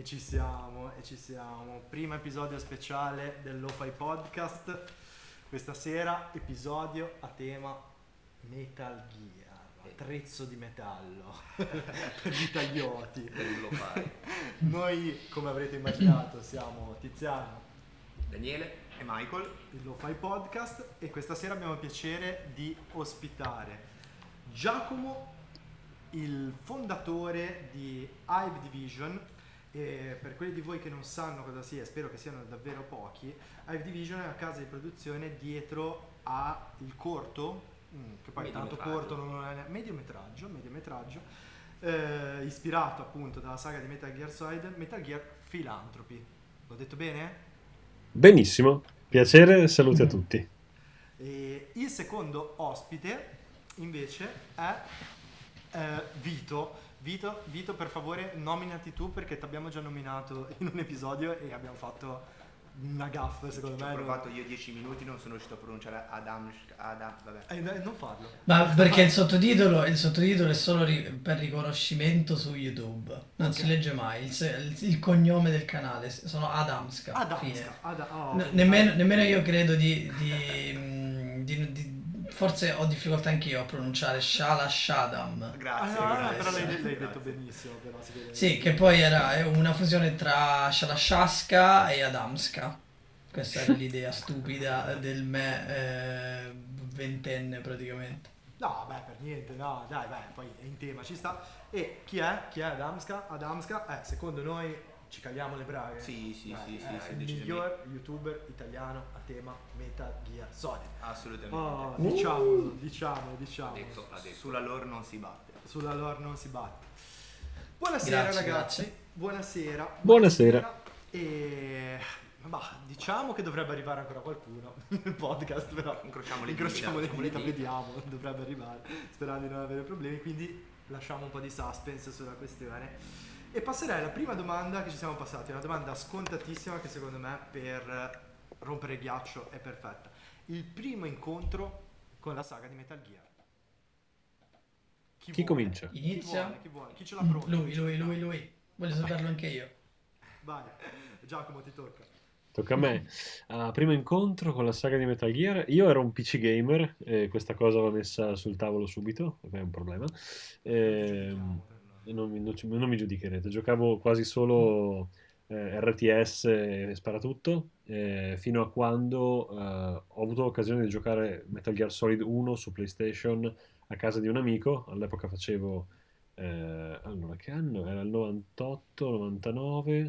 E ci siamo. Primo episodio speciale del Lo-Fi Podcast. Questa sera episodio a tema Metal Gear, attrezzo di metallo per gli italioti. Per il Lo-Fi. Noi, come avrete immaginato, siamo Tiziano, Daniele e Michael. il Lo-Fi Podcast, e questa sera abbiamo il piacere di ospitare Giacomo, il fondatore di Hive Division. E per quelli di voi che non sanno cosa sia, spero che siano davvero pochi, Hive Division è una casa di produzione dietro a il corto, che poi tanto corto non è mediometraggio, ispirato appunto dalla saga di Metal Gear Solid, Metal Gear Philanthropy. L'ho detto bene? Benissimo, piacere, saluti a tutti. E il secondo ospite invece è Vito. Vito, per favore, nominati tu, perché ti abbiamo già nominato in un episodio e abbiamo fatto una gaffa, secondo me. Ho provato io 10 minuti, non sono riuscito a pronunciare Adam, vabbè. Non farlo. Ma perché il sottotitolo è solo per riconoscimento su YouTube. Non si legge mai. Il cognome del canale sono Adamska. Fine. Nemmeno io credo di forse ho difficoltà anch'io a pronunciare Shala Shadam. Grazie. Però l'hai detto benissimo. Però sì, che poi è una fusione tra Shalashaska e Adamska. Questa era l'idea stupida del me ventenne praticamente. No, beh, per niente, no, dai, poi è in tema, ci sta. E chi è Adamska? Adamska, secondo noi, ci cagliamo le braghe. Sì, è il miglior youtuber italiano a tema Metal Gear Solid. Assolutamente. Diciamo. Detto. Sulla lore non si batte. Buonasera, Grazie, ragazzi. grazie. Buonasera. E diciamo che dovrebbe arrivare ancora qualcuno nel podcast, però incrociamo le dita, vediamo, dovrebbe arrivare, sperando di non avere problemi, quindi lasciamo un po' di suspense sulla questione. E passerei alla prima domanda che ci siamo passati, una domanda scontatissima che secondo me per rompere il ghiaccio è perfetta. Il primo incontro con la saga di Metal Gear. Chi comincia? Inizia? Chi vuole? Chi ce l'ha pronto? Lui. Voglio saperlo anche io. Vai, Giacomo, ti tocca. Tocca a me. Primo incontro con la saga di Metal Gear. Io ero un PC gamer e questa cosa va messa sul tavolo subito, perché è un problema. Non mi giudicherete. Giocavo quasi solo RTS e sparatutto, fino a quando ho avuto l'occasione di giocare Metal Gear Solid 1 su PlayStation a casa di un amico. All'epoca facevo allora, che anno? Era il 98, 99,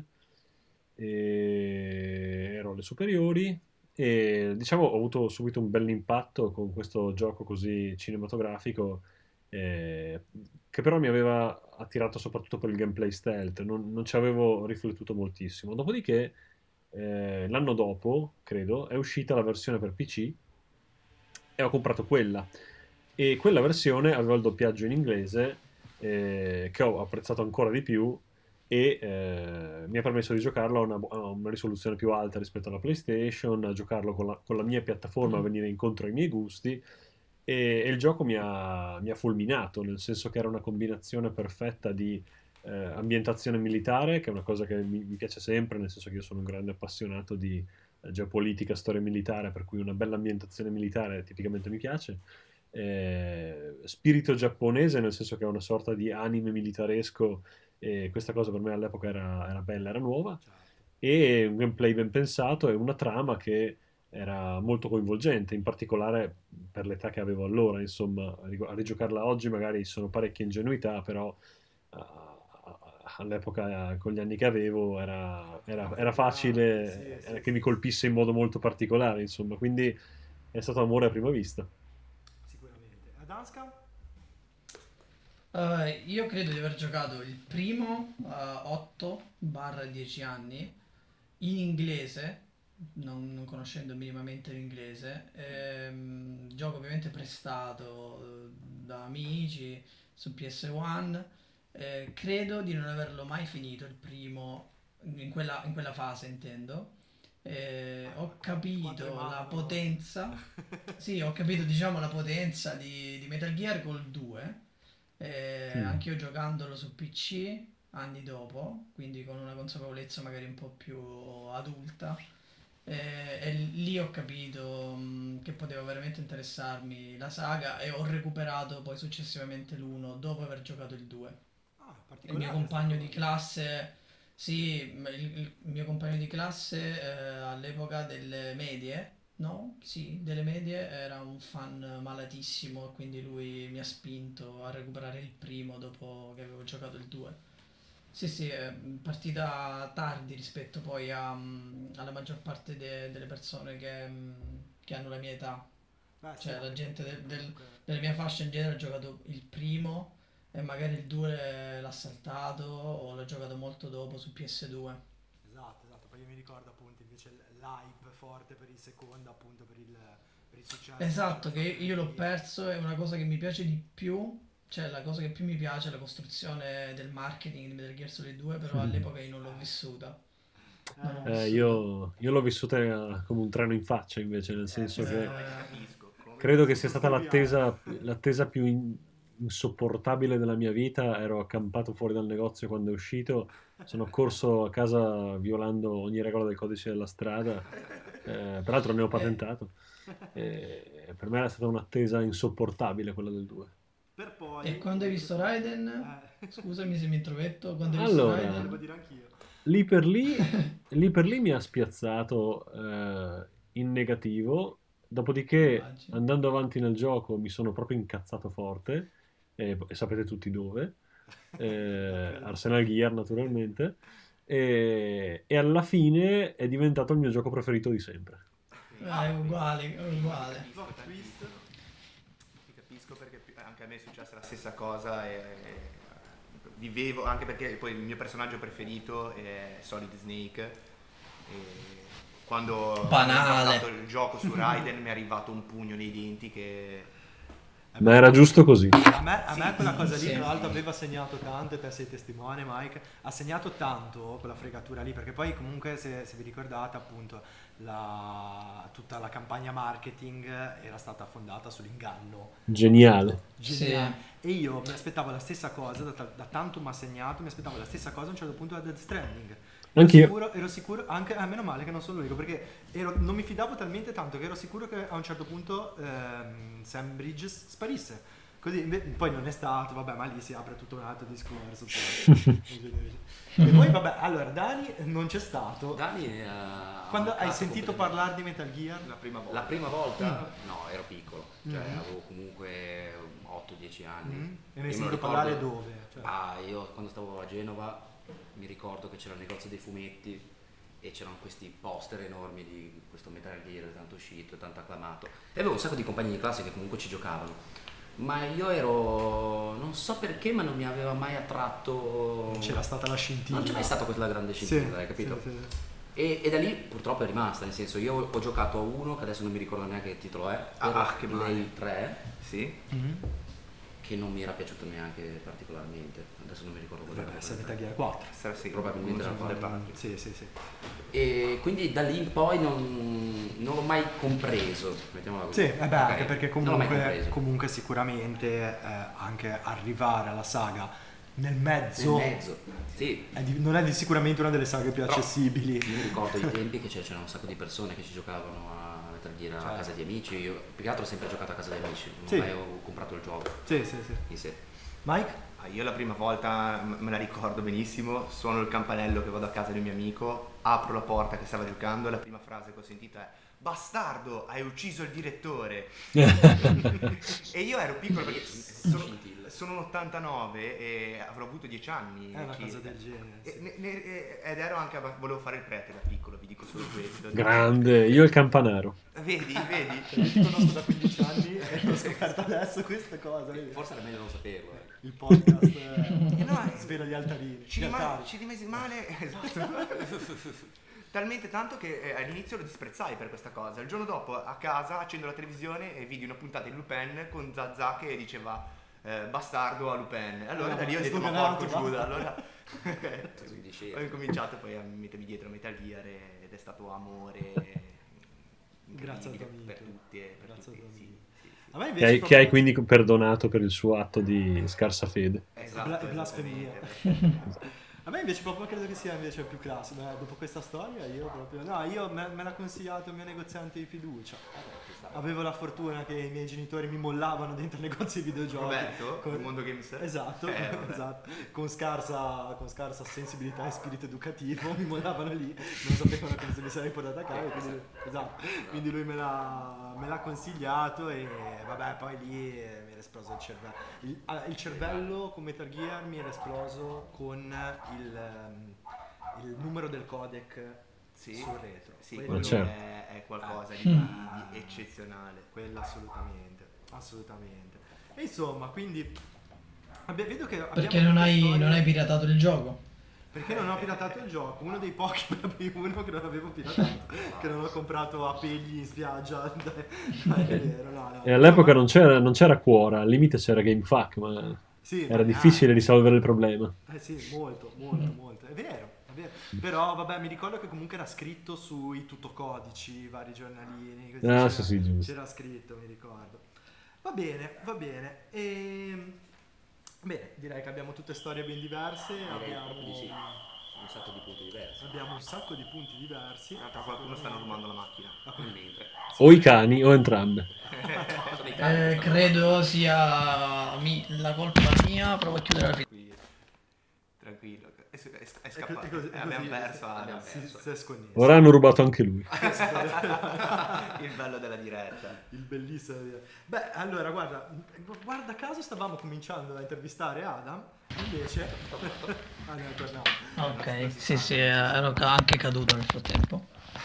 e ero alle superiori e diciamo ho avuto subito un bell'impatto con questo gioco così cinematografico, che però mi aveva attirato soprattutto per il gameplay stealth, non ci avevo riflettuto moltissimo. Dopodiché l'anno dopo, credo, è uscita la versione per PC e ho comprato quella. E quella versione aveva il doppiaggio in inglese, che ho apprezzato ancora di più, e mi ha permesso di giocarlo a una risoluzione più alta rispetto alla PlayStation, a giocarlo con la mia piattaforma, a venire incontro ai miei gusti, e il gioco mi ha fulminato, nel senso che era una combinazione perfetta di ambientazione militare, che è una cosa che mi piace sempre, nel senso che io sono un grande appassionato di geopolitica, storia militare, per cui una bella ambientazione militare tipicamente mi piace. Spirito giapponese, nel senso che è una sorta di anime militaresco, e questa cosa per me all'epoca era bella, era nuova, e un gameplay ben pensato e una trama che era molto coinvolgente, in particolare per l'età che avevo allora. Insomma, a rigiocarla oggi magari sono parecchie ingenuità, però all'epoca, con gli anni che avevo, era facile che mi colpisse in modo molto particolare, insomma, quindi è stato amore a prima vista. Sicuramente. Adamska? Io credo di aver giocato il primo 8-10 anni in inglese, non conoscendo minimamente l'inglese. Gioco ovviamente prestato da amici su PS1. Credo di non averlo mai finito il primo, in quella fase intendo. Ho capito la potenza. Sì, ho capito, diciamo, la potenza di Metal Gear col 2. Anche io giocandolo su PC anni dopo, quindi con una consapevolezza magari un po' più adulta. E lì ho capito che poteva veramente interessarmi la saga e ho recuperato poi successivamente l'1 dopo aver giocato il 2. Ah, Il mio particolare compagno sta di cosa. classe, sì, il mio compagno di classe all'epoca delle medie, no? Sì, delle medie era un fan malatissimo, quindi lui mi ha spinto a recuperare il primo dopo che avevo giocato il 2. Sì, sì, è partita tardi rispetto poi alla maggior parte delle persone che hanno la mia età. Beh, sì, Cioè la anche gente perché comunque... della mia fascia in genere ha giocato il primo e magari il 2 l'ha saltato o l'ha giocato molto dopo su PS2. Esatto, esatto. Poi io mi ricordo appunto invece l'hype forte per il secondo, appunto per il successo che c'era Esatto, che stato nel io l'ho primo. perso, è una cosa che mi piace di più, cioè la cosa che più mi piace è la costruzione del marketing di Metal Gear Solid 2, però all'epoca io non l'ho vissuta. Non l'ho vissuta. Io l'ho vissuta come un treno in faccia invece, nel senso Sì, che come ti Eh, capisco. Come ti credo che sia stata Sottoscriviamo. l'attesa più insopportabile della mia vita. Ero accampato fuori dal negozio quando è uscito, sono corso a casa violando ogni regola del codice della strada, peraltro ne ho eh, patentato. Per me era stata un'attesa insopportabile quella del 2. Per e poi, quando hai visto oltretutto... Raiden? Scusami se mi intrometto, quando hai visto Allora, volevo Raiden? dire anch'io. lì per lì, lì per lì mi ha spiazzato in negativo, dopodiché Immagino. andando avanti nel gioco mi sono proprio incazzato forte, e sapete tutti dove, Lo credo. Arsenal Gear naturalmente, e alla fine è diventato il mio gioco preferito di sempre. È uguale, è Ti uguale. capisco Plot twist. tantissimo. Ti capisco perché anche a me è successa la stessa cosa e vivevo, anche perché poi il mio personaggio preferito è Solid Snake e quando ho Banale. iniziato il gioco su Raiden mi è arrivato un pugno nei denti che... Eh Ma beh, era giusto così. a me quella cosa lì, Sì. tra l'altro, aveva segnato tanto, e te sei testimone, Mike, ha segnato tanto quella fregatura lì, perché poi comunque, se vi ricordate, appunto, tutta la campagna marketing era stata fondata sull'inganno, Geniale. appunto, Sì. geniale. E io mi aspettavo la stessa cosa, da tanto mi ha segnato, mi aspettavo la stessa cosa a un certo punto da Death Stranding. Anch'io. Ero sicuro, anche meno male che non sono l'unico, perché non mi fidavo talmente tanto che ero sicuro che a un certo punto Sam Bridges sparisse. Così, poi non è stato, vabbè, ma lì si apre tutto un altro discorso. Poi. E poi, vabbè, allora, Dani non c'è stato. Dani Quando hai mancato sentito completamente. parlare di Metal Gear? La prima volta. La prima volta? No, ero piccolo, cioè Mhm. avevo comunque 8-10 anni. Mm. E ne hai Io me lo sentito parlare ricordo- dove? Cioè, Io quando stavo a Genova mi ricordo che c'era il negozio dei fumetti e c'erano questi poster enormi di questo Metal Gear tanto uscito, tanto acclamato. E avevo un sacco di compagni di classe che comunque ci giocavano. Ma io ero, non so perché, ma non mi aveva mai attratto. non c'era stata la scintilla. Non c'è mai stata quella grande Sì, scintilla, hai capito? sì, sì. E da lì purtroppo è rimasta, nel senso io ho giocato a uno che adesso non mi ricordo neanche che titolo è, era che Play male. 3, Sì? Mhm. che non mi era piaciuto neanche particolarmente, adesso non mi ricordo cosa Dovrebbe era. essere Metal Gear 4. Sarà sì, Probabilmente uno era su due fatto. parti. Sì, sì, sì. E quindi da lì in poi non l'ho mai compreso, mettiamola così. Sì, beh, Ok? anche perché Non l'ho mai comunque, compreso. sicuramente anche arrivare alla saga nel Nel mezzo, mezzo, sì. non è sicuramente una delle saghe più Però accessibili. Io mi ricordo i tempi che c'erano un sacco di persone che ci giocavano a Metal Gear a Certo. casa di amici, io più che altro ho sempre giocato a casa di amici, non Sì. mai ho comprato il gioco Sì, sì, sì. in sé. Mike? Io la prima volta me la ricordo benissimo, suono il campanello che vado a casa di un mio amico, apro la porta che stava giocando e la prima frase che ho sentito è "Bastardo, hai ucciso il direttore". E io ero piccolo perché Scintille. sono un 89 e avrò avuto 10 anni. È una cosa circa. del genere. E Sì. ed ero anche, volevo fare il prete da piccolo, vi dico solo questo. Grande, io il campanaro. Vedi, vedi? Io ti conosco da 15 anni e ho scoperto adesso questa cosa. vedi? Forse era meglio non saperlo. Il podcast no, svela gli altarini. Ci Gli altari. rimasi male, esatto. Talmente tanto che all'inizio lo disprezzai per questa cosa. Il giorno dopo a casa accendo la televisione e vidi una puntata di Lupin con Zazà che diceva bastardo a Lupin. Allora da lì ho detto ma sdoganato, porco Giuda. basta. Allora Così disceso. ho incominciato poi a mettermi dietro Metal Gear ed è stato amore Grazie al incredibile tuo amico. per tutti e per Grazie al tutti. tuo Sì, amico. sì, sì. A me Che invece hai, che proprio- hai quindi perdonato per il suo atto di scarsa fede. Esatto, blasfemia. esattamente. A me invece proprio credo che sia invece più classico. Dopo questa storia io proprio... No, io me l'ha consigliato il mio negoziante di fiducia. Avevo la fortuna che i miei genitori mi mollavano dentro il negozio di videogiochi. Roberto, il Mondo Games. Esatto, esatto. Con scarsa sensibilità e spirito educativo mi mollavano lì, non sapevano come se mi sarei portato a casa, quindi, esatto, quindi lui me l'ha consigliato e vabbè, poi lì mi era esploso il cervello. Il cervello con Metal Gear mi era esploso con il numero del codec sul retro. Sì, Quello certo. è qualcosa di eccezionale. Quello assolutamente. E insomma, quindi vedo che Perché non hai piratato il gioco? Perché non ho piratato il gioco, uno dei pochi proprio uno che non avevo piratato, che non ho comprato a pegli in spiaggia. Dai, è vero, no. E all'epoca non c'era Quora, al limite c'era GameFAQ, ma Sì, era difficile risolvere il problema. Sì, molto. È vero. Però vabbè, mi ricordo che comunque era scritto sui tutocodici, i vari giornalini, così sì, giusto. c'era scritto, mi ricordo. Va bene. Bene, direi che abbiamo tutte storie ben diverse, abbiamo Un sacco di punti diversi. abbiamo un sacco di punti diversi. Tra qualcuno stanno rubando la macchina. Mentre O i cani o entrambe. sono i cani, Credo sia la colpa mia, provo a chiudere la finestra. Tranquillo. È scappato. È così, Abbiamo perso. abbiamo si perso. è sconnesso. Ora hanno rubato anche lui. Il bello della diretta. Il bellissimo. Beh, allora, guarda caso stavamo cominciando a intervistare Adam, invece... no, torniamo. Ok, sì, ero anche caduto nel frattempo.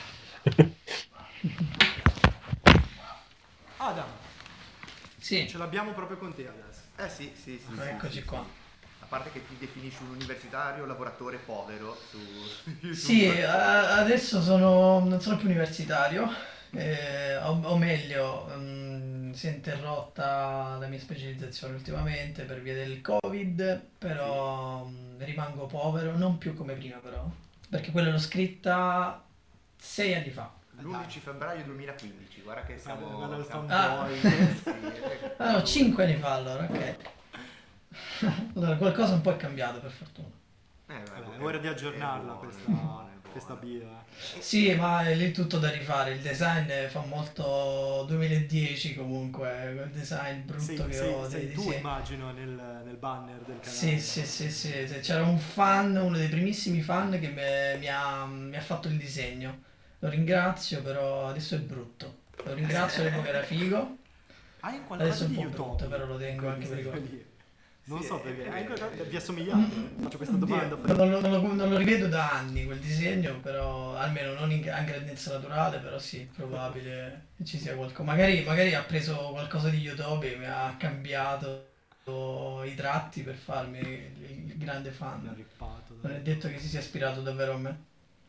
Adam, Sì, ce l'abbiamo proprio con te adesso. Sì. eccoci qua. A parte che ti definisci un universitario, lavoratore povero su YouTube. Sì, adesso non sono più universitario, o meglio, si è interrotta la mia specializzazione ultimamente per via del Covid, però rimango povero, non più come prima però, perché quella l'ho scritta 6 anni fa. L'11 febbraio 2015, guarda che siamo... Guarda il siamo- fanboy. No, 5 anni fa allora, ok. Allora, qualcosa un po' è cambiato per fortuna. Vabbè, è ora di aggiornarla questa bio. Sì, ma è lì tutto da rifare, il design fa molto 2010 comunque, quel design brutto che ho dei Sei tu, disegni. immagino, nel banner del canale. Sì, c'era un fan, uno dei primissimi fan che mi ha fatto il disegno. Lo ringrazio, però adesso è brutto. Lo ringrazio, all'epoca era figo. Hai Adesso qualcosa è di un po' YouTube? brutto, però lo tengo anche per ricordo. Lì. Non Sì, so perché. è Hai vero. qualcosa vi assomigliate? Faccio questa domanda. Non lo rivedo da anni quel disegno, però almeno non a grandezza naturale, però sì, probabile che ci sia qualcosa. Magari ha preso qualcosa di YouTube e mi ha cambiato i tratti per farmi il grande Mi ha fan. rippato. Non è detto che si sia ispirato davvero a me.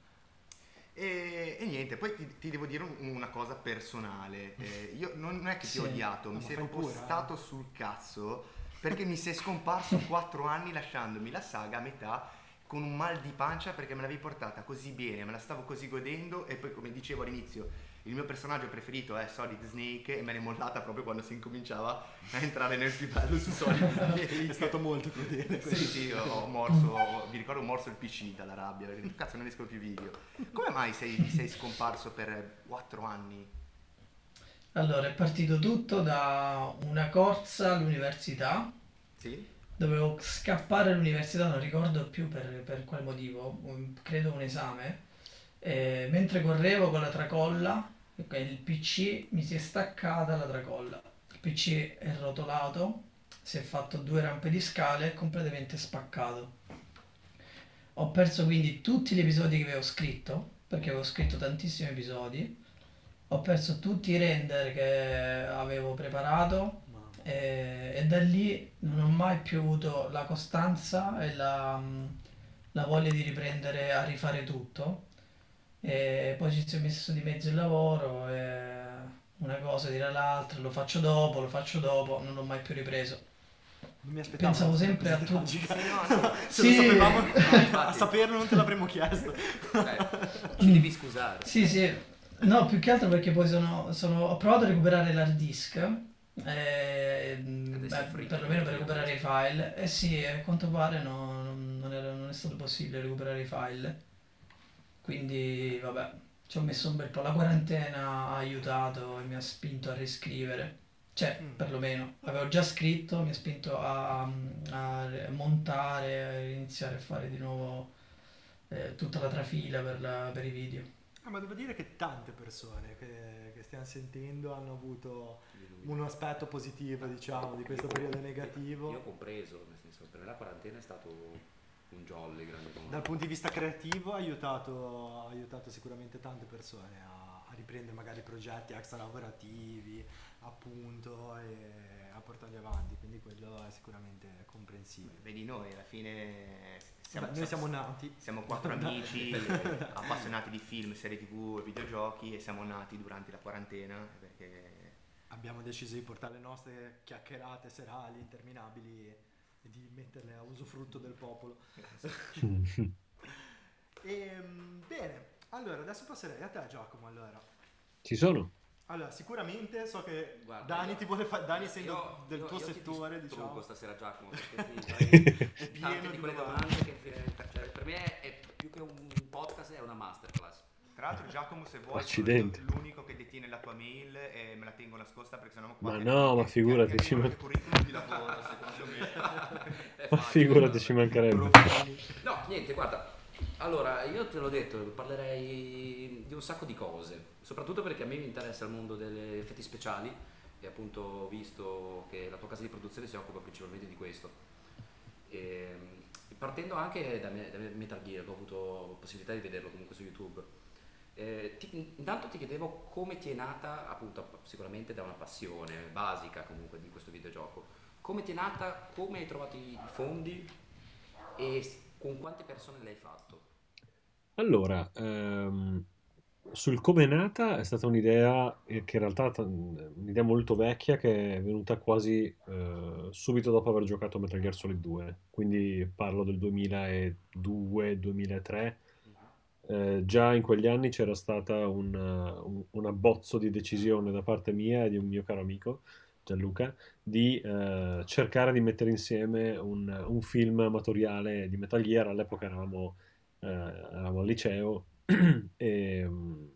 E niente, poi ti devo dire una cosa personale. Io non è che ti ho Sì. odiato, No, mi ma sei fai proprio pure, stato sul cazzo perché mi sei scomparso 4 anni lasciandomi la saga a metà con un mal di pancia perché me l'avevi portata così bene, me la stavo così godendo e poi, come dicevo all'inizio, il mio personaggio preferito è Solid Snake e me l'è mollata proprio quando si incominciava a entrare nel più bello su Solid Snake. È stato molto crudele. Sì, mi ricordo ho morso il PC dalla rabbia, perché cazzo non escono più video. Come mai sei scomparso per 4 anni? Allora, è partito tutto da una corsa all'università. Sì? Dovevo scappare all'università, non ricordo più per quale motivo, credo un esame. Mentre correvo con la tracolla, il PC mi si è staccata la tracolla. Il PC è rotolato, si è fatto 2 rampe di scale e completamente spaccato. Ho perso quindi tutti gli episodi che avevo scritto, perché avevo scritto tantissimi episodi. Ho perso tutti i render che avevo preparato e da lì non ho mai più avuto la costanza e la voglia di riprendere a rifare tutto. E poi ci si è messo di mezzo il lavoro e una cosa tira l'altra, lo faccio dopo, non ho mai più ripreso. Non mi aspettavo. Pensavo sempre a tutti. Sì, no, Se Sì. lo sapevamo, a infatti. saperlo non te l'avremmo chiesto. Ci devi scusare. Sì, no, più che altro perché poi ho provato a recuperare l'hard disk perlomeno per recuperare i file. Eh sì, a quanto pare non è stato possibile recuperare i file. Quindi vabbè, ci ho messo un bel po'. La quarantena ha aiutato e mi ha spinto a riscrivere. Cioè, perlomeno, avevo già scritto, mi ha spinto a montare, a iniziare a fare di nuovo tutta la trafila per i video. Ma devo dire che tante persone che stiamo sentendo hanno avuto un aspetto positivo, diciamo, di questo periodo negativo. Io ho compreso, nel senso, per me la quarantena è stato un jolly grande. Dal punto di vista creativo ha aiutato sicuramente tante persone a riprendere magari progetti extra lavorativi, appunto, e a portarli avanti, quindi quello è sicuramente comprensibile. Vedi, noi alla fine Noi siamo nati. Siamo 4 amici appassionati di film, serie tv e videogiochi, e siamo nati durante la quarantena perché Abbiamo deciso di portare le nostre chiacchierate serali interminabili e di metterle a usufrutto del popolo. Bene, allora adesso passerei a te, Giacomo. Ci sono. Allora, sicuramente so che Guarda, Dani io- ti vuole fare. Dani, io- essendo del tuo io settore, ti diciamo. distruggo stasera, Giacomo, perché ti fai È pieno tante di di quelle domande. domande cioè, per me è più che un podcast, è una masterclass. tra l'altro Giacomo, se vuoi, Accidenti. sono l'unico che detiene la tua mail e me la tengo nascosta perché sennò qua Ma ti- no, ma ti- figurati, ti ci arrivano man- i curriculum di lavoro, secondo me. È Ma facile, figurati, guarda. ci mancherebbe. No, niente, guarda, allora io te l'ho detto, parlerei di un sacco di cose, soprattutto perché a me mi interessa il mondo degli effetti speciali e appunto ho visto che la tua casa di produzione si occupa principalmente di questo. E, partendo anche da Metal Gear, ho avuto possibilità di vederlo comunque su YouTube. Intanto ti chiedevo come ti è nata, appunto sicuramente da una passione basica comunque di questo videogioco, come ti è nata, come hai trovato i fondi e con quante persone l'hai fatto? Allora, sul come è nata è stata un'idea che in realtà è un'idea molto vecchia che è venuta quasi subito dopo aver giocato a Metal Gear Solid 2, quindi parlo del 2002-2003. Già in quegli anni c'era stata un abbozzo di decisione da parte mia e di un mio caro amico, Gianluca, di cercare di mettere insieme un film amatoriale di Metal Gear. All'epoca eravamo al liceo e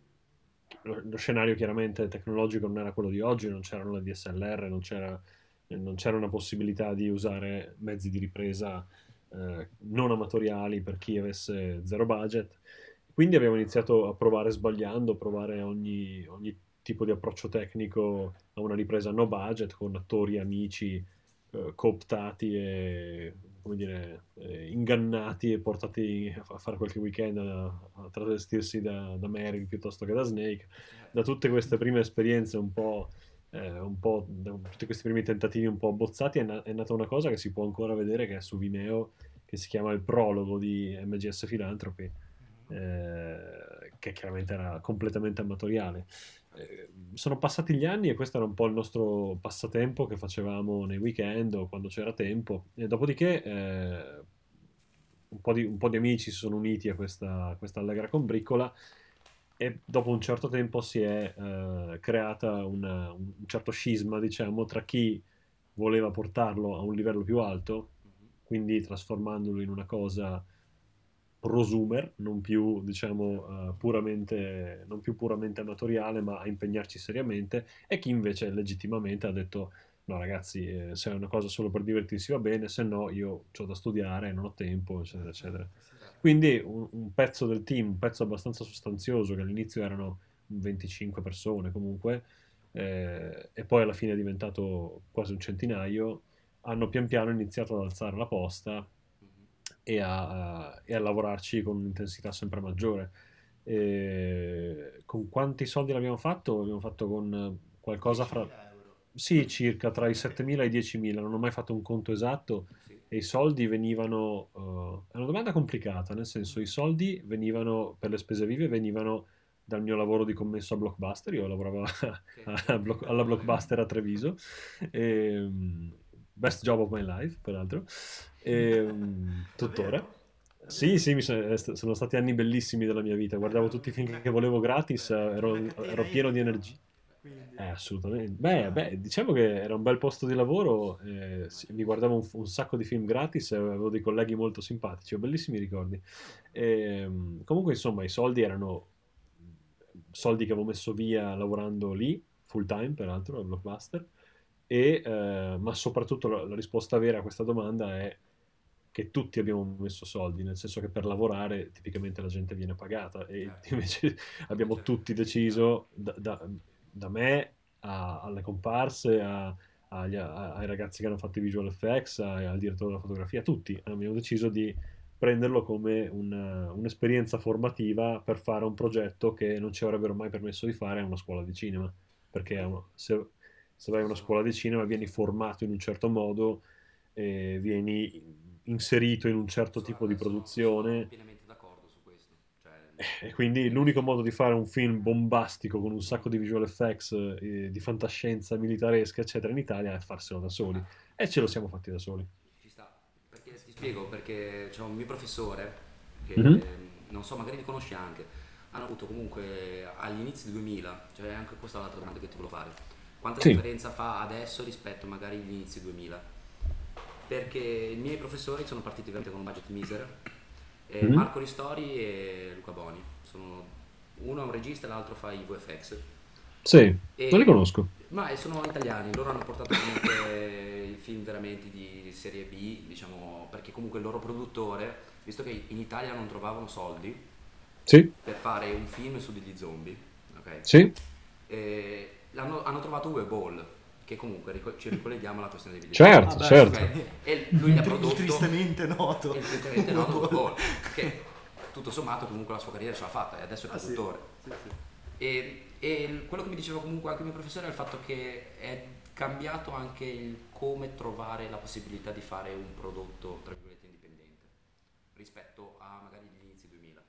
lo scenario chiaramente tecnologico non era quello di oggi, non c'erano le DSLR, non c'era una possibilità di usare mezzi di ripresa non amatoriali per chi avesse zero budget. Quindi abbiamo iniziato a provare sbagliando, provare ogni tipo di approccio tecnico a una ripresa no budget con attori amici cooptati e come dire, ingannati e portati a fare qualche weekend a travestirsi da Meryl piuttosto che da Snake. Da tutte queste prime esperienze da tutti questi primi tentativi un po' abbozzati è nata una cosa che si può ancora vedere, che è su Vimeo, che si chiama Il prologo di MGS Philanthropy, che chiaramente era completamente amatoriale. Sono passati gli anni e questo era un po' il nostro passatempo che facevamo nei weekend o quando c'era tempo, e dopodiché un po' di amici si sono uniti a questa allegra combriccola e dopo un certo tempo si è creata un certo scisma, diciamo, tra chi voleva portarlo a un livello più alto, quindi trasformandolo in una cosa prosumer, non più, diciamo, non più puramente amatoriale, ma a impegnarci seriamente, e chi invece legittimamente ha detto: no ragazzi, se è una cosa solo per divertirsi va bene, se no io ho da studiare, non ho tempo, eccetera, eccetera. Quindi un pezzo del team, un pezzo abbastanza sostanzioso, che all'inizio erano 25 persone comunque, e poi alla fine è diventato quasi un centinaio, hanno pian piano iniziato ad alzare la posta e a lavorarci con un'intensità sempre maggiore. Con quanti soldi l'abbiamo fatto? L'abbiamo fatto con qualcosa fra... 10.000 euro. Sì, circa tra i 7.000 e i 10.000, non ho mai fatto un conto esatto, Sì. e i soldi venivano... è una domanda complicata, nel senso i soldi venivano, per le spese vive, venivano dal mio lavoro di commesso a Blockbuster. Io lavoravo alla Blockbuster a Treviso, e, best job of my life peraltro, e, tuttora. Davvero? Sì, sì, sono stati anni bellissimi della mia vita, guardavo tutti i film che volevo gratis, ero pieno di energia. Quindi, Assolutamente. Beh, diciamo che era un bel posto di lavoro, mi guardavo un sacco di film gratis e avevo dei colleghi molto simpatici, ho bellissimi ricordi. Comunque, insomma, i soldi erano soldi che avevo messo via lavorando lì, full time peraltro, al Blockbuster, ma soprattutto la risposta vera a questa domanda è che tutti abbiamo messo soldi, nel senso che per lavorare tipicamente la gente viene pagata e Certo. invece abbiamo tutti deciso, da me alle comparse, ai ragazzi che hanno fatto i visual effects, al direttore della fotografia, tutti abbiamo deciso di prenderlo come un'esperienza formativa per fare un progetto che non ci avrebbero mai permesso di fare a una scuola di cinema, perché se vai a una scuola di cinema vieni formato in un certo modo, vieni inserito in un certo tipo di Sono produzione, pienamente d'accordo su questo. Cioè, e quindi l'unico modo di fare un film bombastico con un sacco di visual effects, di fantascienza militaresca, eccetera, in Italia è farselo da soli. E ce lo siamo fatti da soli. ci sta. Perché ti spiego, perché c'è un mio professore che Mhm. non so, magari li conosci anche. Hanno avuto comunque agli inizi del 2000, cioè anche questa è l'altra domanda che ti volevo fare. Quanta Sì. differenza fa adesso rispetto magari agli inizi 2000? Perché i miei professori sono partiti veramente con un budget misero. Mhm. Marco Ristori e Luca Boni. Uno è un regista e l'altro fa i VFX. Sì, non li E- conosco. ma sono italiani, loro hanno portato comunque i film veramente di serie B, diciamo, perché comunque il loro produttore, visto che in Italia non trovavano soldi Sì, per fare un film su degli zombie, ok? sì, Hanno trovato Uwe Boll, che comunque ci ricolleghiamo alla questione dei certo, videogiochi. certo. Ok? E lui gli ha il prodotto tristemente noto. il tristemente noto Uwe Boll, che tutto sommato comunque la sua carriera ce l'ha fatta e adesso è Ah, sì. produttore. Sì, sì. E quello che mi diceva comunque anche il mio professore è il fatto che è cambiato anche il come trovare la possibilità di fare un prodotto tra virgolette indipendente rispetto a magari gli inizi 2000.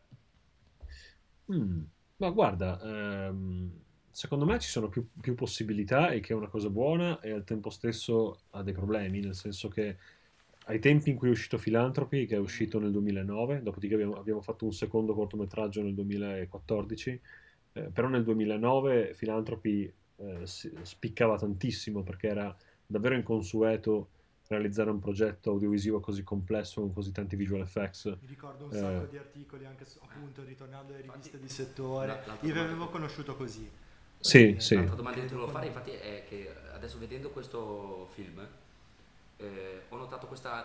Mm. Ma guarda, secondo me ci sono più possibilità, e che è una cosa buona, e al tempo stesso ha dei problemi, nel senso che ai tempi in cui è uscito Philanthropy, che è uscito nel 2009, dopodiché abbiamo fatto un secondo cortometraggio nel 2014, però nel 2009 Philanthropy spiccava tantissimo perché era davvero inconsueto realizzare un progetto audiovisivo così complesso con così tanti visual effects. Mi ricordo un Eh, sacco di articoli anche appunto ritornando alle Infatti, riviste di settore. l'altra Io vi domanda avevo che- conosciuto così. sì, sì, L'altra domanda che ti credo volevo fare con- infatti è che adesso vedendo questo film ho notato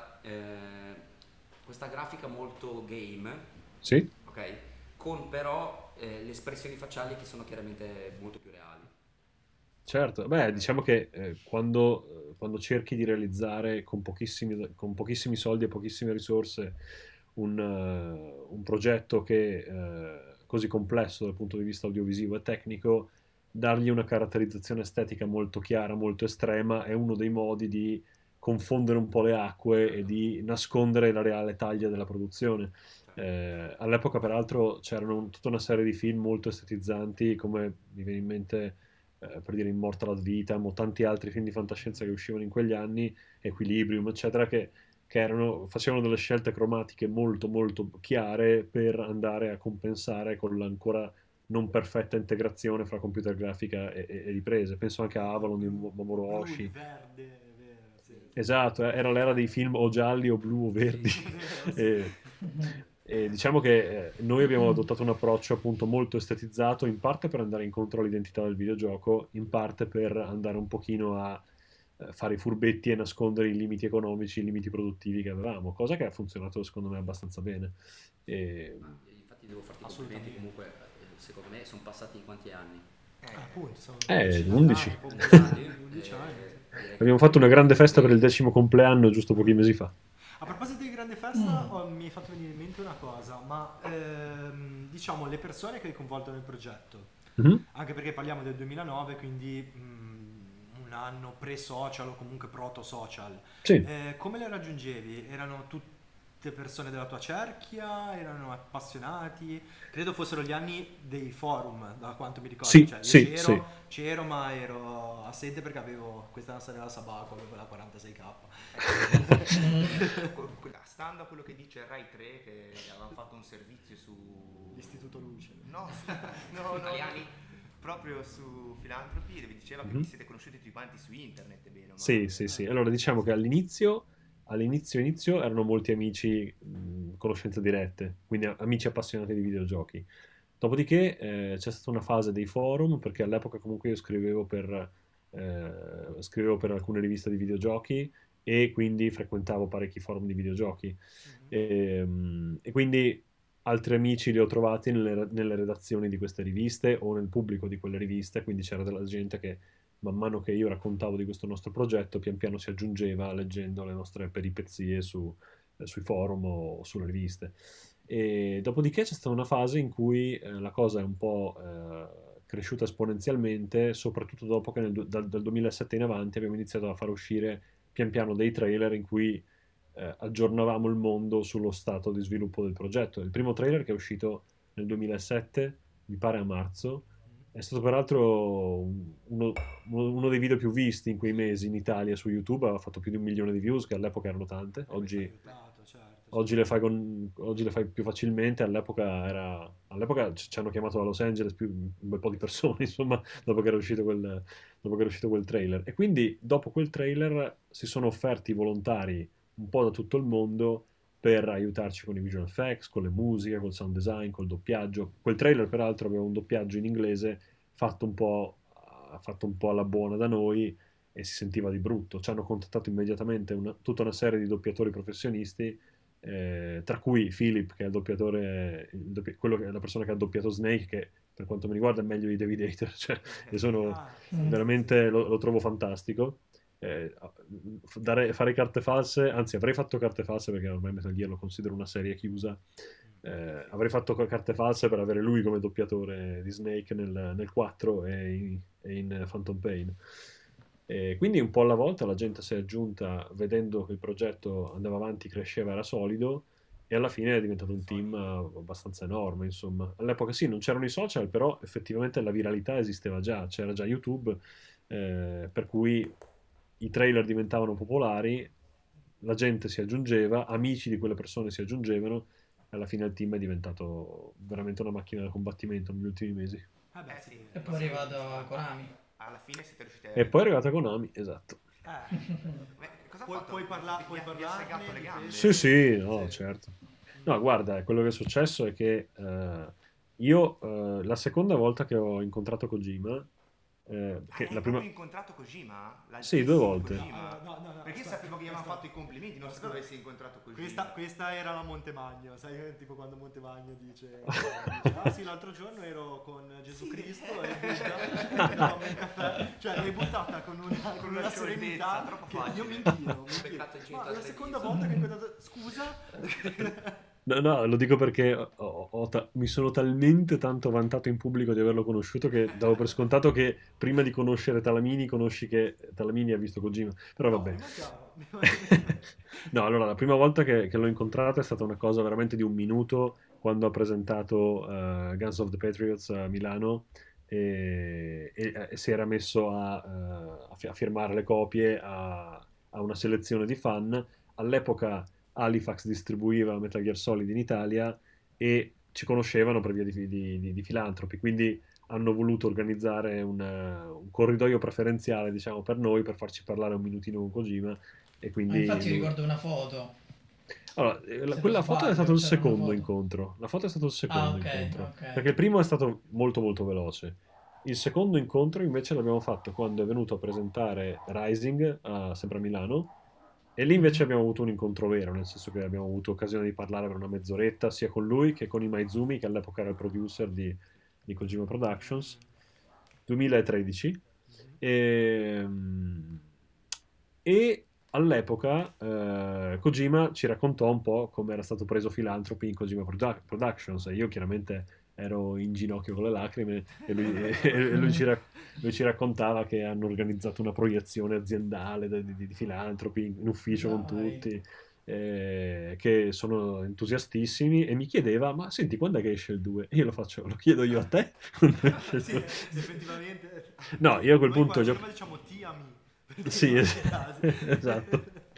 questa grafica molto game, sì. ok? Con però le espressioni facciali che sono chiaramente molto più reali. Certo, beh, diciamo che quando cerchi di realizzare con pochissimi soldi e pochissime risorse un progetto che così complesso dal punto di vista audiovisivo e tecnico, dargli una caratterizzazione estetica molto chiara, molto estrema, è uno dei modi di confondere un po' le acque e di nascondere la reale taglia della produzione. All'epoca, peraltro, c'erano tutta una serie di film molto estetizzanti, come mi viene in mente, per dire, Immortal ad Vitam o tanti altri film di fantascienza che uscivano in quegli anni, Equilibrium, eccetera, che facevano delle scelte cromatiche molto molto chiare per andare a compensare con l'ancora non perfetta integrazione fra computer grafica e riprese. Penso anche a Avalon di Mamoru blu, il Oshii. verde, è vero, sì. Esatto, era l'era dei film o gialli o blu o verdi. Sì, è vero, sì. E, e diciamo che noi abbiamo adottato un approccio appunto molto estetizzato, in parte per andare incontro all'identità del videogioco, in parte per andare un pochino a fare i furbetti e nascondere i limiti economici, i limiti produttivi che avevamo, cosa che ha funzionato secondo me abbastanza bene. E, Ma infatti devo farti i Assolutamente. complimenti comunque, secondo me sono passati quanti anni? Appunto, sono 11. anni, 11 anni? 11 anni, sì. Direi che Abbiamo fatto una grande festa per il complimenti. 10° compleanno giusto pochi mesi fa. A proposito di grande festa, mi hai fatto venire in mente una cosa, ma diciamo le persone che hai coinvolto nel progetto, Mhm. anche perché parliamo del 2009, quindi un anno pre-social o comunque proto-social, Sì, come le raggiungevi? Erano tutte persone della tua cerchia? Erano appassionati? Credo fossero gli anni dei forum, da quanto mi ricordo. sì, Cioè, io sì, sì. c'ero, ma ero assente perché avevo questa è una storia della Sabaco, avevo la 46K. Stando a quello che dice Rai 3, che avevano fatto un servizio su L'Istituto Luce. no, no, Italiani? proprio su Filantropi vi diceva che vi siete conosciuti tutti quanti su internet, è vero? Sì. Allora diciamo che all'inizio erano molti amici, conoscenze dirette, quindi amici appassionati di videogiochi. Dopodiché c'è stata una fase dei forum, perché all'epoca comunque io scrivevo per alcune riviste di videogiochi e quindi frequentavo parecchi forum di videogiochi. E quindi altri amici li ho trovati nelle redazioni di queste riviste o nel pubblico di quelle riviste, quindi c'era della gente che man mano che io raccontavo di questo nostro progetto pian piano si aggiungeva leggendo le nostre peripezie sui forum o sulle riviste. E dopodiché c'è stata una fase in cui la cosa è un po' cresciuta esponenzialmente, soprattutto dopo che dal 2007 in avanti abbiamo iniziato a far uscire pian piano dei trailer in cui aggiornavamo il mondo sullo stato di sviluppo del progetto. Il primo trailer che è uscito nel 2007, mi pare a marzo, è stato peraltro uno dei video più visti in quei mesi in Italia su YouTube, aveva fatto più di 1 milione di views, che all'epoca erano tante. Oggi le fai più facilmente, all'epoca ci hanno chiamato da Los Angeles un bel po' di persone, insomma, dopo che era uscito quel trailer. E quindi dopo quel trailer si sono offerti volontari un po' da tutto il mondo per aiutarci con i visual effects, con le musiche, col sound design, col doppiaggio. Quel trailer peraltro aveva un doppiaggio in inglese fatto un po' alla buona da noi e si sentiva di brutto. Ci hanno contattato immediatamente tutta una serie di doppiatori professionisti, tra cui Philip, che è il doppiatore, la persona che ha doppiato Snake, che per quanto mi riguarda è meglio di David Hayter, cioè veramente lo trovo fantastico. Fare carte false, anzi avrei fatto carte false perché ormai Metal Gear lo considero una serie chiusa, avrei fatto carte false per avere lui come doppiatore di Snake nel 4 e in Phantom Pain. Quindi un po' alla volta la gente si è aggiunta vedendo che il progetto andava avanti, cresceva, era solido, e alla fine è diventato un team abbastanza enorme, insomma. All'epoca sì, non c'erano i social, però effettivamente la viralità esisteva già, c'era già YouTube, per cui i trailer diventavano popolari, la gente si aggiungeva, amici di quelle persone si aggiungevano, e alla fine il team è diventato veramente una macchina da combattimento negli ultimi mesi. E poi è arrivato Konami. Alla fine siete riusciti E poi è arrivata Konami, esatto. Cosa puoi parlarne? le gambe? Sì, no, certo. No, guarda, quello che è successo è che io la seconda volta che ho incontrato Kojima, che la prima... incontrato Kojima? Sì, 2 volte. No, perché sapevo che gli avevano fatto i complimenti, non sapevo che avessi incontrato Kojima. Questa era la Montemagno, sai, tipo quando Montemagno dice sì, l'altro giorno ero con Gesù Cristo e Buddha, un caffè, cioè l'hai buttata con una serenità troppo che facile. io mi inchino. Ma la seconda volta che ho incontrato, scusa. No, lo dico perché mi sono talmente tanto vantato in pubblico di averlo conosciuto che davo per scontato che prima di conoscere Talamini conosci che Talamini ha visto Kojima. Però vabbè. No, allora la prima volta che l'ho incontrato è stata una cosa veramente di 1 minuto, quando ha presentato Guns of the Patriots a Milano e si era messo a firmare le copie a una selezione di fan. All'epoca Halifax distribuiva Metal Gear Solid in Italia e ci conoscevano per via di Filantropi, quindi hanno voluto organizzare un corridoio preferenziale, diciamo, per noi, per farci parlare 1 minutino con Kojima, e quindi... infatti ricordo una foto. Allora, quella foto è stato il secondo incontro. La foto è stato il secondo incontro. Okay. Perché il primo è stato molto molto veloce. Il secondo incontro invece l'abbiamo fatto quando è venuto a presentare Rising, sempre a Milano. E lì invece abbiamo avuto un incontro vero, nel senso che abbiamo avuto occasione di parlare per una mezz'oretta sia con lui che con Imaizumi, che all'epoca era il producer di Kojima Productions, 2013. E all'epoca Kojima ci raccontò un po' come era stato preso Filantropi in Kojima Productions, e io chiaramente ero in ginocchio con le lacrime e lui ci raccontava che hanno organizzato una proiezione aziendale di Filantropi in ufficio con tutti, che sono entusiastissimi, e mi chiedeva: ma senti, quando è che esce il 2? E io lo chiedo io a te. Sì, effettivamente. No, io a quel punto diciamo ti a me. Sì, esatto.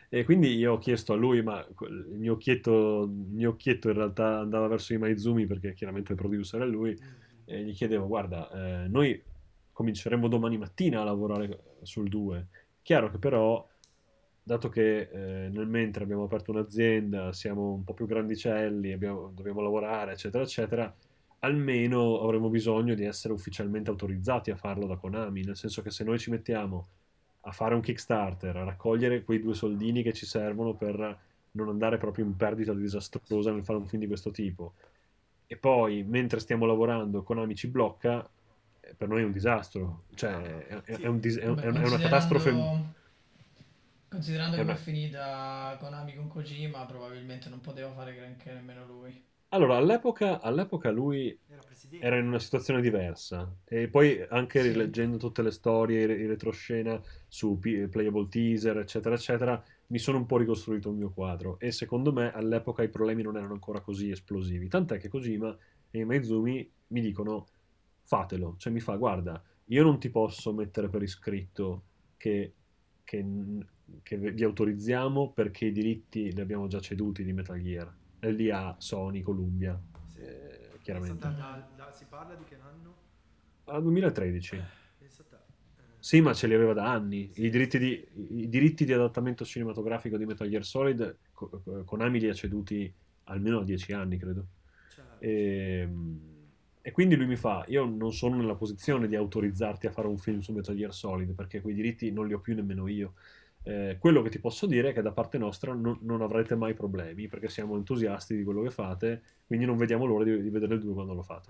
E quindi io ho chiesto a lui, ma il mio occhietto in realtà andava verso i Maizumi perché chiaramente il producer è lui, e gli chiedevo, guarda, noi cominceremo domani mattina a lavorare sul 2. Chiaro che però, dato che nel mentre abbiamo aperto un'azienda, siamo un po' più grandicelli, dobbiamo lavorare, eccetera, eccetera, almeno avremo bisogno di essere ufficialmente autorizzati a farlo da Konami, nel senso che se noi ci mettiamo a fare un Kickstarter, a raccogliere quei 2 soldini che ci servono per non andare proprio in perdita disastrosa nel fare un film di questo tipo, e poi mentre stiamo lavorando Konami ci blocca, per noi è un disastro, cioè Sì. è una catastrofe. Considerando È come è una- finita Konami con Kojima, probabilmente non poteva fare granché nemmeno lui. Allora, all'epoca lui Era presidente. era in una situazione diversa, e poi anche Sì. rileggendo tutte le storie, i retroscena su playable teaser, eccetera, eccetera, mi sono un po' ricostruito il mio quadro, e secondo me all'epoca i problemi non erano ancora così esplosivi, tant'è che Kojima e i Maizumi mi dicono fatelo, cioè mi fa guarda, io non ti posso mettere per iscritto che, che, che vi autorizziamo perché i diritti li abbiamo già ceduti di Metal Gear, e lì a Sony, Columbia, Sì. chiaramente. Si parla di che anno? Al 2013. Pensa a te. Sì, ma ce li aveva da anni. Sì, sì, sì. I diritti di adattamento cinematografico di Metal Gear Solid, Konami li ha ceduti almeno a 10 anni, credo. Certo. E, e quindi lui mi fa, io non sono nella posizione di autorizzarti a fare un film su Metal Gear Solid, perché quei diritti non li ho più nemmeno io. Quello che ti posso dire è che da parte nostra non avrete mai problemi, perché siamo entusiasti di quello che fate, quindi non vediamo l'ora di vedere il 2 quando lo fate.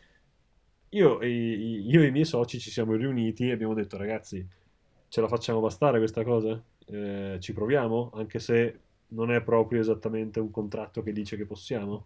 Io e i miei soci ci siamo riuniti e abbiamo detto, ragazzi, ce la facciamo bastare questa cosa? Ci proviamo? Anche se non è proprio esattamente un contratto che dice che possiamo?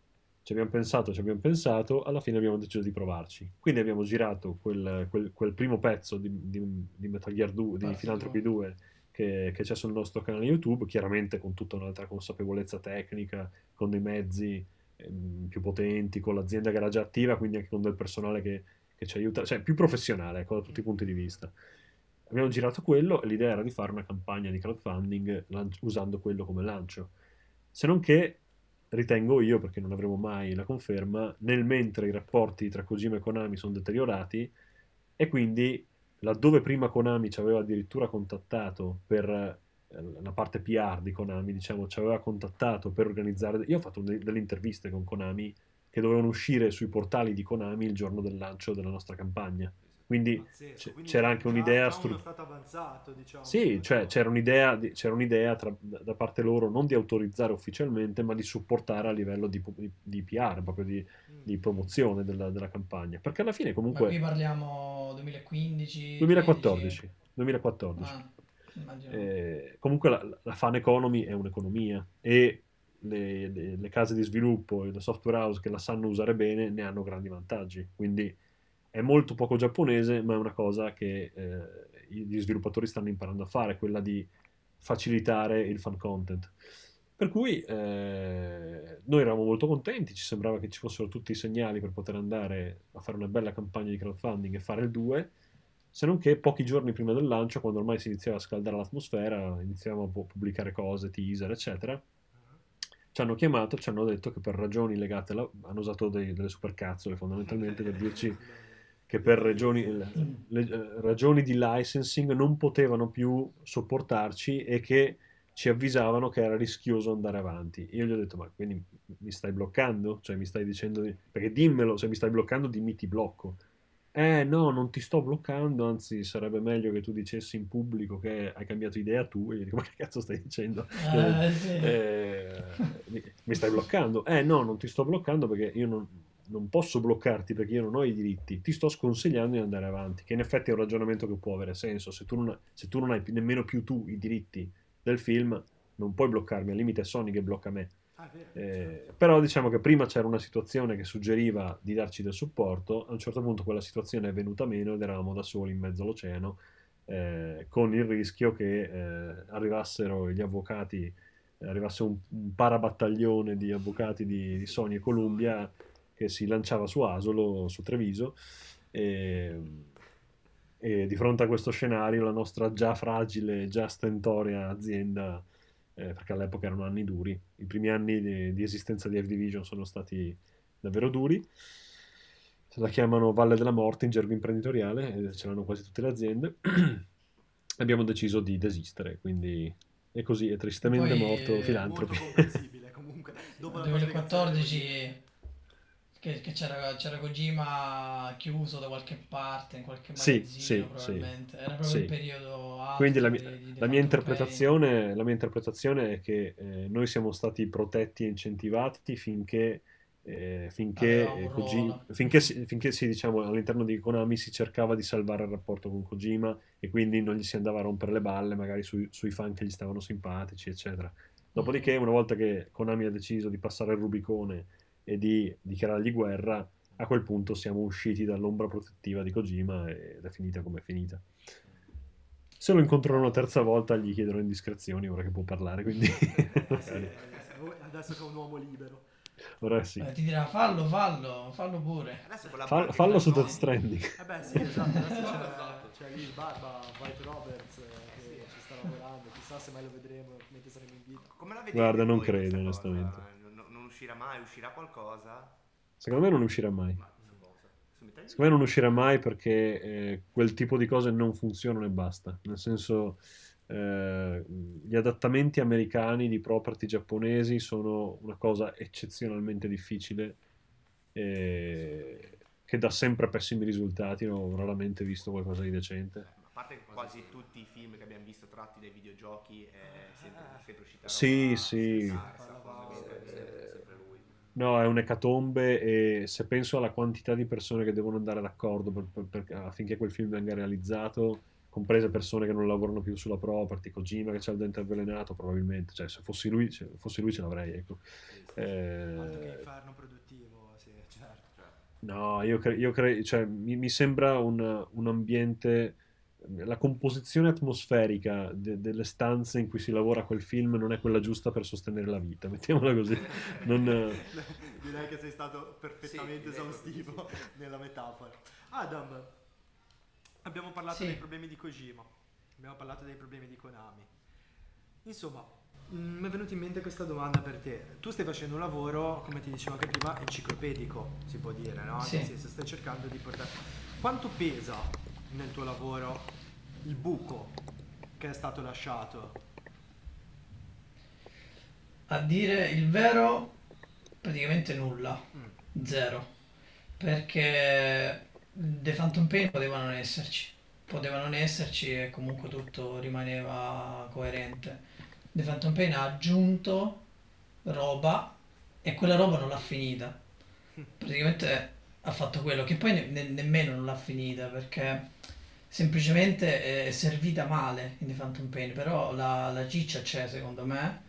Ci abbiamo pensato, alla fine abbiamo deciso di provarci. Quindi abbiamo girato quel primo pezzo di Metal Gear 2, di Parte Philanthropy 2. 2, che c'è sul nostro canale YouTube, chiaramente con tutta un'altra consapevolezza tecnica, con dei mezzi più potenti, con l'azienda che era già attiva, quindi anche con del personale che ci aiuta, cioè più professionale, ecco, da tutti i punti di vista. Abbiamo girato quello e l'idea era di fare una campagna di crowdfunding usando quello come lancio. Se non che, ritengo io, perché non avremo mai la conferma, nel mentre i rapporti tra Kojima e Konami sono deteriorati, e quindi laddove prima Konami ci aveva addirittura contattato per la parte PR di Konami, diciamo, ci aveva contattato per organizzare. Io ho fatto delle interviste con Konami che dovevano uscire sui portali di Konami il giorno del lancio della nostra campagna. Quindi Pazzesco. Quindi c'era anche un'idea già uno stato avanzato, diciamo. sì, come cioè cosa. c'era un'idea da parte loro non di autorizzare ufficialmente, ma di supportare a livello di PR, proprio di promozione della campagna. Perché alla fine Ma qui comunque parliamo 2015, 13? 2014, 2014. Ah, immagino. Comunque la fan economy è un'economia, e le case di sviluppo e le software house che la sanno usare bene ne hanno grandi vantaggi. Quindi è molto poco giapponese, ma è una cosa che gli sviluppatori stanno imparando a fare, quella di facilitare il fan content. Per cui noi eravamo molto contenti, ci sembrava che ci fossero tutti i segnali per poter andare a fare una bella campagna di crowdfunding e fare il 2, se non che pochi giorni prima del lancio, quando ormai si iniziava a scaldare l'atmosfera, iniziavamo a pubblicare cose, teaser, eccetera, ci hanno chiamato, ci hanno detto che per ragioni legate hanno usato delle supercazzole fondamentalmente per dirci che per ragioni di licensing non potevano più sopportarci e che ci avvisavano che era rischioso andare avanti. Io gli ho detto, ma quindi mi stai bloccando? Cioè mi stai dicendo perché dimmelo, se mi stai bloccando dimmi ti blocco. No, non ti sto bloccando, anzi sarebbe meglio che tu dicessi in pubblico che hai cambiato idea tu. E io dico, ma che cazzo stai dicendo? Sì. Mi stai bloccando? No, non ti sto bloccando perché io non posso bloccarti perché io non ho i diritti, ti sto sconsigliando di andare avanti, che in effetti è un ragionamento che può avere senso. Se tu non hai nemmeno più tu i diritti del film, non puoi bloccarmi, al limite è Sony che blocca me. Ah, è vero, certo. Però diciamo che prima c'era una situazione che suggeriva di darci del supporto, a un certo punto quella situazione è venuta meno ed eravamo da soli in mezzo all'oceano, con il rischio che arrivassero gli avvocati, arrivasse un parabattaglione di avvocati di Sony e Columbia che si lanciava su Asolo, su Treviso, e E di fronte a questo scenario la nostra già fragile, già stentoria azienda, perché all'epoca erano anni duri, i primi anni di esistenza di F-Division sono stati davvero duri, se la chiamano Valle della Morte in gergo imprenditoriale, ce l'hanno quasi tutte le aziende, abbiamo deciso di desistere, quindi è così, è tristemente Poi morto Molto Filantropi. comprensibile comunque. Dopo la tua spiegazione 2014 che c'era Kojima chiuso da qualche parte, in qualche Sì, magazzino sì, probabilmente. Era proprio il sì. periodo Quindi alto di The la mia Phantom Pain. interpretazione è che noi siamo stati protetti e incentivati Aveva un ruolo. finché sì, diciamo, all'interno di Konami si cercava di salvare il rapporto con Kojima e quindi non gli si andava a rompere le balle magari sui fan che gli stavano simpatici, eccetera. Dopodiché, una volta che Konami ha deciso di passare il Rubicone e di dichiarargli guerra, a quel punto siamo usciti dall'ombra protettiva di Kojima ed è finita come è finita. Se lo incontrerò una terza volta gli chiederò indiscrezioni ora che può parlare, quindi sì, adesso che è un uomo libero. ora sì. Ti dirà fallo pure. Adesso con la Fallo su no? Death Stranding. Beh sì, esatto, adesso c'è lì il barba White Roberts che ci sta lavorando, chissà se mai lo vedremo mentre saremo in vita. Come la vedete Guarda, non voi credo, questa cosa? onestamente. Non uscirà mai, uscirà qualcosa? Secondo me non uscirà mai. Ma su cosa? Su Metal Gear? Secondo me non uscirà mai perché quel tipo di cose non funzionano e basta. Nel senso, gli adattamenti americani di property giapponesi sono una cosa eccezionalmente difficile che dà sempre pessimi risultati. Ho raramente visto qualcosa di decente. A parte che quasi tutti i film che abbiamo visto tratti dai videogiochi è sempre uscita Sì, roba sì. Sempre lui. No, è un'ecatombe e se penso alla quantità di persone che devono andare d'accordo affinché quel film venga realizzato, comprese persone che non lavorano più sulla property, Kojima che c'ha il dente avvelenato, probabilmente, cioè se fossi lui ce l'avrei, ecco. Altro che inferno produttivo, sì, certo. No, cioè, mi sembra un ambiente, la composizione atmosferica delle stanze in cui si lavora a quel film non è quella giusta per sostenere la vita, mettiamola così. Direi che sei stato perfettamente esaustivo nella metafora. Adam, abbiamo parlato Sì. dei problemi di Kojima, abbiamo parlato dei problemi di Konami. Insomma, mi è venuta in mente questa domanda per te. Tu stai facendo un lavoro, come ti dicevo anche prima, enciclopedico, si può dire, no? Sì. Nel senso, stai cercando di portare... Quanto pesa nel tuo lavoro il buco che è stato lasciato? A dire il vero, praticamente nulla. Zero. Perché The Phantom Pain poteva non esserci e comunque tutto rimaneva coerente. The Phantom Pain ha aggiunto roba e quella roba non l'ha finita. Praticamente ha fatto quello che poi nemmeno non l'ha finita perché semplicemente è servita male in The Phantom Pain, però la ciccia c'è secondo me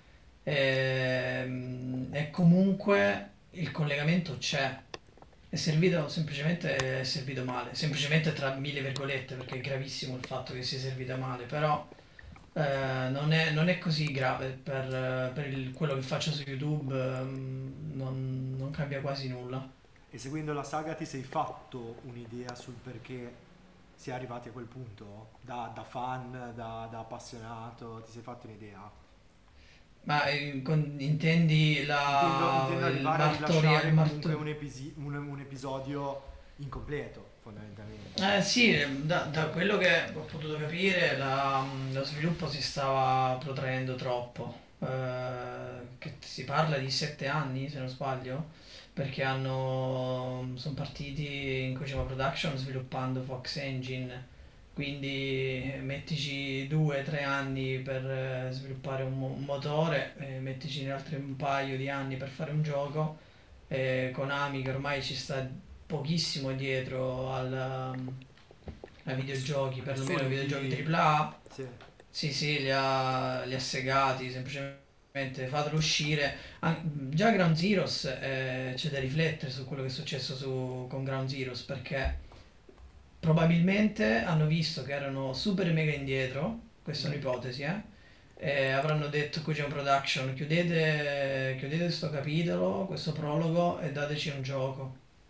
e comunque il collegamento c'è. È servito male, semplicemente tra mille virgolette, perché è gravissimo il fatto che sia servita male, però non è così grave per quello che faccio su YouTube, non cambia quasi nulla. E seguendo la saga ti sei fatto un'idea sul perché si è arrivati a quel punto? Da fan, da appassionato, ti sei fatto un'idea? Ma intendi Intendo arrivare a rilasciare comunque un episodio incompleto, fondamentalmente. Sì, da quello che ho potuto capire lo sviluppo si stava protraendo troppo, che si parla di 7 anni se non sbaglio, perché sono partiti in Kojima Production sviluppando Fox Engine, quindi mettici 2-3 anni per sviluppare un motore, mettici altri un paio di anni per fare un gioco, Konami che ormai ci sta pochissimo dietro ai videogiochi, perlomeno ai videogiochi AAA. Sì. Sì, li ha segati, semplicemente fatelo uscire. Già Ground Zeroes c'è da riflettere su quello che è successo con Ground Zeroes, perché probabilmente hanno visto che erano super mega indietro, questa è un'ipotesi, e avranno detto Kojima Production chiudete questo capitolo, questo prologo e dateci un gioco.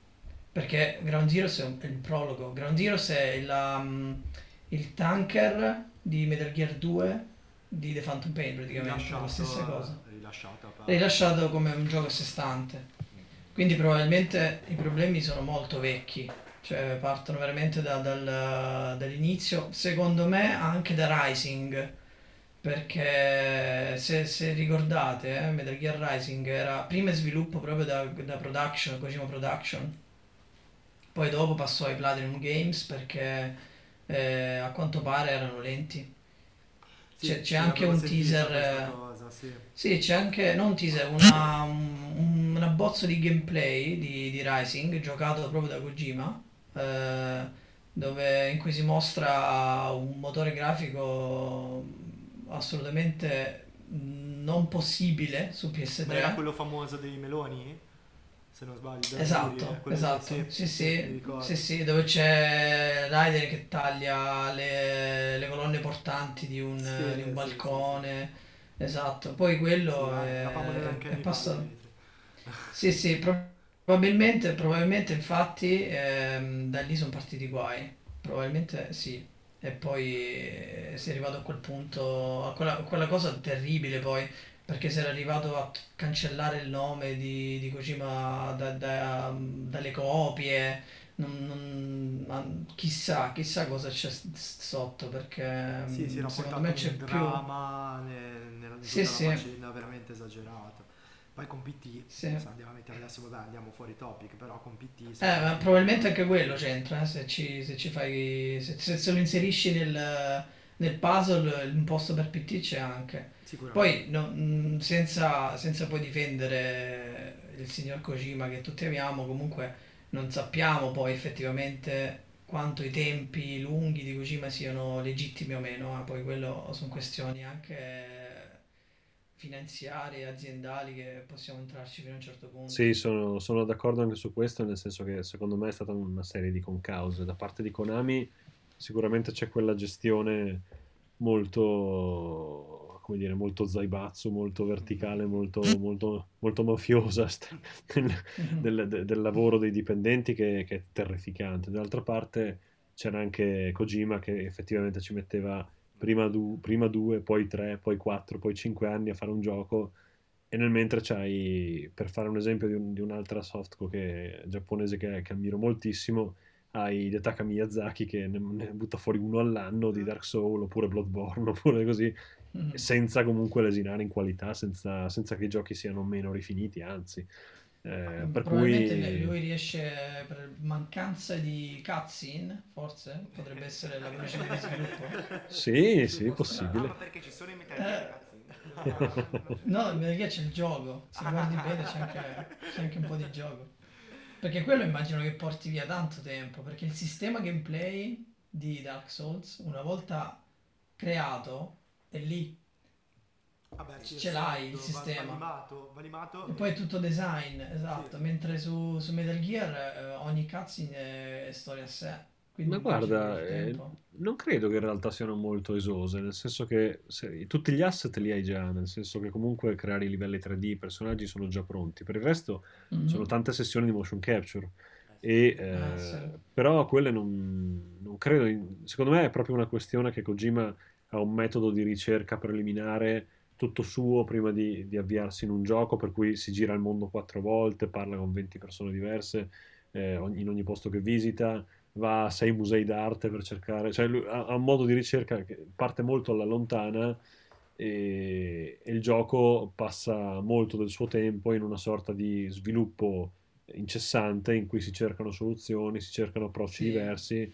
perché Ground Zeroes è il prologo. Ground Zeroes è il tanker di Metal Gear 2 di The Phantom Pain, praticamente, è la stessa cosa. Rilasciato come un gioco a sé stante. Quindi probabilmente i problemi sono molto vecchi, cioè partono veramente dall'inizio, secondo me anche da Rising, perché se ricordate, Metal Gear Rising era prima in sviluppo proprio da Production, Kojima Production, poi dopo passò ai Platinum Games perché a quanto pare erano lenti. C'è anche un teaser. Sì, c'è anche, non un teaser, un abbozzo di gameplay di Rising, giocato proprio da Kojima, eh, in cui si mostra un motore grafico assolutamente non possibile su Ma era PS3. quello famoso dei meloni? Se non sbaglio. Esatto, esatto, sì, dove c'è Raiden che taglia le colonne portanti di un balcone. Esatto, poi quello è passato. Sì, probabilmente infatti da lì sono partiti i guai, probabilmente sì, e poi si è arrivato a quel punto, a quella cosa terribile poi, perché si era arrivato a cancellare il nome di Kojima dalle copie, chissà cosa c'è sotto, perché Sì, si era secondo portato me c'è un più. dramma in Sì, tutta la sì, faccenda veramente esagerato. Poi con PT, sì. se andiamo a mettere adesso, vabbè, andiamo fuori topic, però con PT... Ma probabilmente anche quello c'entra, se ci fai, se lo inserisci nel puzzle, un posto per PT c'è anche. Sicuramente. Poi, senza poi difendere il signor Kojima che tutti amiamo, comunque non sappiamo poi effettivamente quanto i tempi lunghi di Kojima siano legittimi o meno, poi quello sono questioni anche finanziarie, aziendali, che possiamo entrarci fino a un certo punto. Sì, sono d'accordo anche su questo, nel senso che secondo me è stata una serie di concause. Da parte di Konami sicuramente c'è quella gestione molto, come dire, molto zaibatsu, molto verticale, molto mafiosa del, Mhm. del lavoro dei dipendenti che è terrificante. D'altra parte c'era anche Kojima che effettivamente ci metteva prima due, poi tre, poi quattro, poi 5 anni a fare un gioco e nel mentre c'hai, per fare un esempio di un'altra softco giapponese che ammiro moltissimo, hai Hidetaka Miyazaki che ne butta fuori uno all'anno di Dark Souls oppure Bloodborne oppure così, Mhm. senza comunque lesinare in qualità, senza che i giochi siano meno rifiniti, anzi. Per Probabilmente cui lui riesce, per mancanza di cutscene, forse potrebbe essere la velocità di sviluppo. sì, sì, Ah, ma possibile. perché ci sono i Metal Eh, Gear, cazzo? no, perché c'è il gioco, se guardi bene c'è anche un po' di gioco. Perché quello immagino che porti via tanto tempo, perché il sistema gameplay di Dark Souls, una volta creato, è lì, Vabbè, sì, ce l'hai il esatto, sistema. va limato E poi è tutto design, esatto, sì. mentre su Metal Gear ogni cutscene è storia a sé, quindi Ma immagino che guarda, il tempo. non credo che in realtà siano molto esose, nel senso che tutti gli asset li hai già, nel senso che comunque creare i livelli 3D, i personaggi sono già pronti. Per il resto sono Mhm. tante sessioni di motion capture, e, Sì. però quelle non credo, secondo me è proprio una questione che Kojima ha un metodo di ricerca preliminare tutto suo prima di avviarsi in un gioco, per cui si gira il mondo 4 volte, parla con 20 persone diverse in ogni posto che visita, va a 6 musei d'arte per cercare, cioè lui ha un modo di ricerca che parte molto alla lontana e il gioco passa molto del suo tempo in una sorta di sviluppo incessante in cui si cercano soluzioni, si cercano approcci Sì. diversi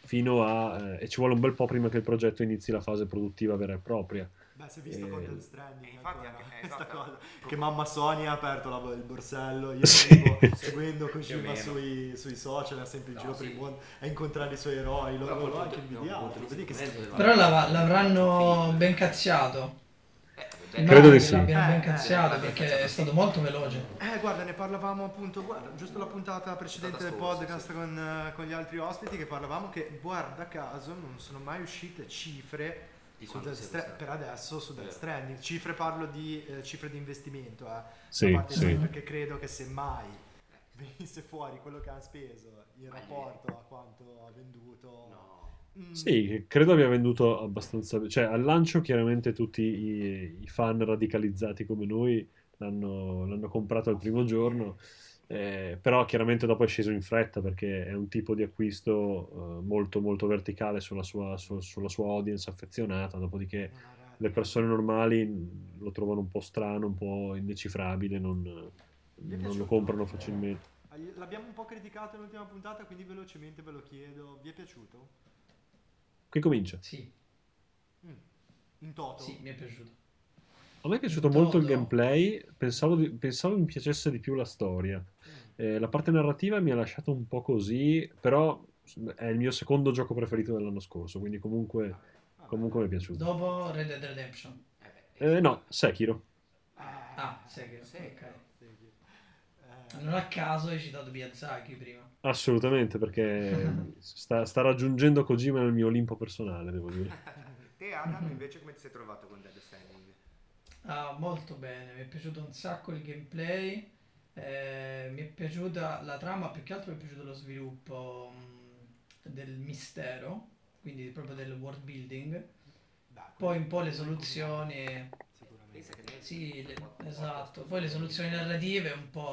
e ci vuole un bel po' prima che il progetto inizi la fase produttiva vera e propria. Beh, si è visto con Death E- Stranding Infatti ancora anche, questa esatto, cosa. Che mamma Sony ha aperto il borsello, io Sì. seguivo, seguendo Più o Kojima meno. sui social, era sempre in No, giro per sì. il mondo a incontrare i suoi eroi, Però l'ho col anche punto, invidiato, lo vedi che si Però doveva l'avranno ben cazziato. Credo Immagino di che sì. l'abbiano ben l'ha cazziato ben perché è cazziato, stato sì. molto veloce. Guarda, ne parlavamo appunto, guarda, giusto la puntata precedente del Puntata scorsa, podcast sì. con gli altri ospiti che parlavamo che, guarda caso, non sono mai uscite cifre Di su quanto sia costato. per adesso su Death Vero. Stranding. Cifre parlo di cifre di investimento da Sì, parte di Sony, sì. Mhm. perché credo che semmai venisse fuori quello che hanno speso in rapporto a quanto ha venduto. No. Sì, credo abbia venduto abbastanza. Cioè, al lancio chiaramente tutti i fan radicalizzati come noi l'hanno comprato al primo giorno, però chiaramente dopo è sceso in fretta perché è un tipo di acquisto molto molto verticale sulla sua audience affezionata, dopodiché Non ha re- le persone normali lo trovano un po' strano, un po' indecifrabile, Vi è non lo piaciuto? comprano facilmente. L'abbiamo un po' criticato nell'ultima puntata, quindi velocemente ve lo chiedo. Vi è piaciuto? Qui comincia. Sì, Mm. In toto? sì, mi è piaciuto. A me è piaciuto molto il Toto. gameplay, pensavo mi piacesse di più la storia. La parte narrativa mi ha lasciato un po' così, però è il mio secondo gioco preferito dell'anno scorso, quindi comunque mi è piaciuto. Dopo Red Dead Redemption. No, Sekiro. Ah, Sekiro, ok. Eh, Non a caso hai citato Miyazaki prima. Assolutamente, perché sta raggiungendo Kojima nel mio Olimpo personale, devo dire. Te Adam invece come ti sei trovato con Dead Stranding? Ah, molto bene, mi è piaciuto un sacco il gameplay, mi è piaciuta la trama, più che altro mi è piaciuto lo sviluppo del mistero, quindi proprio del world building. Poi un po' le soluzioni, Pensa che me- sì, esatto, poi le soluzioni narrative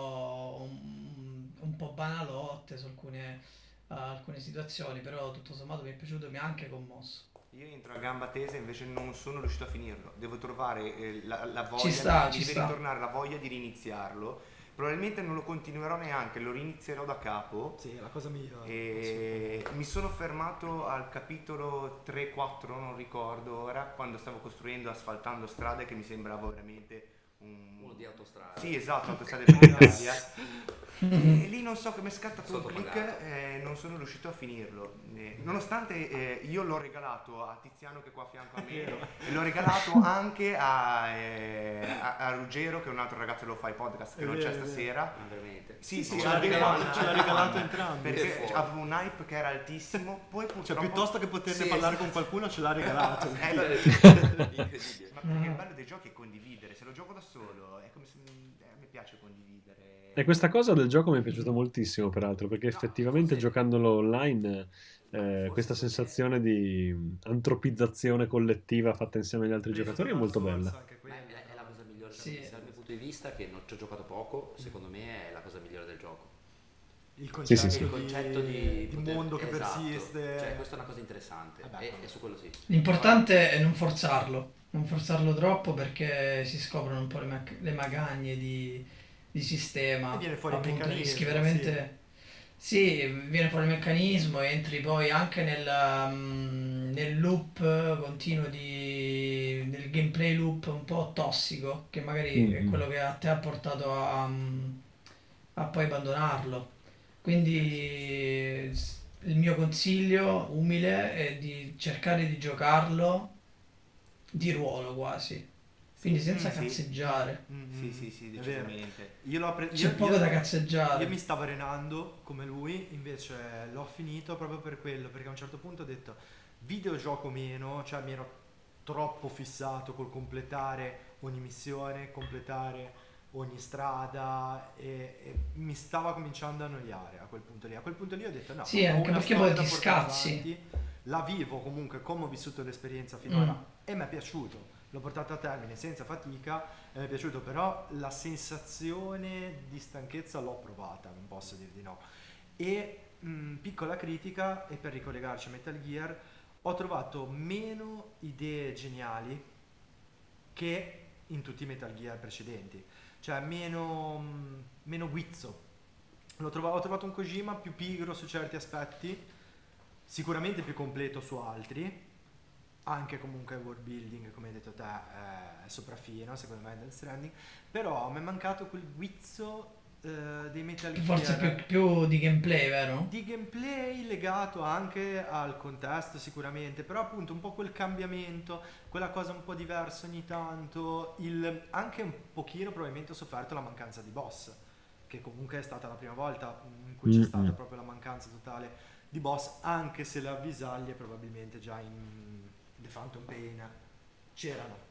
un po' banalotte su alcune situazioni, però tutto sommato mi è piaciuto, mi ha anche commosso. Io entro a gamba tesa e invece non sono riuscito a finirlo. Devo trovare la voglia, Ci sta, mi ci deve sta. ritornare la voglia di riniziarlo. Probabilmente non lo continuerò neanche, lo rinizierò da capo. Sì, è la cosa migliore. E mi sono fermato al capitolo 3-4, non ricordo ora, quando stavo costruendo, asfaltando strade che mi sembrava veramente uno di autostrada. Sì, esatto, autostrade per l'Italia. E lì non so come è scattato un click Sottopagato. e non sono riuscito a finirlo. Nonostante io l'ho regalato a Tiziano che è qua a fianco a me e l'ho regalato anche a Ruggero che è un altro ragazzo che lo fa i podcast che È non vero, c'è è vero. stasera. Ma veramente. Sì, Sì, sì, ce l'ha regalato entrambi. perché Fuori. avevo un hype che era altissimo, poi Cioè, purtroppo piuttosto che poterne Sì, parlare sì. con qualcuno, ce l'ha regalato. Incredibile. ma perché il bello dei giochi è condividere, se lo gioco da solo è come se a me piace condividere. E questa cosa del gioco mi è piaciuta moltissimo, peraltro, perché effettivamente giocandolo online, questa sensazione di antropizzazione collettiva fatta insieme agli altri giocatori è molto bella. Anche Ma quello. è la cosa migliore Sì. dal mio punto di vista, che non ci ho giocato poco, secondo me è la cosa migliore del gioco. Il Sì, concetto, sì, sì. Il concetto di poter- mondo che esatto. persiste. Cioè, questa è una cosa interessante. Vabbè, E su quello sì. L'importante è non forzarlo troppo perché si scoprono un po' le magagne di sistema. E viene fuori il Appunto, meccanismo, rischi veramente. Sì, viene fuori il meccanismo e entri poi anche nel loop continuo nel gameplay loop un po' tossico, che magari è quello che a te ha portato a poi abbandonarlo. Quindi il mio consiglio umile è di cercare di giocarlo di ruolo quasi, quindi senza sì. cazzeggiare. Sì, È vero. decisamente. C'è poco da cazzeggiare. Io mi stavo arenando come lui, invece l'ho finito proprio per quello, perché a un certo punto ho detto videogioco meno, cioè mi ero troppo fissato col completare ogni missione, completare ogni strada e mi stava cominciando a annoiare a quel punto lì. A quel punto lì ho detto no, Sì, ho anche una perché storia poi da ti portare scazzi. avanti, la vivo comunque come ho vissuto l'esperienza finora e mi è piaciuto. L'ho portato a termine senza fatica e mi è piaciuto, però la sensazione di stanchezza l'ho provata, non posso dir di no. E piccola critica, e per ricollegarci a Metal Gear, ho trovato meno idee geniali che in tutti i Metal Gear precedenti, cioè meno guizzo. Ho trovato un Kojima più pigro su certi aspetti, sicuramente più completo su altri, anche comunque world building, come hai detto te, è sopraffino secondo me Death Stranding, però mi è mancato quel guizzo dei Metal Gear, Forse più di gameplay, vero? di gameplay legato anche al contesto sicuramente, però appunto un po' quel cambiamento, quella cosa un po' diversa ogni tanto, anche un pochino probabilmente ho sofferto la mancanza di boss, che comunque è stata la prima volta in cui c'è stata proprio la mancanza totale di boss, anche se le avvisaglie probabilmente già in The Phantom Pain c'erano.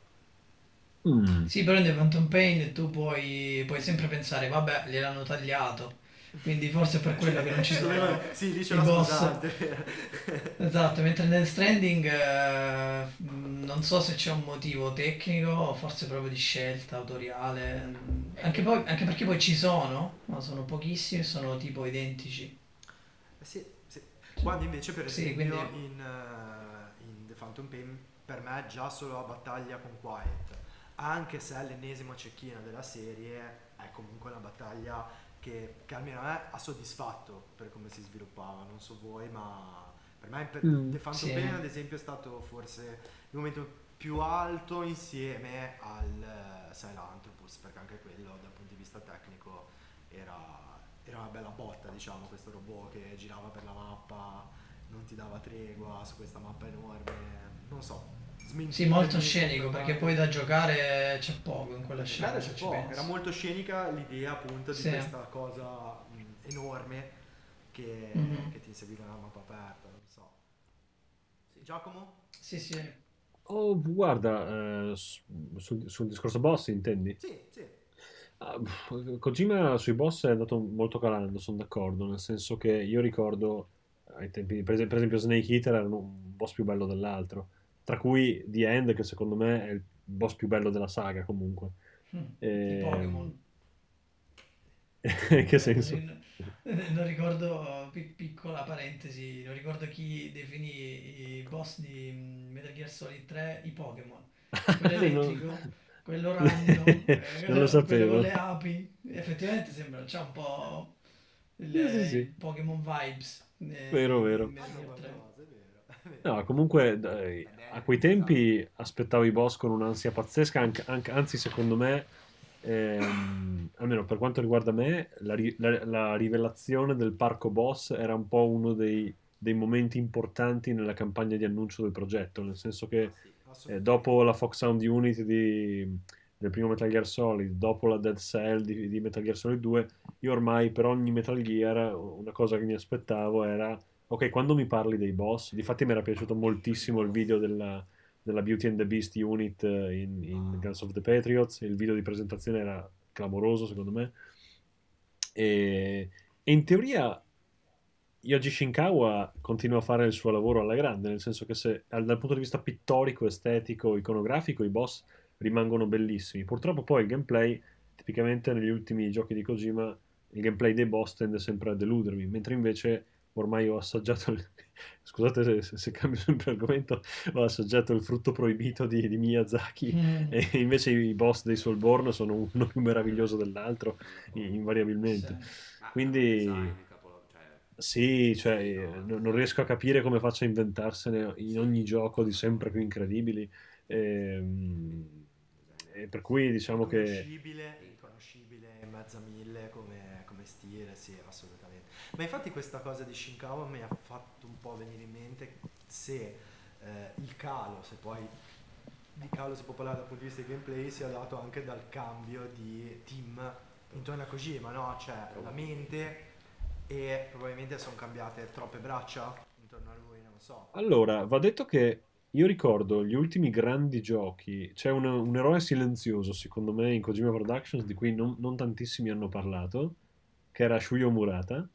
Sì, però in The Phantom Pain tu puoi sempre pensare, vabbè, gliel'hanno tagliato. quindi forse è per quello che non ci sono Sì, lì c'è i la boss. scusante. Esatto, mentre nel Stranding non so se c'è un motivo tecnico o forse proprio di scelta autoriale, anche perché poi ci sono, ma sono pochissimi e sono tipo identici. Sì, sì. Quando invece per Sì, esempio quindi in The Phantom Pain per me già solo la battaglia con Quiet, anche se è l'ennesimo cecchino della serie, è comunque una battaglia che almeno a me ha soddisfatto per come si sviluppava, non so voi, ma per me The Phantom sì. Pain ad esempio è stato forse il momento più alto insieme al Sahelanthropus, perché anche quello dal punto di vista tecnico era una bella botta, diciamo, questo robot che girava per la mappa, non ti dava tregua su questa mappa enorme, non so, Sì, molto smentitemi, scenico, perché confermate. poi da giocare c'è poco in quella scena, Giocare se c'è ci poco, pensi. era molto scenica l'idea appunto di Sì. questa cosa enorme Mhm. che ti inseguiva nella mappa aperta, non so. Giacomo? Sì, sì. Oh, guarda, sul discorso boss intendi? Sì, sì. Kojima sui boss è andato molto calando, sono d'accordo, nel senso che io ricordo ai tempi, per esempio Snake Eater era un boss più bello dell'altro, tra cui The End, che secondo me è il boss più bello della saga comunque. I Pokémon. In che Non, senso? non ricordo, piccola parentesi, non ricordo chi definì i boss di Metal Gear Solid 3 i Pokémon. Quello Non, elettrico, quello random, non lo quello con sapevo. le api. Effettivamente sembra, c'ha un po' Sì, sì, il sì, Pokémon vibes vero, di vero. Metal Hanno Gear 3. qualcosa, è vero. È vero. No, comunque dai, a quei tempi aspettavo i boss con un'ansia pazzesca, anzi secondo me, almeno per quanto riguarda me, la rivelazione del parco boss era un po' uno dei momenti importanti nella campagna di annuncio del progetto, nel senso che Assolutamente. dopo la Fox Sound Unity del primo Metal Gear Solid, dopo la Dead Cell di Metal Gear Solid 2, io ormai per ogni Metal Gear una cosa che mi aspettavo era ok, quando mi parli dei boss, difatti mi era piaciuto moltissimo il video della Beauty and the Beast unit in Guns of the Patriots, il video di presentazione era clamoroso secondo me, e in teoria Yoji Shinkawa continua a fare il suo lavoro alla grande, nel senso che se dal punto di vista pittorico, estetico, iconografico, i boss rimangono bellissimi. Purtroppo poi il gameplay, tipicamente negli ultimi giochi di Kojima, il gameplay dei boss tende sempre a deludermi, mentre invece ormai ho assaggiato, scusate se cambio sempre argomento, ho assaggiato il frutto proibito di Miyazaki Mm, e invece i boss dei Soulborn sono uno più meraviglioso dell'altro, sì. invariabilmente. Ma il Quindi design, cioè, sì, cioè, sì, no, il non riesco a design, capire come faccia a inventarsene in sì, ogni gioco di sono sempre più d'accordo. incredibili. E per cui diciamo che Riconoscibile in mezzo a mille come stile, sì, assolutamente. Ma infatti questa cosa di Shinkawa mi ha fatto un po' venire in mente se il calo, se poi di calo si può parlare dal punto di vista di gameplay, sia dato anche dal cambio di team intorno a Kojima, no? Cioè la mente e probabilmente sono cambiate troppe braccia intorno a lui, non so. allora, va detto che io ricordo gli ultimi grandi giochi, c'è un eroe silenzioso secondo me in Kojima Productions di cui non tantissimi hanno parlato, che era Shuyo Murata,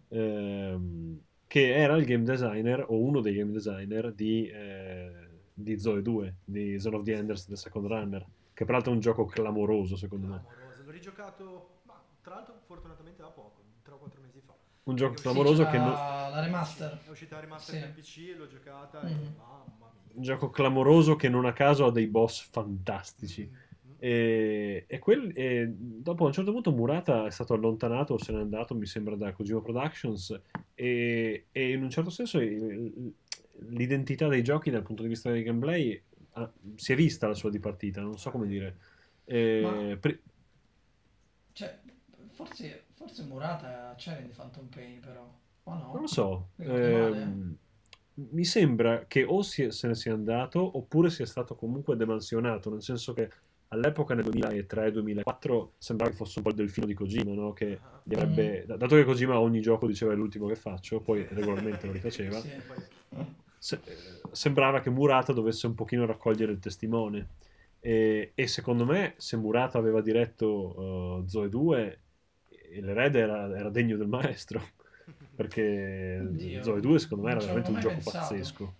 che era il game designer o uno dei game designer di Zoe 2, di Zone of the Sì, Enders, The Second Runner, che peraltro è un gioco clamoroso secondo me. clamoroso. L'ho rigiocato, ma tra l'altro fortunatamente da poco, 3 o 4 mesi fa. Un Perché gioco è Sì, uscita clamoroso la che non... remaster la per PC. remaster. È uscita la remaster Sì. per PC, l'ho giocata e Mhm. mamma Un mia. gioco clamoroso che non a caso ha dei boss Mm, fantastici. mm, mm. E dopo a un certo punto Murata è stato allontanato, se n'è andato, mi sembra, da Kojima Productions e in un certo senso l'identità dei giochi dal punto di vista del gameplay si è vista la sua dipartita, non so come Vero. dire. Ma Eh, pri- cioè, forse Murata c'era in The Phantom Pain però, o Non lo no? so, Ricordo male? mi sembra che o se ne sia andato oppure sia stato comunque demansionato, nel senso che all'epoca nel 2003-2004 sembrava che fosse un po' il delfino di Kojima, no? Che Ah, gli Mhm. dato che Kojima ogni gioco diceva è l'ultimo che faccio, poi regolarmente lo rifaceva, Sì. e poi sembrava che Murata dovesse un pochino raccogliere il testimone. E secondo me, se Murata aveva diretto Zoe 2, il Red era degno del maestro, perché Oddio, Zoe 2 secondo me non era ci avevo veramente un mai gioco pensato. pazzesco.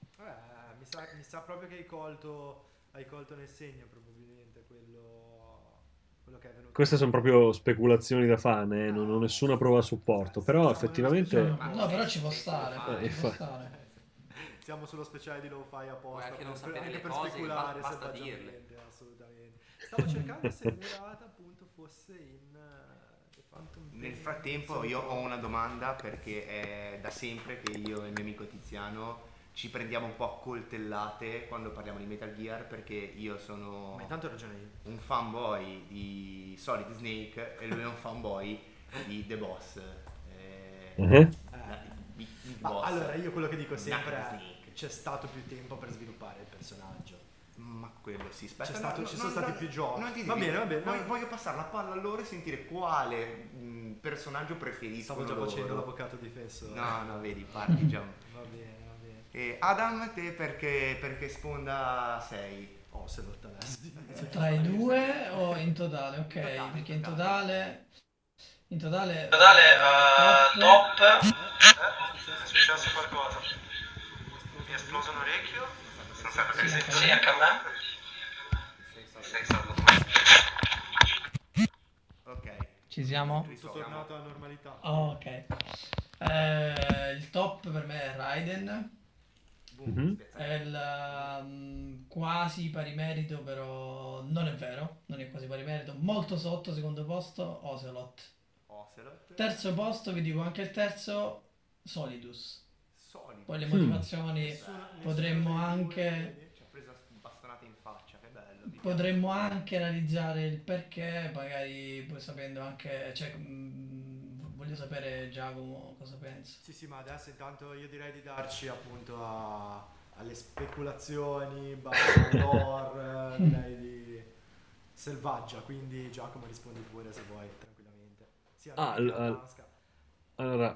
Mi sa proprio che hai colto nel segno probabilmente quello che è venuto. Queste sono proprio speculazioni da fan, non ho Ah, nessuna ci prova a sta. supporto, Siamo però nello effettivamente... speciale No, però ci può Sei stare, fan. ci può fa- stare. Siamo sullo speciale di Lo-Fi apposta, Puoi anche non sapere anche le per cose, speculare basta selvaggiamente, assolutamente. Stavo cercando se Murata appunto fosse in The Phantom Nel Pain, frattempo non so io ho cosa. una domanda, perché è da sempre che io e il mio amico Tiziano ci prendiamo un po' a coltellate quando parliamo di Metal Gear, perché io sono Ma intanto ho ragione io. un fanboy di Solid Snake e lui è un fanboy di The Boss. Mhm. Big Ma Boss. allora io quello che dico sempre Knuckles è Snake. c'è stato più tempo per sviluppare il personaggio. Ma quello si aspetta. Ci sono stati più giochi. Non ti Va devi- bene, va bene. Voglio passare la palla a loro e sentire quale personaggio preferiscono Stavo già loro. facendo l'avvocato difensore. No, vedi, parti già. Va bene, va bene. E Adam, te perché sponda sei? Oh, se lo talesti. Tra i due o in totale? Ok, In totale, perché in in totale... In totale... Top. È È successo qualcosa? Mi è esploso un orecchio? Sono stato Sì, presente. sì, anche a me. Sei stato tu. Ok. Ci siamo? tutto tornato alla normalità. Oh, ok. Il top per me è Raiden. Mhm. È il quasi pari merito, però non è vero, non è quasi pari merito. Molto sotto, secondo posto, Ocelot. Ocelot. Terzo posto, vi dico anche il terzo, Solidus. Solido. Poi le motivazioni Nessuno potremmo dei due, anche... vedi? Ci ha preso bastonate in faccia, che bello. mi Potremmo anche analizzare il perché, magari poi sapendo anche, cioè, voglio sapere Giacomo cosa pensa. Sì, ma adesso intanto io direi di darci appunto alle speculazioni, lore, direi di selvaggia, quindi Giacomo rispondi pure se vuoi, tranquillamente. Sia Ah, che la Danska. Allora,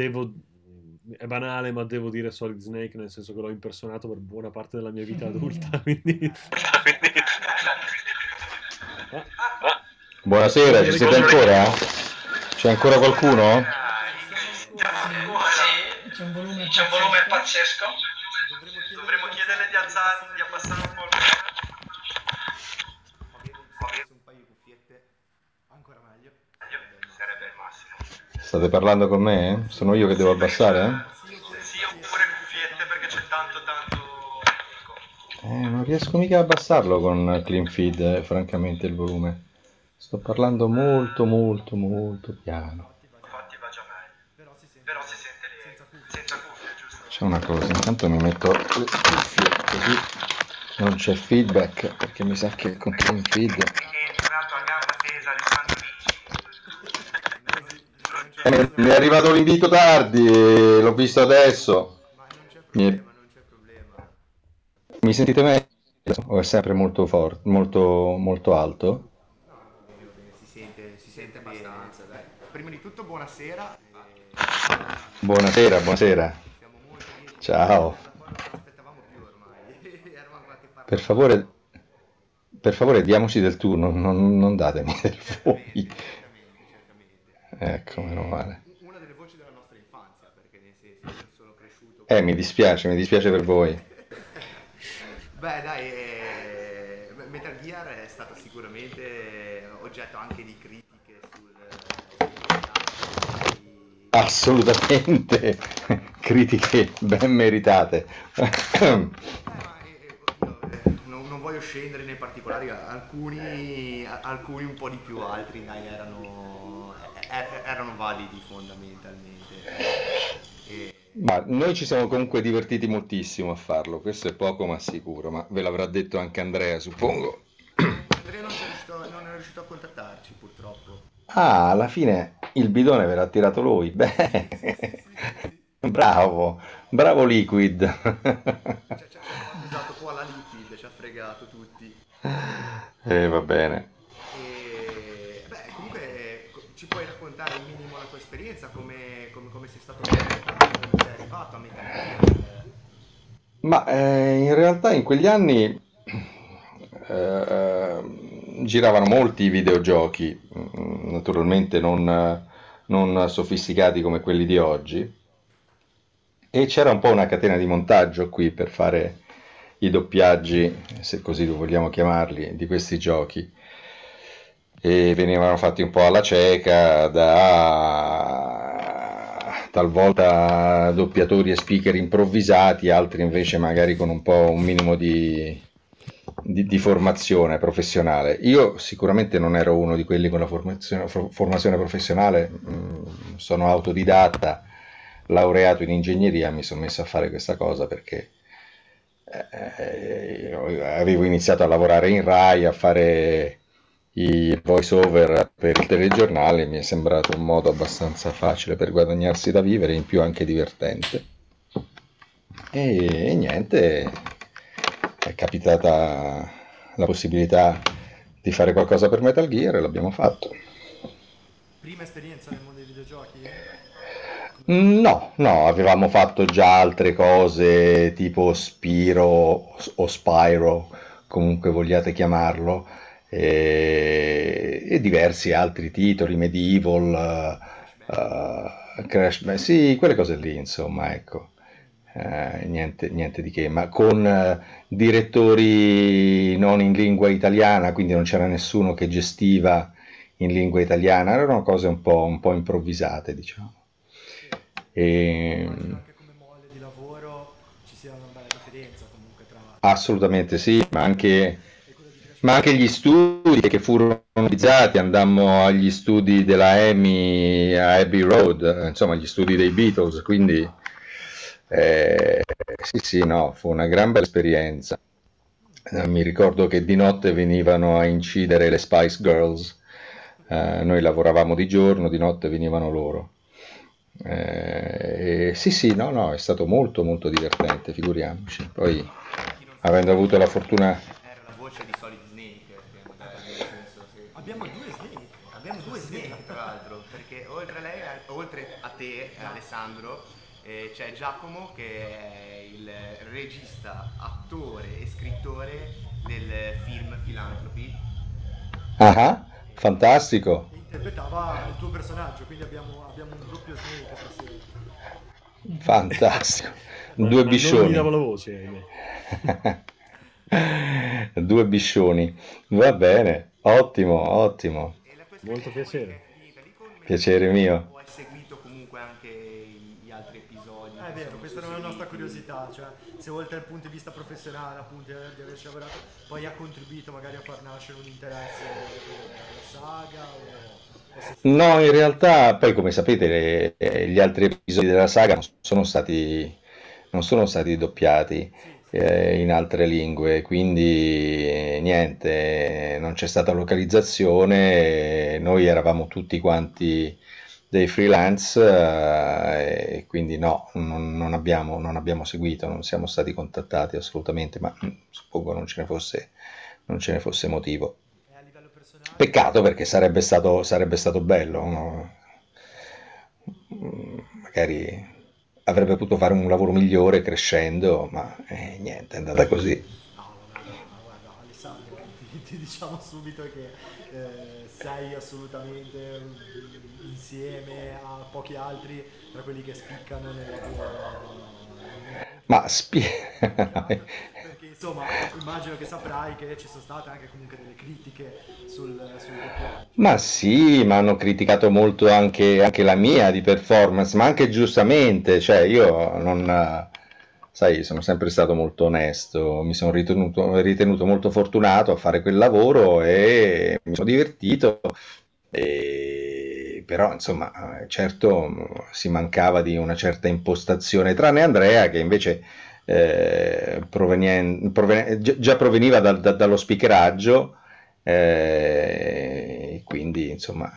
è banale, ma devo dire Solid Snake, nel senso che l'ho impersonato per buona parte della mia vita adulta, quindi... Buonasera, ci siete ancora? C'è ancora qualcuno? Sì, C'è un volume c'è un volume pazzesco. Dovremmo chiederle di abbassare un po' il Avevo un paio di cuffiette. ancora meglio. Sarebbe il massimo. State parlando con me? Sono io che devo abbassare? Sì, oppure cuffiette perché c'è tanto eco. Non riesco mica a abbassarlo con Clean Feed, francamente, il volume. Sto parlando molto, molto, molto piano. Infatti va già meglio. Però si sente senza senza cuffie, giusto? C'è una cosa, intanto mi metto le cuffie così non c'è feedback, perché mi sa che con Clean Feed... È entrato a gamba tesa Alessandro Mi è arrivato l'invito tardi, l'ho visto adesso. Ma non c'è Mi, problema, non c'è problema. mi sentite meglio? O è sempre molto forte, molto, molto alto? No, va bene, si sente bene. abbastanza, dai. Prima di tutto buonasera. Buonasera, buonasera. Siamo molto lieti. Ciao. Da quando non aspettavamo più ormai. Eravamo qua che Per parlavamo. favore, diamoci del tu, non datemi del Certamente, voi. certamente. Ecco, meno male. Una delle voci della nostra infanzia, perché nel senso io sono cresciuto. Mi dispiace per voi. Beh, dai, Metal Gear è stato sicuramente oggetto anche di critiche Assolutamente, critiche ben meritate. non voglio scendere nei particolari, alcuni un po' di più, altri dai, erano validi fondamentalmente. Ma noi ci siamo comunque divertiti moltissimo a farlo, questo è poco ma sicuro, ma ve l'avrà detto anche Andrea, suppongo. Andrea non è riuscito a contattarci purtroppo. Ah, alla fine il bidone ve l'ha tirato lui. Beh, bravo, bravo Liquid. Ci ha fatto usato qua la Liquid, ci ha fregato tutti. Va bene. Beh, comunque ci puoi raccontare un minimo la tua esperienza, come sei stato portato, come sei arrivato a Metal Gear? Ma in realtà in quegli anni giravano molti videogiochi, naturalmente non sofisticati come quelli di oggi, e c'era un po' una catena di montaggio qui per fare i doppiaggi, se così lo vogliamo chiamarli, di questi giochi, e venivano fatti un po' alla cieca talvolta doppiatori e speaker improvvisati, altri invece magari con un po' un minimo di formazione professionale. Io sicuramente non ero uno di quelli con la formazione professionale, sono autodidatta, laureato in ingegneria, mi sono messo a fare questa cosa perché avevo iniziato a lavorare in Rai, a fare i voice over per il telegiornale, mi è sembrato un modo abbastanza facile per guadagnarsi da vivere, in più anche divertente. E niente, è capitata la possibilità di fare qualcosa per Metal Gear e l'abbiamo fatto. Prima esperienza nel mondo dei videogiochi? No, no, avevamo fatto già altre cose tipo Spyro o Spyro, comunque vogliate chiamarlo, e diversi altri titoli, Medieval, Crash, beh, sì, quelle cose lì, insomma, ecco. Niente di che, ma con direttori non in lingua italiana, quindi non c'era nessuno che gestiva in lingua italiana, erano cose un po' improvvisate, diciamo. Immagino E, anche come mole di lavoro ci sia una bella differenza comunque tra assolutamente sì, e quello di Crash ma anche Bandicoot. gli studi che furono utilizzati, andammo agli studi della EMI a Abbey Road, insomma gli studi dei Beatles, quindi Ah, eh, sì sì, no, fu una gran bella esperienza. Mi ricordo che di notte venivano a incidere le Spice Girls, noi lavoravamo di giorno, di notte venivano loro. E sì, sì, no, no, è stato molto molto divertente, figuriamoci. Poi, Per chi non avendo sapesse, avuto la fortuna... era la voce di Solid Snake, che magari nel senso sì. abbiamo due Snake. Abbiamo due Stasera. Snake tra l'altro, perché oltre a te, Alessandro, c'è Giacomo che è il regista, attore e scrittore del film Philanthropy. Ah, E fantastico, E interpretava il tuo personaggio, quindi abbiamo un doppio Snake stasera. fantastico. Due Ma non gli davo biscioni. la voce, ahimè. Due biscioni. Va bene, ottimo, ottimo. E la tua Molto esperienza poi piacere. è finita lì con Metal Piacere Gear mio. o hai seguito comunque anche gli altri episodi È che vero, sono questa era una nostra susseguiti? curiosità, cioè se oltre dal punto di vista professionale appunto di averci lavorato, poi ha contribuito magari a far nascere un interesse per la saga o se fu... No, in realtà, poi come sapete, gli altri episodi della saga non sono stati doppiati Sì, sì, sì. in altre lingue, quindi niente, non c'è stata localizzazione, noi eravamo tutti quanti dei freelance, e quindi no, non abbiamo seguito, non siamo stati contattati assolutamente, ma suppongo non ce ne fosse motivo. E a livello personale? Peccato perché sarebbe stato bello, no? Magari avrebbe potuto fare un lavoro migliore crescendo, ma niente, è andata così. No, vabbè, no, ma guarda, Alessandro, ti diciamo subito che sei assolutamente insieme a pochi altri tra quelli che spiccano nel lavoro Ma nel doppiaggio, perché insomma immagino che saprai che ci sono state anche comunque delle critiche sul doppiaggio. Ma sì, ma hanno criticato molto anche la mia di performance, ma anche giustamente, cioè io non, sai, sono sempre stato molto onesto, mi sono ritenuto molto fortunato a fare quel lavoro e mi sono divertito, però insomma, certo si mancava di una certa impostazione, tranne Andrea che invece già proveniva dallo speakeraggio, quindi insomma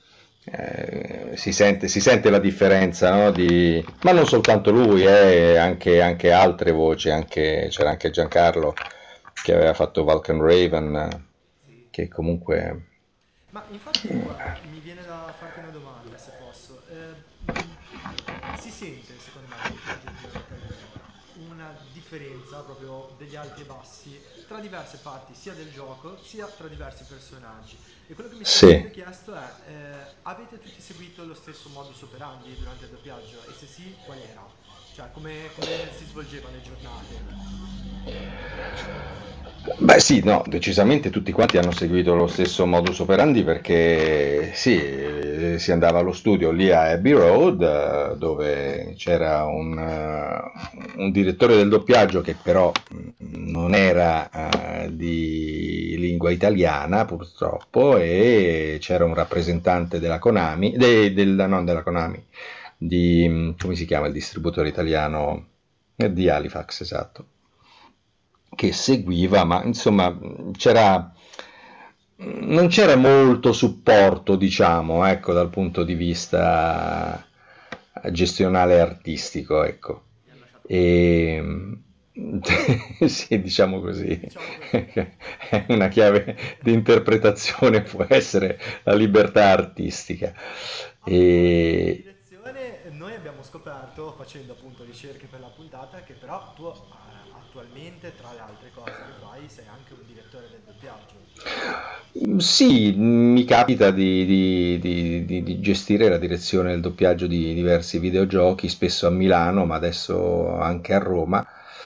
si sente la differenza, no? Ma non soltanto lui, anche altre voci, c'era anche Giancarlo che aveva fatto Vulcan Raven, Sì. che comunque... Ma infatti, guarda, mi viene da farti una domanda, se posso. Si sente, secondo me, nel doppiaggio di Metal Gear una differenza differenza proprio degli alti e bassi tra diverse parti sia del gioco sia tra diversi personaggi. E quello che mi sono sempre Sì. chiesto è, avete tutti seguito lo stesso modus operandi durante il doppiaggio? E se sì, qual era? Cioè, come si svolgevano le giornate? Beh sì, no, decisamente tutti quanti hanno seguito lo stesso modus operandi perché sì, si andava allo studio lì a Abbey Road, dove c'era un direttore del doppiaggio che però non era di lingua italiana purtroppo, e c'era un rappresentante della Konami, non della Konami, come si chiama il distributore italiano? Di Halifax, esatto, che seguiva, ma insomma non c'era molto supporto, diciamo, ecco, dal punto di vista gestionale e artistico, ecco. Mi ha lasciato un po' E perplessa. sì, diciamo così, Diciamo così. è una chiave di interpretazione, può essere la libertà artistica. A proposito di E direzione, noi abbiamo scoperto, facendo appunto ricerche per la puntata, che però tu attualmente, tra le altre cose che fai, sei anche un direttore del doppiaggio. sì, mi capita di gestire la direzione del doppiaggio di diversi videogiochi, spesso a Milano, ma adesso anche a Roma,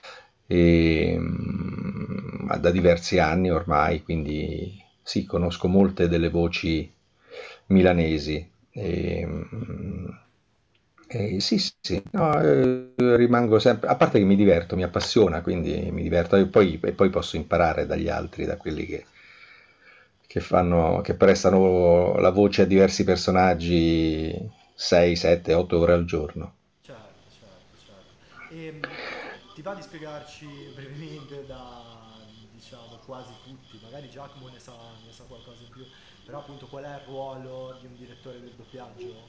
ma da diversi anni ormai, quindi sì, conosco molte delle voci milanesi. Sì, sì, no, rimango sempre, a parte che mi diverto, mi appassiona, quindi mi diverto e poi posso imparare dagli altri, da quelli che prestano la voce a diversi personaggi 6, 7, 8 ore al giorno. Certo, certo, certo. E ti va di spiegarci brevemente da, diciamo, quasi tutti, magari Giacomo ne sa qualcosa in più, però appunto qual è il ruolo di un direttore del doppiaggio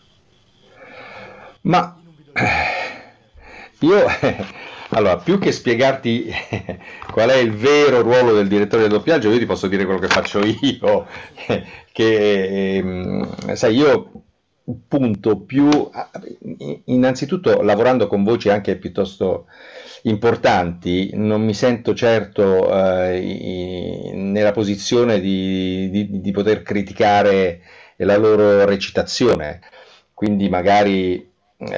Ma in un videogioco, per intendere? io, allora, più che spiegarti qual è il vero ruolo del direttore del doppiaggio, io ti posso dire quello che faccio io, Assolutamente. che sai, io punto più, innanzitutto lavorando con voci anche piuttosto importanti, non mi sento certo nella posizione di poter criticare la loro recitazione, quindi magari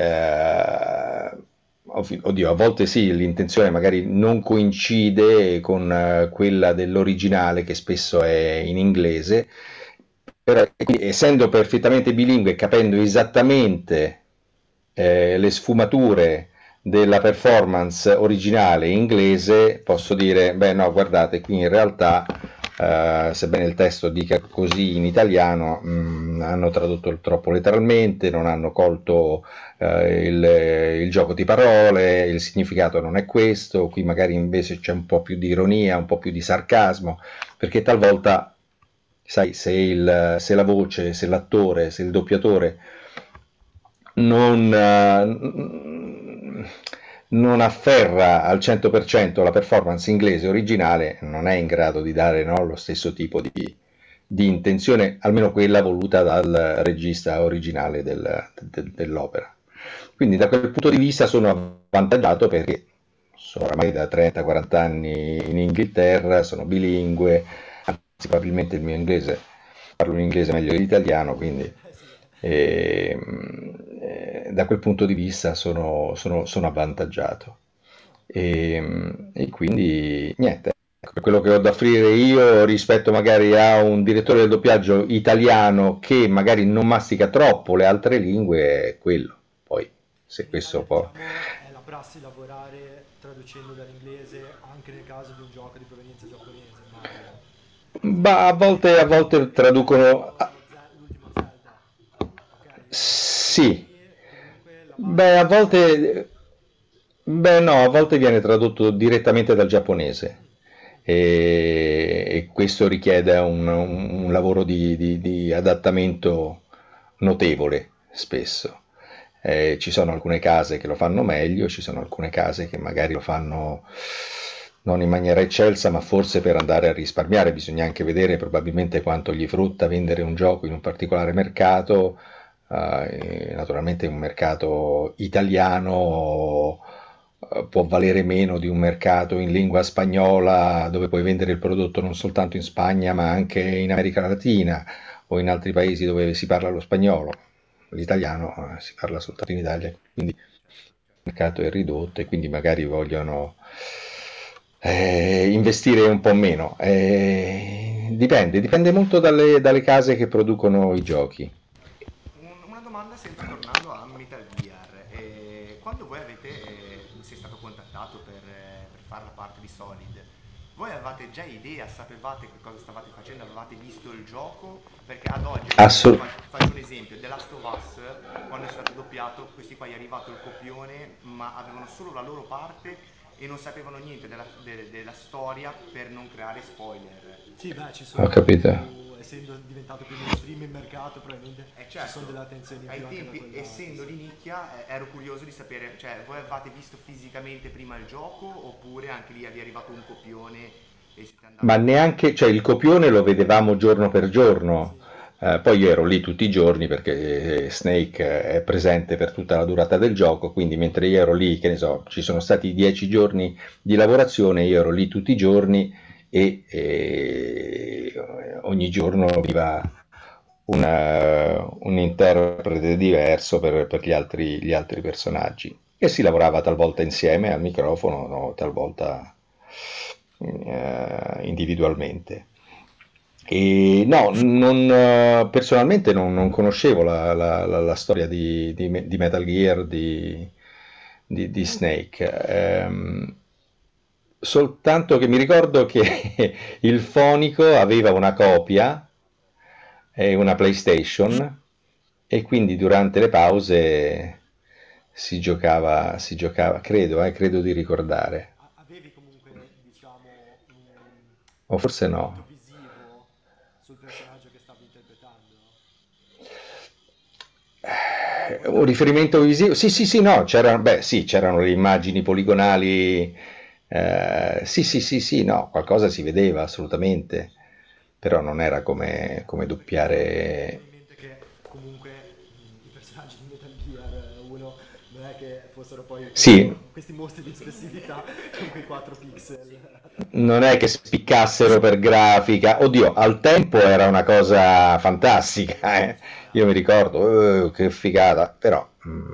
oddio, a volte sì, l'intenzione magari non coincide con quella dell'originale, che spesso è in inglese, però essendo perfettamente bilingue e capendo esattamente le sfumature della performance originale inglese, posso dire, beh no, guardate, qui in realtà, sebbene il testo dica così in italiano, hanno tradotto troppo letteralmente, non hanno colto il gioco di parole, il significato non è questo, qui magari invece c'è un po' più di ironia, un po' più di sarcasmo, perché talvolta, sai, se la voce, se l'attore, se il doppiatore non, non afferra al 100% la performance inglese originale, non è in grado di dare, no, lo stesso tipo di intenzione, almeno quella voluta dal regista originale dell'opera. Quindi da quel punto di vista sono avvantaggiato perché sono oramai da 30-40 anni in Inghilterra, sono bilingue, anzi probabilmente il mio inglese, parlo un inglese meglio dell'italiano, quindi Eh sì. da quel punto di vista sono avvantaggiato. E quindi niente, ecco, quello che ho da offrire io rispetto magari a un direttore del doppiaggio italiano che magari non mastica troppo le altre lingue è quello. Poi, E se in questo Italia, può. diciamo, è la prassi lavorare traducendo dall'inglese anche nel caso di un gioco di provenienza giapponese, immagino. Per Ma esempio, a volte traducono. l'ultimo Zelda, ok? Sì, Lì comunque la beh, base a è l'inglese. volte, beh, no, a volte viene tradotto direttamente dal giapponese, Mm. e questo richiede un lavoro di adattamento notevole spesso. Ci sono alcune case che lo fanno meglio, ci sono alcune case che magari lo fanno non in maniera eccelsa, ma forse per andare a risparmiare. Bisogna anche vedere probabilmente quanto gli frutta vendere un gioco in un particolare mercato, naturalmente un mercato italiano, può valere meno di un mercato in lingua spagnola dove puoi vendere il prodotto non soltanto in Spagna ma anche in America Latina o in altri paesi dove si parla lo spagnolo. L'italiano si parla soltanto in Italia, quindi il mercato è ridotto e quindi magari vogliono investire un po' meno. Dipende molto dalle case che producono i giochi. Una domanda sempre tornando a Metal Gear. Quando voi sei stato contattato per fare la parte di Solid, voi avevate già idea, sapevate che cosa stavate facendo, avevate visto il gioco? Perché ad oggi, Assol- faccio un esempio, The Last of Us, quando è stato doppiato, questi qua gli è arrivato il copione, ma avevano solo la loro parte e non sapevano niente della storia per non creare spoiler. Sì, beh, ci Ho sono capito. essendo diventato più mainstream il mercato, probabilmente ci Certo, sono delle attenzioni in ai più anche da tempi, quel lato, essendo sì. di nicchia, ero curioso di sapere, cioè, voi avevate visto fisicamente prima il gioco oppure anche lì vi è arrivato un copione e siete andati? Ma neanche, cioè il copione lo vedevamo giorno per giorno. Sì. Poi io ero lì tutti i giorni perché Snake è presente per tutta la durata del gioco, quindi mentre io ero lì, che ne so, ci sono stati 10 giorni di lavorazione, io ero lì tutti i giorni e ogni giorno veniva un interprete diverso per gli altri personaggi. E si lavorava talvolta insieme al microfono, no, talvolta individualmente. E no, personalmente non conoscevo la storia di Metal Gear, di Snake. Soltanto che mi ricordo che il fonico aveva una copia e una PlayStation e quindi durante le pause si giocava, credo di ricordare. Avevi comunque, diciamo, O un forse riferimento no. visivo sul personaggio che stavi interpretando? Un riferimento visivo? Sì, sì, sì, no, beh, sì, c'erano le immagini poligonali. Sì, sì, sì, sì, no, qualcosa si vedeva assolutamente, però non era come Perché mi viene doppiare. in mente che comunque i personaggi di Metal Gear 1 non è che fossero poi Sì, questi mostri di espressività con quei 4 pixel non è che attaccati. spiccassero per grafica. Oddio, al tempo era una cosa fantastica, eh. Sì, Io mi sì. ricordo, che figata, però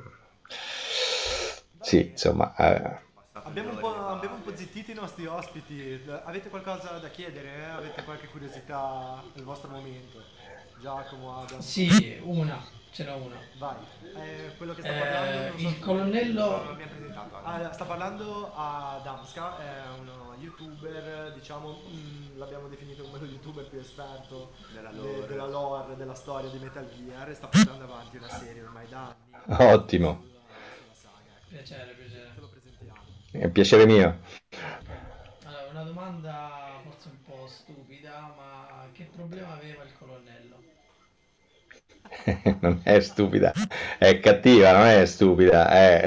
Va sì, bene. insomma, Passato il Abbiamo un Lore po' zittito i nostri ospiti. Avete qualcosa da chiedere? Avete qualche curiosità nel vostro momento? Giacomo, Adam, Sì, ce n'è una. vai. Quello che sta parlando, non so. Il non colonnello. l'abbiamo presentato, Sta parlando a Damska, è uno youtuber, diciamo, l'abbiamo definito come lo youtuber più esperto della lore, della storia di Metal Gear, e sta portando avanti una serie ormai da anni ottimo, sulla saga. Ecco. Piacere, piacere. Te lo presentiamo. è un piacere mio. Ok. Allora, una domanda forse un po' stupida, ma che problema aveva il colonnello? Non è stupida, è cattiva, non è stupida.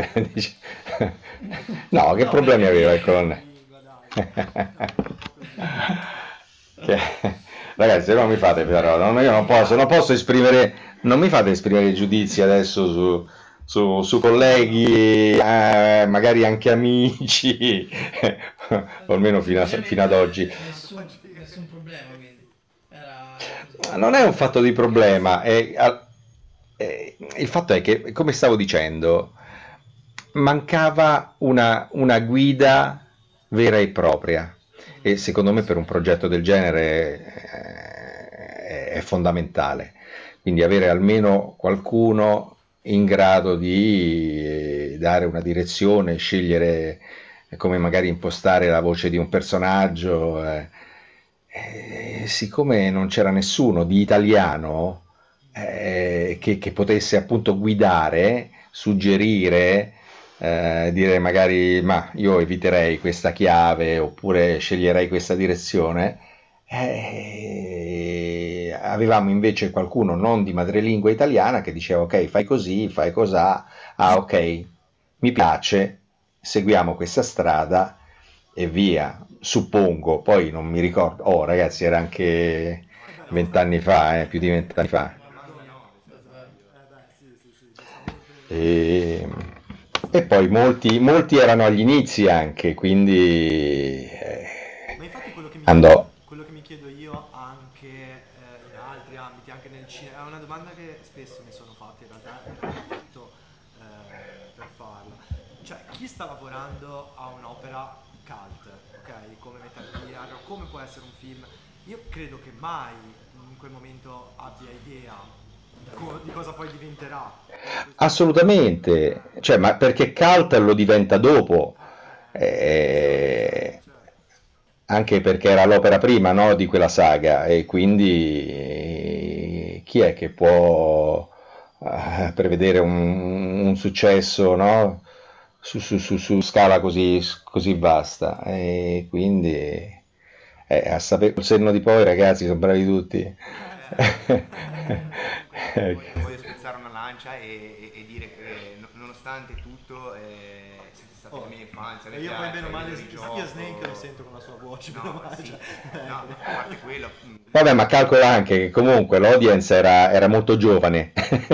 No, che No, per problemi aveva il La capire. colonnello? lingua, dai, un po' così. Che- Ragazzi, non mi fate però, io non posso esprimere, non mi fate esprimere giudizi adesso su No, no. colleghi, magari anche amici, o almeno fino ad oggi. Semplicemente nessun problema, quindi. Era così. Ma non è un fatto di problema, il fatto è che, come stavo dicendo, mancava una guida vera e propria e secondo me per un progetto del genere è fondamentale. Quindi avere almeno qualcuno in grado di dare una direzione, scegliere come magari impostare la voce di un personaggio. Siccome non c'era nessuno di italiano che potesse appunto guidare, suggerire, dire magari ma io eviterei questa chiave oppure sceglierei questa direzione, avevamo invece qualcuno non di madrelingua italiana che diceva ok, fai così, fai cosà, ah ok, mi piace, seguiamo questa strada e via. Suppongo, poi non mi ricordo. Oh, ragazzi, era anche Beh, 20 anni fa, più di 20 anni fa. Mamma mia, 99, se non davvero. sbaglio. beh, sì, sì, sì, giustamente. E, E poi molti erano agli inizi anche, quindi Ma infatti andò. quello che mi chiedo io anche in altri ambiti, anche nel cinema, è una domanda che spesso mi sono fatta, in realtà mi ero fatto per farla. Cioè, chi sta lavorando a un'opera cult, ok? Come Metal Gear, o come può essere un film? Io credo che mai in quel momento abbia idea di cosa poi diventerà. Assolutamente, cioè, ma perché cult lo diventa dopo, Certo, eh, certo. anche perché era l'opera prima, no, di quella saga, e quindi chi è che può prevedere un successo, no, su scala così vasta? E quindi a sapere col senno di poi, ragazzi, sono bravi tutti. Comunque voglio spezzare una lancia e dire che nonostante tutto siete stati la mia infanzia, E mi io poi piace, bene o male, io rigioco. io Snake lo sento con la sua voce, bene o No, male, sì, cioè, no, a parte quello, Vabbè, ma calcola anche che comunque l'audience era molto giovane,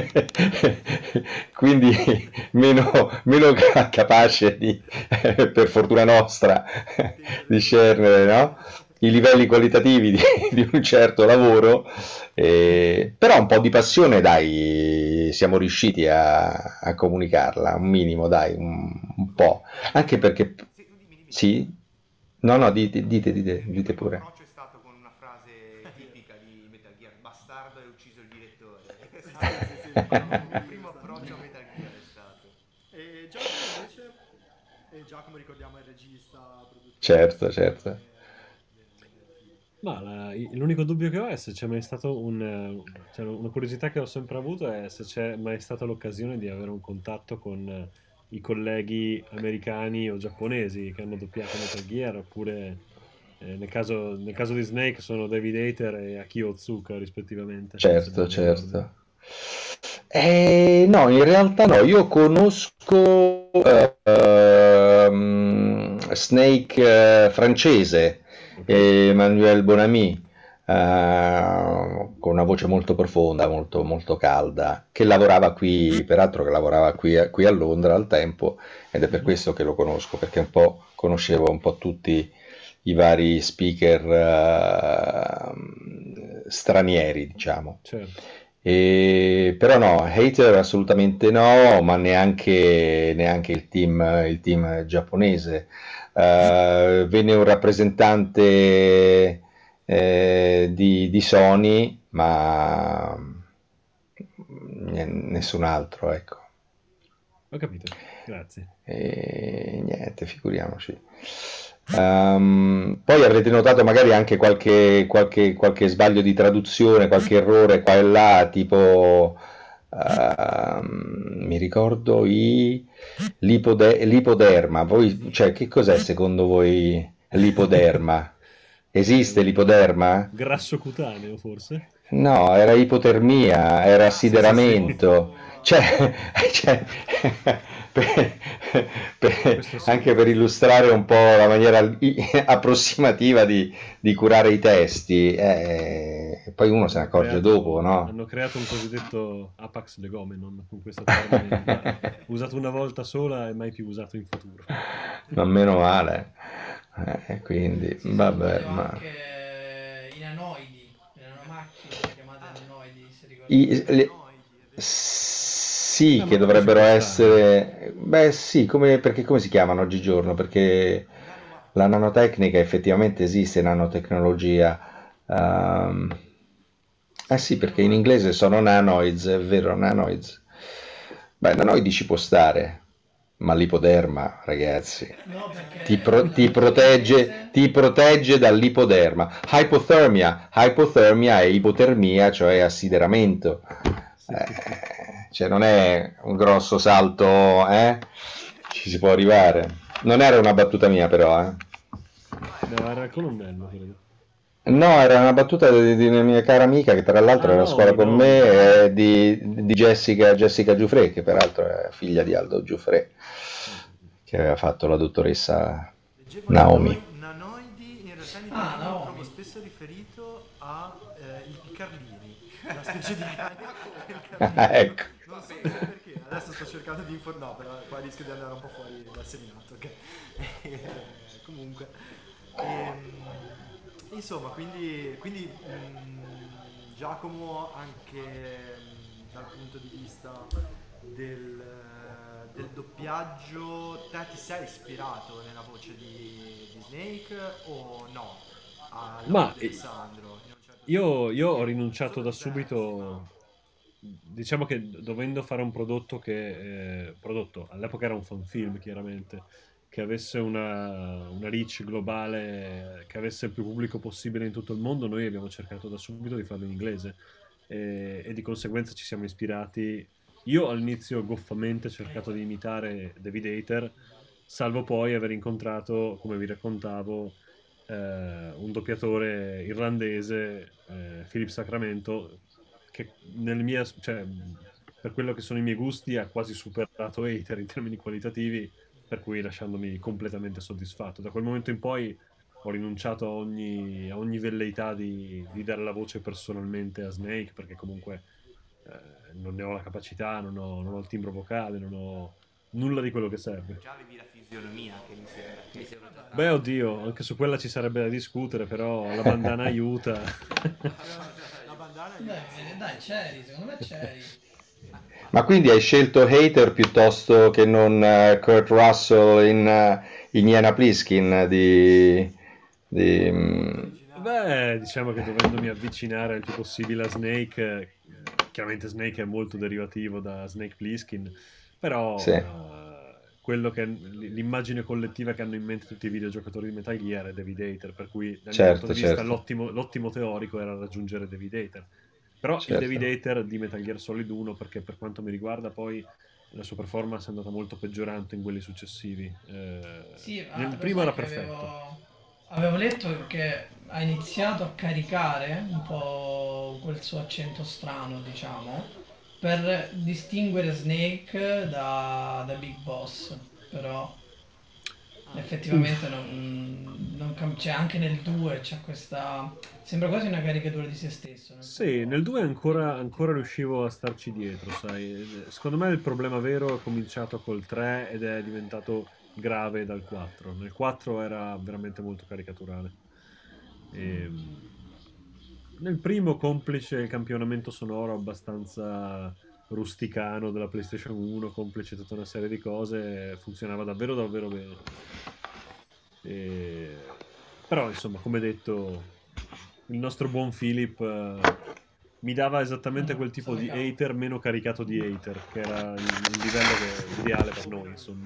quindi meno capace per fortuna nostra, discernere, no? I livelli qualitativi di un certo lavoro, però un po' di passione, dai, siamo riusciti a comunicarla, un minimo, dai, un po'. Anche perché, sì, tu dimmi. sì, no, no, dite, Il mio dite primo pure. approccio è stato con una frase tipica di Metal Gear: bastardo, hai ucciso il direttore. sì, infatti, Il mio primo approccio a Metal Gear è stato. E Giacomo invece, Giacomo ricordiamo è il regista, produttore, Certo, sceneggiatore certo. del film. Ma l'unico dubbio che ho è se c'è mai stato cioè, una curiosità che ho sempre avuto è se c'è mai stata l'occasione di avere un contatto con i colleghi americani o giapponesi che hanno doppiato Metal Gear, oppure nel caso di Snake sono David Hayter e Akio Otsuka rispettivamente, se Certo, ben ricordo. certo. No, in realtà no, io conosco Snake francese, Ok? Emmanuel Bonamy, con una voce molto profonda, molto, molto calda, che lavorava qui, peraltro che lavorava qui a Londra al tempo, ed è per Mhm. questo che lo conosco, perché un po' conoscevo un po' tutti i vari speaker stranieri, diciamo. Certo. Però no, hater assolutamente no, ma neanche il team giapponese. Venne un rappresentante di Sony, ma nessun altro, ecco. Ho capito, grazie. E niente, figuriamoci. Poi avrete notato magari anche qualche sbaglio di traduzione, qualche errore qua e là, tipo mi ricordo l'ipoderma. Voi, cioè, che cos'è secondo voi l'ipoderma? È Esiste un l'ipoderma? grasso cutaneo, forse? No, era ipotermia, era Sì, sì, sì. assideramento. Cioè, cioè, per- Questo sì. anche per illustrare un po' la maniera approssimativa di curare i testi, e poi uno se ne Hanno accorge dopo, creato, no? hanno creato un cosiddetto Apax legomenon, con questo termine usato una volta sola e mai più usato in futuro. Ma meno male. Quindi, Sì, se non vabbè, sbaglio ma... anche i nanoidi, le nanomacchine chiamate nanoidi, se I- ricordate. le- Nanoidi, è vero. Sì, che Magari ci dovrebbero può stare. essere, beh sì, perché come si chiamano oggigiorno? Perché la Nanomacchine. nanotecnica effettivamente esiste, nanotecnologia. Ehm, eh Sì, sì, sì, perché in nanomacchine. inglese sono nanoids, è vero, nanoids. Beh, nanoidi ci può stare, ma l'ipoderma, ragazzi, No, ti, perché pro- nella ti versione protegge, inglese... ti protegge dall'ipoderma. Hypothermia è ipotermia, cioè assideramento. Sì, sì, sì. Cioè non è un grosso salto, eh? Ci si può arrivare. Non era una battuta mia, però, eh. No, era il colonnello, credo. No, era una battuta di una mia cara amica che tra l'altro Ah, era a scuola Naomi, con Naomi. me, di Jessica Giuffre, che peraltro è figlia di Aldo Giuffre, che aveva fatto la dottoressa Leggevo Naomi. nanoidi, in realtà in Ah, italiano trovo Naomi. spesso riferito a i carlini, una specie di cane. Il carlino. Ecco. Non so perché, Adesso sto cercando di informare, no, però qua rischio di andare un po' fuori dal seminato, ok? Comunque, insomma, quindi Giacomo anche dal punto di vista del doppiaggio, te ti sei ispirato nella voce di Snake o no? Al lavoro Ma di Alessandro, in un certo io ho senso? rinunciato Solo da di pezzi, ma... subito, diciamo che dovendo fare un prodotto prodotto, all'epoca era un fanfilm chiaramente, che avesse una reach globale, che avesse il più pubblico possibile in tutto il mondo, noi abbiamo cercato da subito di farlo in inglese e di conseguenza ci siamo ispirati. Io all'inizio goffamente ho cercato di imitare David Hayter, salvo poi aver incontrato, come vi raccontavo, un doppiatore irlandese, Philip Sacramento, che cioè, per quello che sono i miei gusti ha quasi superato Hater in termini qualitativi, per cui lasciandomi completamente soddisfatto. Da quel momento in poi ho rinunciato a ogni velleità di dare la voce personalmente a Snake, perché comunque non ne ho la capacità, non ho il timbro vocale, non ho nulla di quello che serve. Già avevi la fisionomia che mi sembra già Beh, tanto. oddio, anche su quella ci sarebbe da discutere, però la bandana aiuta. La bandana Dai, c'eri, secondo me c'eri. Ma quindi hai scelto Hater piuttosto che non Kurt Russell in Iana Pliskin di. Beh, diciamo che dovendomi avvicinare il più possibile a Snake, chiaramente Snake è molto derivativo da Snake Plissken, però Sì, quello che l'immagine collettiva che hanno in mente tutti i videogiocatori di Metal Gear è David Hayter, per cui dal mio punto certo, di vista certo, l'ottimo teorico era raggiungere David Hayter. Però il David certo. Hayter di Metal Gear Solid 1, perché per quanto mi riguarda poi la sua performance è andata molto peggiorante in quelli successivi. Sì, Nel lo primo sai era che perfetto. avevo letto che ha iniziato a caricare un po' quel suo accento strano, diciamo, per distinguere Snake da Big Boss, però effettivamente Uff. cioè anche nel 2 c'è questa... sembra quasi una caricatura di se stesso nel Sì, nel primo 2 film. ancora riuscivo a starci dietro, sai. Secondo me il problema vero è cominciato col 3 ed è diventato grave dal 4. Nel 4 era veramente molto caricaturale. Ehm, Nel primo, complice il campionamento sonoro abbastanza rusticano della PlayStation 1, complice tutta una serie di cose, funzionava davvero davvero bene. Però, insomma, come detto, il nostro buon Philip mi dava esattamente quel tipo Sono di cavolo. hater meno caricato di hater, che era il livello ideale per noi, insomma.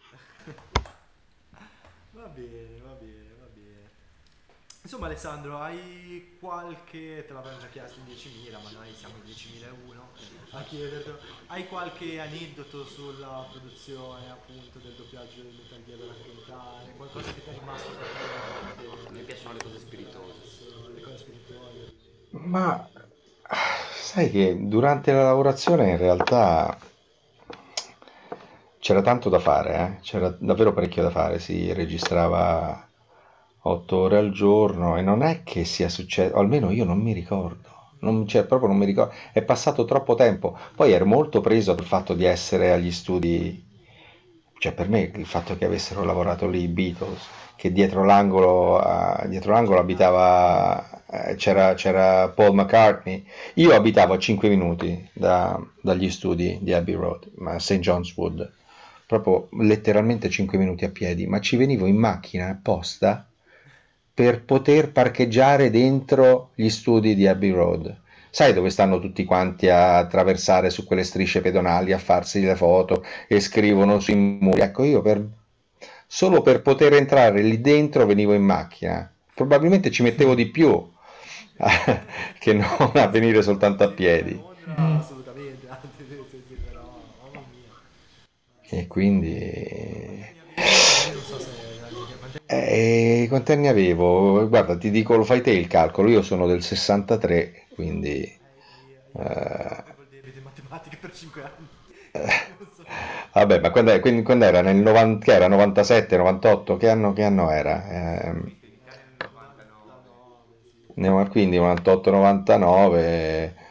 Va bene, va bene, va bene. Insomma, Alessandro, hai qualche, te l'avevamo già chiesto in 10.000, ma noi siamo in 10.001 a chiedertelo. Hai qualche aneddoto sulla produzione appunto del doppiaggio del Metal Gear da raccontare? Qualcosa che ti è rimasto A me particolarmente piacciono le cose spiritose. impresso, le cose spirituali? Ma sai che durante la lavorazione in realtà c'era tanto da fare, eh? C'era davvero parecchio da fare, si registrava 8 ore al giorno e non è che sia successo, o almeno io non mi ricordo, cioè, proprio non mi ricordo, è passato troppo tempo, poi ero molto preso dal fatto di essere agli studi, cioè per me il fatto che avessero lavorato lì i Beatles, che dietro l'angolo abitava, c'era Paul McCartney, io abitavo a 5 minuti dagli studi di Abbey Road, ma a St. John's Wood, proprio letteralmente 5 minuti a piedi, ma ci venivo in macchina apposta per poter parcheggiare dentro gli studi di Abbey Road. Sai dove stanno tutti quanti a attraversare su quelle strisce pedonali a farsi le foto e scrivono sui muri? Ecco, solo per poter entrare lì dentro venivo in macchina. Probabilmente ci mettevo di più che non a venire soltanto a Se vivi a piedi. Londra, assolutamente, anzi, sì, sì, però, mamma mia. E Quanti quindi. anni avevi? Magari non so se... Quanti anni avevi? Quanti anni avevo? Guarda, ti dico, lo fai te il calcolo. Io sono del 63, quindi. Io eh, avevo il debito in matematica per 5 anni. Non so. Vabbè, ma quando era? Nel 90, che era 97, 98? Che anno era? Visto iniziare nel 99. 99, sì. Quindi 98-99,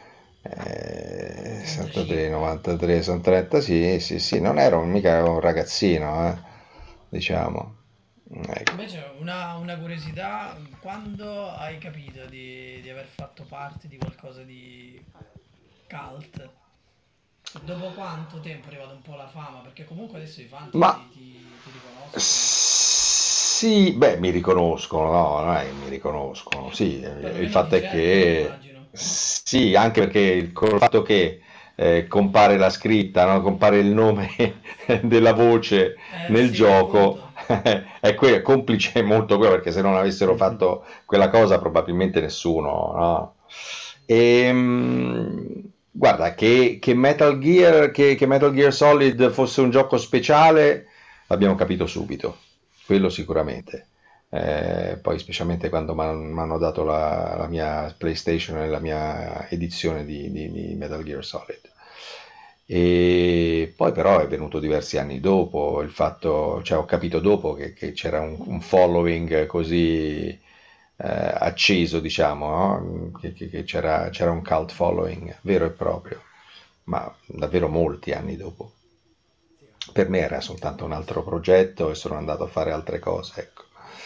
63, 93, sono 30, sì, sì, sì, non ero mica un ragazzino, diciamo. Ecco. Invece una curiosità, quando hai capito di aver fatto parte di qualcosa di cult? Cioè, dopo quanto tempo è arrivata un po' la fama? Perché comunque adesso i fan Ma ti riconoscono, sì, beh, mi riconoscono, no, non è che mi riconoscono, sì, il perlomeno ti fatto è cercano, che immagino. sì, anche perché col fatto che compare la scritta, no? Compare il nome della voce nel Sì, gioco, appunto. complice molto quello, perché se non avessero fatto quella cosa probabilmente nessuno, no? Guarda, che Metal Gear Solid fosse un gioco speciale, l'abbiamo capito subito, quello sicuramente. Poi specialmente quando mi hanno dato la mia PlayStation e la mia edizione di Metal Gear Solid. E poi però è venuto diversi anni dopo il fatto, cioè ho capito dopo che c'era un following così acceso, diciamo, no? Che c'era un cult following vero e proprio, ma davvero molti anni dopo. Per me era soltanto un altro progetto e sono andato a fare altre cose, ecco.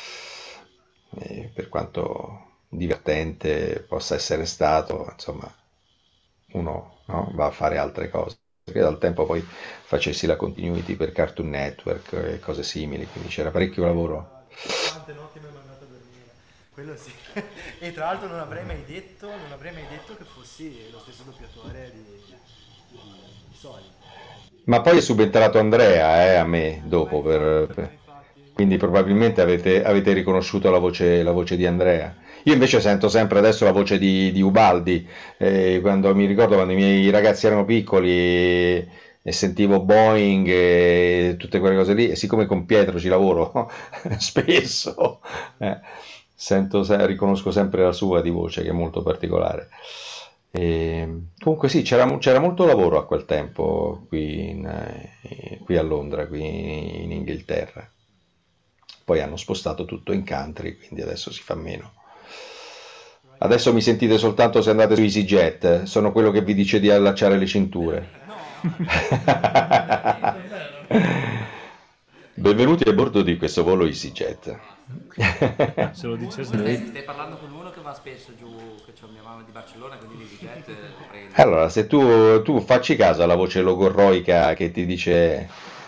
E per quanto divertente possa essere stato, insomma, uno, no, va a fare altre cose. Perché dal tempo poi facessi la continuity per Cartoon Network e cose simili, quindi c'era parecchio lavoro. Quante notti mi hai mandato a dormire. Quello sì. E tra l'altro non avrei mai detto che fossi lo stesso doppiatore di Soli. Ma poi è subentrato Andrea, a me, dopo, Infatti, quindi probabilmente avete riconosciuto la voce di Andrea. Io invece sento sempre adesso la voce di Ubaldi, quando mi ricordo quando i miei ragazzi erano piccoli e sentivo Boeing e tutte quelle cose lì, e siccome con Pietro ci lavoro spesso, riconosco sempre la sua di voce che è molto particolare. Comunque sì, c'era molto lavoro a quel tempo qui a Londra, qui in Inghilterra. Poi hanno spostato tutto in country, quindi adesso si fa meno. Adesso mi sentite soltanto se andate su EasyJet, sono quello che vi dice di allacciare le cinture. no, Veramente, è vero. Benvenuti a bordo di questo volo EasyJet. Basta. Se lo dice Comunque stai, Snake. stai parlando con uno che va spesso giù, che c'ho mia mamma di Barcellona, quindi l'EasyJet lo prende. Allora, se tu facci caso alla voce logorroica che ti dice...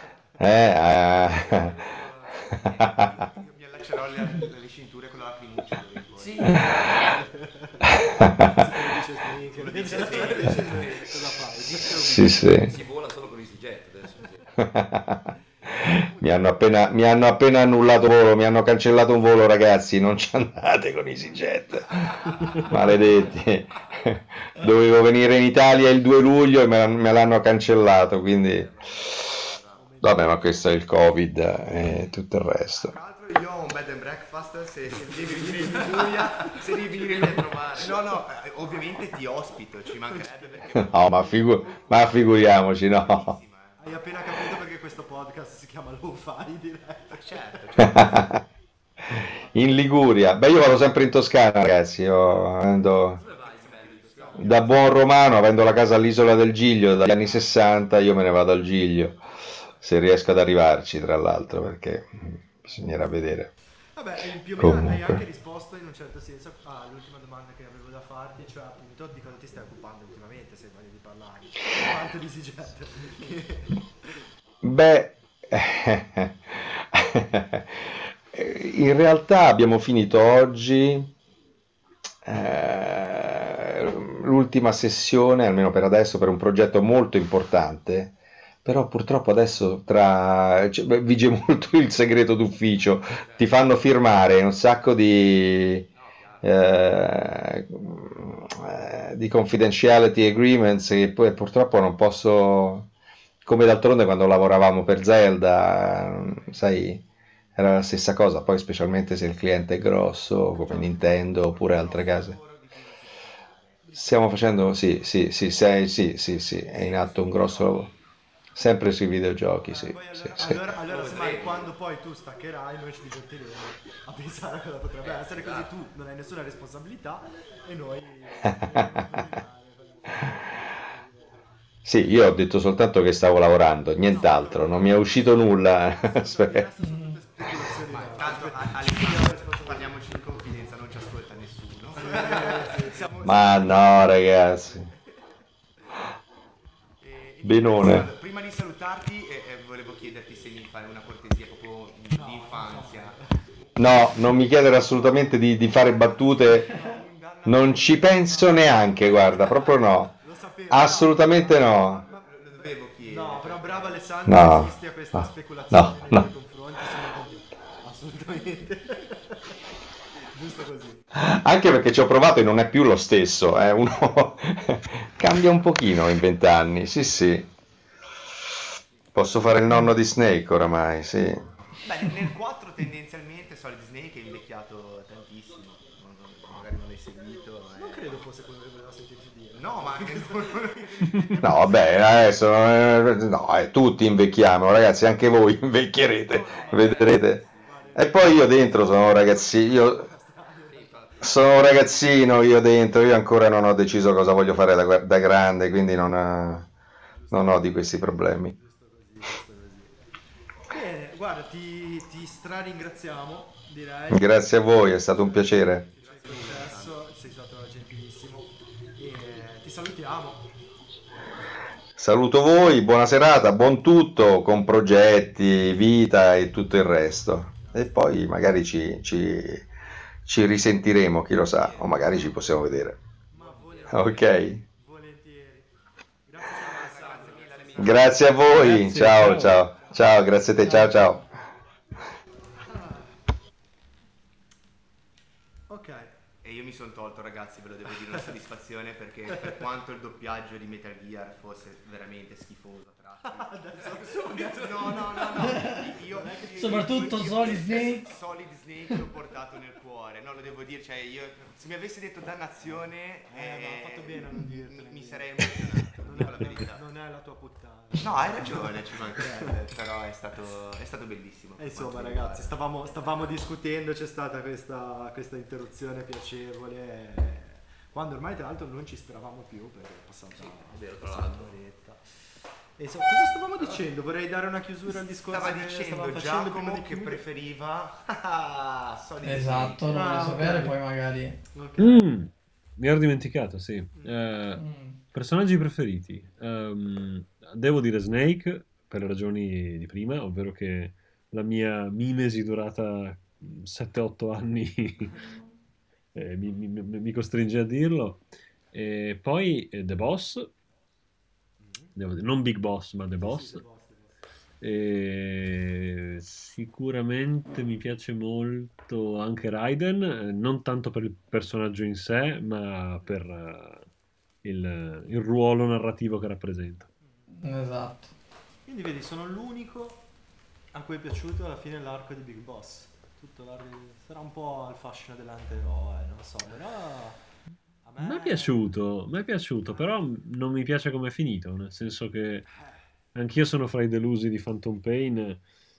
Io mi allaccerò le cinture con la lacrimuccia d'ora in poi. Sì, esatto. se te lo dice Snake, lo dice cosa fai? Sì, sì. Si vola solo con l'EasyJet adesso. Sì. Mi hanno appena annullato volo, mi hanno cancellato un volo, ragazzi, non ci andate con EasyJet. Maledetti. Dovevo venire in Italia il 2 luglio e me l'hanno cancellato, quindi vabbè, ma questo è il Covid e tutto il resto. Tra l'altro io ho un bed and breakfast, se devi venire in Liguria, se devi venire lì a trovare. No, no, ovviamente ti ospito, ci mancherebbe perché... No, ma figuriamoci, no. Bellissima, Hai appena capito perché questo podcast si chiama Lo-Fi diretto. Certo, certo. In Liguria, beh, io vado sempre in Toscana, ragazzi. Io Dove vai di bello in Toscana? da buon romano, avendo la casa all'isola del Giglio dagli anni 60, io me ne vado al Giglio, se riesco ad arrivarci, tra l'altro, perché bisognerà vedere. Vabbè, più o meno hai Comunque. anche risposto in un certo senso all'ultima domanda che avevo da farti, cioè appunto di cosa ti stai occupando ultimamente, se voglio di parlare. A parte di EasyJet. Beh, in realtà abbiamo finito oggi l'ultima sessione, almeno per adesso, per un progetto molto importante, però purtroppo adesso beh, vige molto il segreto d'ufficio, ti fanno firmare un sacco No, chiaro. di confidentiality agreements e poi purtroppo non posso, come d'altronde quando lavoravamo per Zelda, sai, era la stessa cosa, poi specialmente se il cliente è grosso come Nintendo oppure altre case. Lavoro di cui non si può parlare. Stiamo facendo, sì, sì, sì, sì, sì, sì, è in atto un grosso lavoro. Sempre sui videogiochi, sì, Poi sì, allora, sì. allora semmai quando poi tu staccherai noi ci divertiremo a pensare a cosa potrebbe essere, così tu non hai nessuna responsabilità e noi continueremo a indovinare. Sì, io ho detto soltanto che stavo lavorando, nient'altro, non mi è uscito nulla. Il Aspetta. resto sono tutte speculazioni. Ma no. tanto Alessandro, parliamoci in confidenza, non ci ascolta nessuno. Ma no, ragazzi. Benone. Alessandro, prima di salutarti volevo chiederti se mi fai una cortesia proprio di infanzia. No, non mi chiedere assolutamente di fare battute. Non ci penso neanche, guarda, proprio no. Lo sapevo. Assolutamente no. Lo dovevo chiedere. No, però bravo Alessandro, No, resisti a questa no, speculazione no, nei no. tuoi confronti, sono contento. Assolutamente. Giusto così. Anche perché ci ho provato e non è più lo stesso, uno cambia un pochino in 20 anni, sì sì. Posso fare il nonno di Snake oramai, sì. Beh, nel 4 tendenzialmente Solid Snake è invecchiato tantissimo. Magari non l'hai seguito. Non credo fosse quello che voleva sentirci dire. No, ma No, vabbè, adesso no, tutti invecchiamo, ragazzi, anche voi invecchierete, vedrete. E poi io dentro sono un ragazzino, sono un ragazzino io dentro, io ancora non ho deciso cosa voglio fare da grande, quindi non ho di questi problemi. Giusto così, giusto così. Bene, guarda, ti straringraziamo, direi. Grazie a voi, è stato un piacere. Che ci hai concesso, sei stato gentilissimo. E ti salutiamo. Saluto voi, buona serata, buon tutto con progetti, vita e tutto il resto. E poi magari ci risentiremo, chi lo sa, o magari ci possiamo vedere. Ma Ok, volentieri. Grazie Alessandro. grazie a voi, Grazie, ciao, ciao. ciao, ciao, grazie a te, ciao, ciao. Ok. E io mi sono tolto, ragazzi, ve lo devo dire, una soddisfazione perché per quanto il doppiaggio di Metal Gear fosse veramente schifoso a tratti. No. Soprattutto Solid Snake. Solid Snake l'ho portato nel cuore, no, lo devo dire, cioè io se mi avessi detto dannazione Ma ha fatto bene a non dirtelo. mi sarei emozionato, dico la verità. Non è la tua puttana. No, hai ragione, ci mancherebbe, però è stato bellissimo. E insomma, per quanto ragazzi, stavamo discutendo, c'è stata questa interruzione piacevole. Quando ormai, tra l'altro, non ci speravamo più perché è passata, è vero, tra passata l'altro. un'oretta. E insomma, cosa stavamo dicendo? Vorrei dare una chiusura al discorso. Stava che dicendo stavamo facendo prima Giacomo di che chiudere. preferiva Solid Esatto, lo Ah, voglio ok. sapere, poi magari. Ok. Mi ero dimenticato, sì. Personaggi preferiti. Devo dire Snake per le ragioni di prima, ovvero che la mia mimesi durata 7-8 anni mi costringe a dirlo. E poi The Boss, devo dire, non Big Boss, ma The Boss. E sicuramente mi piace molto anche Raiden, non tanto per il personaggio in sé, ma per il ruolo narrativo che rappresenta. Esatto. Quindi vedi, sono l'unico a cui è piaciuto alla fine l'arco di Big Boss. Tutto l'arco sarà un po' il fascino dell'antieroe, non lo so, però a me Mi è piaciuto, però non mi piace come è finito, nel senso che anch'io sono fra i delusi di Phantom Pain.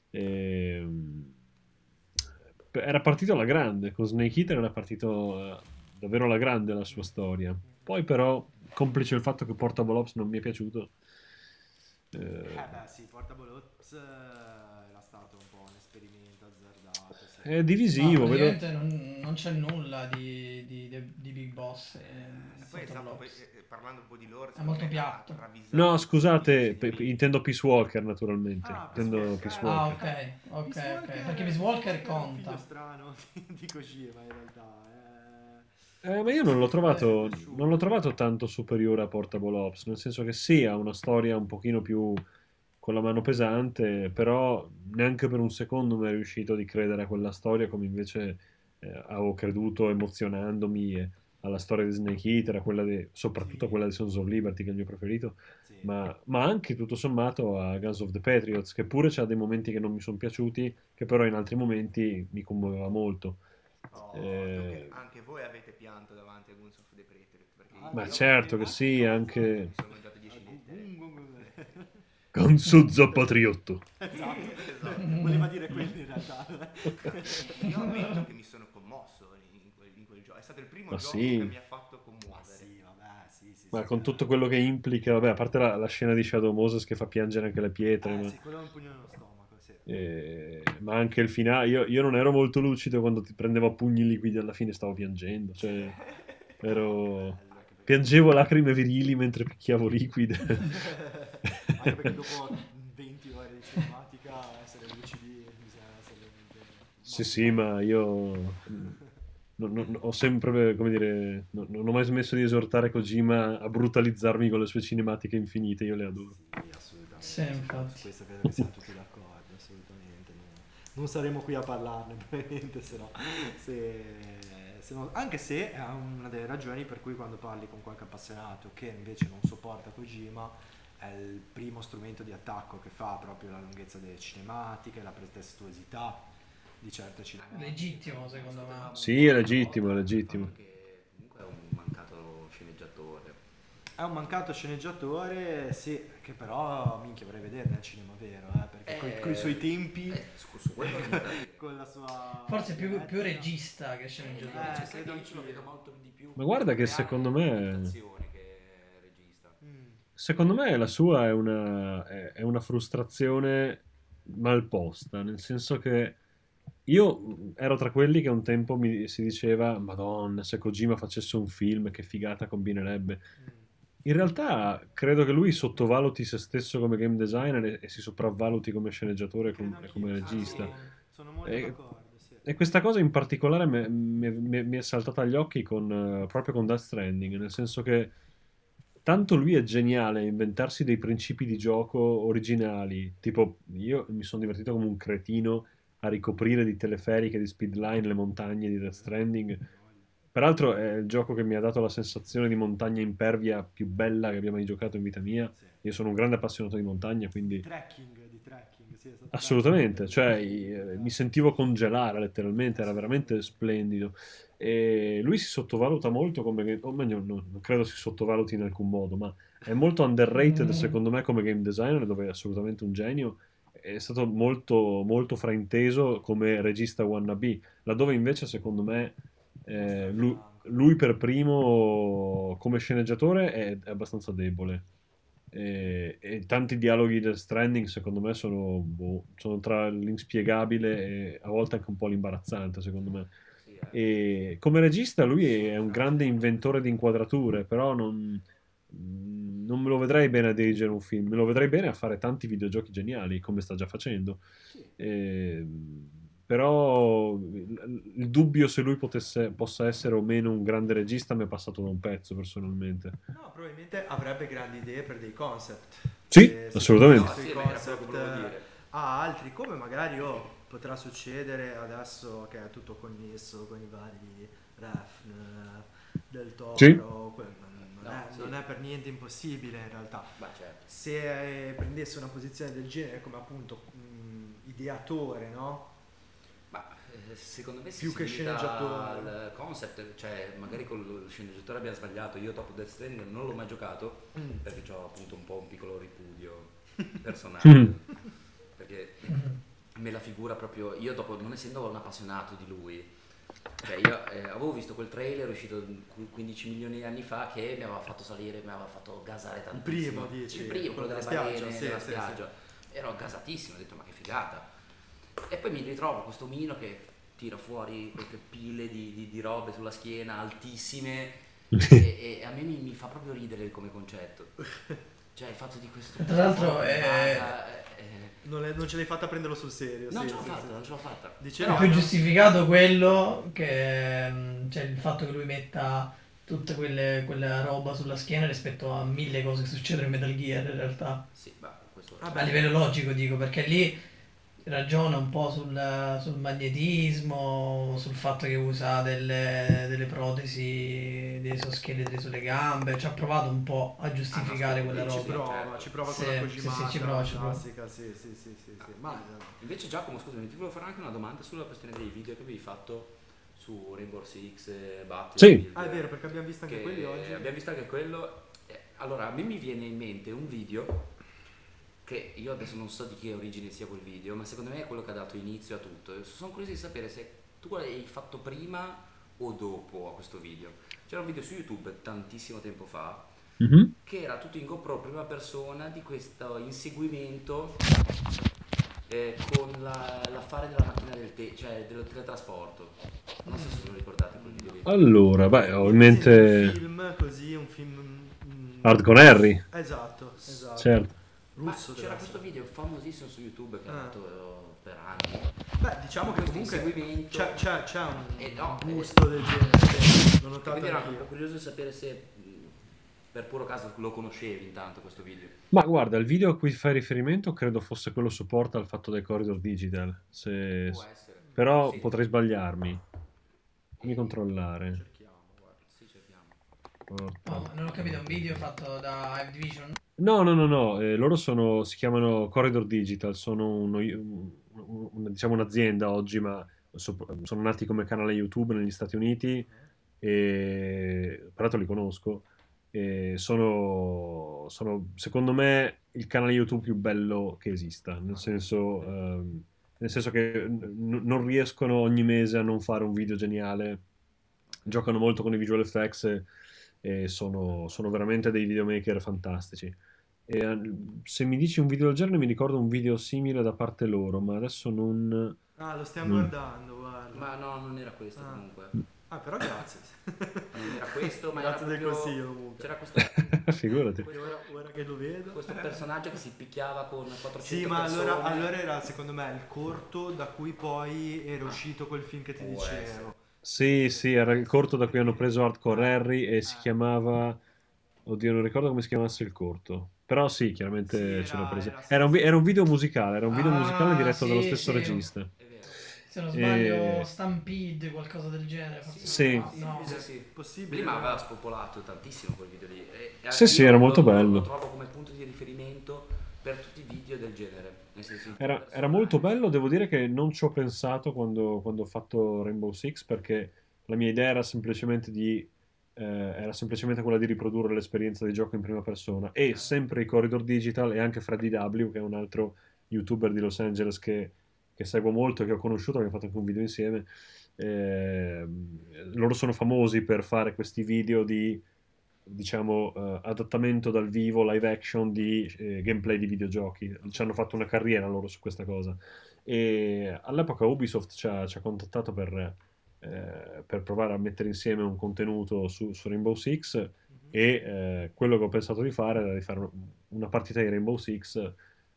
Era partito alla grande, con Snake Eater era partito davvero alla grande la sua storia. Poi però, complice il fatto che Portable Ops non mi è piaciuto. beh sì, Portable Ops era stato un po' un esperimento azzardato. Sì. È divisivo, No, vedo... praticamente non c'è nulla di Big Boss. Poi esatto, Sotto poi, parlando un po' di lore, È molto piatto. No, scusate, intendo Peace Walker naturalmente. Ah, intendo Peace Peace Ah, Walker. ok, Peace Walker perché Peace Walker è un conta. figlio strano di Kojima in realtà. Ma io non l'ho trovato tanto superiore a Portable Ops, nel senso che sì, ha una storia un pochino più con la mano pesante, però neanche per un secondo mi è riuscito di credere a quella storia come invece avevo creduto emozionandomi alla storia di Snake Eater, soprattutto a quella di Sons of Liberty che è il mio preferito, Sì. ma anche tutto sommato a Guns of the Patriots, che pure c'ha dei momenti che non mi sono piaciuti, che però in altri momenti mi commuoveva molto. Anche voi avete pianto davanti a Guns of the Patriots, perché Ma io certo che sì, anche mi sono mangiato 10 lettere. Consuzzo Patriotto. Esatto. Voleva dire quello in realtà. Io ammetto che mi sono commosso in quel gioco. È stato il primo Ma gioco sì. che mi ha fatto commuovere. Sì, vabbè, sì. Ma con tutto quello che implica, vabbè, a parte la scena di Shadow Moses che fa piangere anche le pietre, ma, Sì, quello è un pugno nello stomaco, sì. ma anche il finale. Io non ero molto lucido quando ti prendevo a pugni liquidi alla fine, stavo piangendo. Cioè, ero... Piangevo lacrime virili mentre picchiavo liquide. Anche perché dopo 20 ore di cinematica essere lucidi bisogna essere veramente Sì, sì, ma io ho sempre, come dire, non ho mai smesso di esortare Kojima a brutalizzarmi con le sue cinematiche infinite, io le adoro. Sì, assolutamente. Sì, infatti. Su questo credo che siamo tutti d'accordo, assolutamente. Non saremo qui a parlarne, probabilmente, se no. Anche se è una delle ragioni per cui quando parli con qualche appassionato che invece non sopporta Kojima, è il primo strumento di attacco che fa proprio la lunghezza delle cinematiche, la pretestuosità di certe cinematiche. Legittimo, secondo me. Sì, è legittimo, è legittimo. Che comunque è un mancato sceneggiatore. È un mancato sceneggiatore, sì, che però minchia vorrei vedere nel cinema vero, perché con i suoi tempi, Su quello con la sua... Forse più regista che sceneggiatore. credo io ce lo anch'io. vedo molto di più. Ma guarda che creare secondo me... ambientazioni che regista. Secondo me la sua è una frustrazione mal posta, nel senso che io ero tra quelli che un tempo si diceva Madonna, se Kojima facesse un film, che figata combinerebbe. In realtà credo che lui sottovaluti se stesso come game designer e si sopravvaluti come sceneggiatore e come regista. Sono molto E, d'accordo, sì. e questa cosa in particolare mi è saltata agli occhi proprio con Death Stranding, nel senso che tanto lui è geniale a inventarsi dei principi di gioco originali, tipo io mi sono divertito come un cretino a ricoprire di teleferiche, di speedline le montagne di Death Stranding. Peraltro è il gioco che mi ha dato la sensazione di montagna impervia più bella che abbia mai giocato in vita mia. Sì. Io sono un grande appassionato di montagna, quindi Di trekking, sì, è stato assolutamente, bello. cioè mi sentivo congelare letteralmente, era veramente splendido. E lui si sottovaluta molto o meglio, non credo si sottovaluti in alcun modo, ma è molto underrated secondo me come game designer, dove è assolutamente un genio. È stato molto, molto frainteso come regista wannabe, laddove invece secondo me lui per primo come sceneggiatore è abbastanza debole. E tanti dialoghi del Stranding secondo me sono tra l'inspiegabile e a volte anche un po' l'imbarazzante secondo me. Sì, E come regista lui è un grande inventore di inquadrature, però non me lo vedrei bene a dirigere un film, me lo vedrei bene a fare tanti videogiochi geniali come sta già facendo. E, però il dubbio se lui possa essere o meno un grande regista mi è passato da un pezzo personalmente. No, probabilmente avrebbe grandi idee per dei concept. Sì, Se assolutamente. pensi ai Sì, era quello concept che volevo dire. a altri, come magari potrà succedere adesso che è tutto connesso con i vari Refn, Del Toro, Sì. non è per niente impossibile in realtà. Beh, certo. Se prendesse una posizione del genere come appunto ideatore, no? Ma secondo me Più si che limita sceneggiatore. al concept, cioè magari con lo sceneggiatore abbiamo sbagliato. Io dopo Death Stranding non l'ho mai giocato perché ho appunto un po' un piccolo ripudio personale. Perché me la figura proprio, io dopo, non essendo un appassionato di lui, cioè io avevo visto quel trailer uscito 15 milioni di anni fa che mi aveva fatto salire, mi aveva fatto gasare tantissimo. primo, dici? Il primo, quello della della balena, spiaggia, sì, della sì, spiaggia. Ero gasatissimo, ho detto ma che figata. E poi mi ritrovo questo omino che tira fuori queste pile di robe sulla schiena altissime e a me mi fa proprio ridere come concetto. Cioè il fatto di questo... Tra l'altro Non ce l'hai fatta prenderlo sul serio. Non sì, ce l'ho sì, fatta, sì. non ce l'ho fatta. Diceva- è più giustificato quello che cioè il fatto che lui metta tutta quella roba sulla schiena rispetto a mille cose che succedono in Metal Gear in realtà. Sì, questo... Ah, A livello logico dico, perché lì ragiona un po' sul magnetismo, sul fatto che usa delle protesi, dei esoscheletri sulle gambe, ci ha provato un po' a giustificare quella ci roba. ci prova Sì, con la sì, Kojimata, ci prova, ci prova. classica, sì. Ma Invece Giacomo, scusami, ti volevo fare anche una domanda sulla questione dei video che avevi fatto su Rainbow Six Battlefield. Sì. è vero, perché abbiamo visto anche che quelli oggi. abbiamo visto anche quello. Allora, a me mi viene in mente un video che io adesso non so di che origine sia quel video, ma secondo me è quello che ha dato inizio a tutto. Sono curioso di sapere se tu l'hai fatto prima o dopo a questo video. C'era un video su YouTube tantissimo tempo fa Mhm. che era tutto in GoPro prima persona di questo inseguimento con l'affare della macchina cioè dello teletrasporto. Non so se ve lo ricordate quel video lì. Allora, beh, ho in Un mente film così, un film... Hardcore Harry, Esatto. certo. Ma Russo c'era deve questo essere. video famosissimo su YouTube che ha fatto per anni. Beh, diciamo che Questo comunque inseguimento. c'è un No, gusto del genere, sì, l'ho E notato quindi ero anche un anch'io. po' curioso di sapere se per puro caso lo conoscevi intanto questo video. Ma guarda, il video a cui fai riferimento credo fosse quello su Portal fatto dai Corridor Digital, Può essere. però Sì. potrei sbagliarmi. Fammi controllare. Cerchiamo, guarda. Sì, cerchiamo. Portal. Non ho capito, un video fatto da Hive Division? No, loro si chiamano Corridor Digital, sono diciamo un'azienda oggi, ma sono nati come canale YouTube negli Stati Uniti e tra l'altro li conosco e sono secondo me il canale YouTube più bello che esista, nel senso che non riescono ogni mese a non fare un video geniale, giocano molto con i visual effects e sono veramente dei videomaker fantastici. E, se mi dici un video del genere, mi ricordo un video simile da parte loro, ma adesso non... Ah, lo stiamo non- guardando, guarda. Ma no, non era questo Ah. comunque. Ah, però grazie. Non era questo, ma Grazie era del proprio... consiglio comunque. C'era questo, Figurati. Ora che lo vedo. questo personaggio che si picchiava con 400 Sì, ma persone. allora era secondo me il corto da cui poi era uscito quel film che ti Può dicevo. essere. Sì, era il corto da cui hanno preso Hardcore Harry e si chiamava... Oddio, non ricordo come si chiamasse il corto. Però sì, chiaramente Sì, ce l'ho preso. era Era un video musicale, era un video musicale Ah, diretto dallo sì, stesso sì. regista. È vero. Se non sbaglio, E- Stampede, qualcosa del genere. Forse Sì. no. Sì, sì. Possibile. Prima aveva spopolato tantissimo quel video lì. Sì, io era molto lo bello. trovo come punto di riferimento per tutti i video del genere. Nel senso, in cui Era molto bello, devo dire che non ci ho pensato quando ho fatto Rainbow Six perché la mia idea era semplicemente quella di riprodurre l'esperienza di gioco in prima persona e sempre i Corridor Digital e anche Freddy W, che è un altro YouTuber di Los Angeles che seguo molto e che ho conosciuto, abbiamo fatto anche un video insieme. Loro sono famosi per fare questi video di diciamo adattamento dal vivo, live action di gameplay di videogiochi. Ci hanno fatto una carriera loro su questa cosa. E all'epoca Ubisoft ci ha contattato per provare a mettere insieme un contenuto su Rainbow Six e quello che ho pensato di fare era di fare una partita di Rainbow Six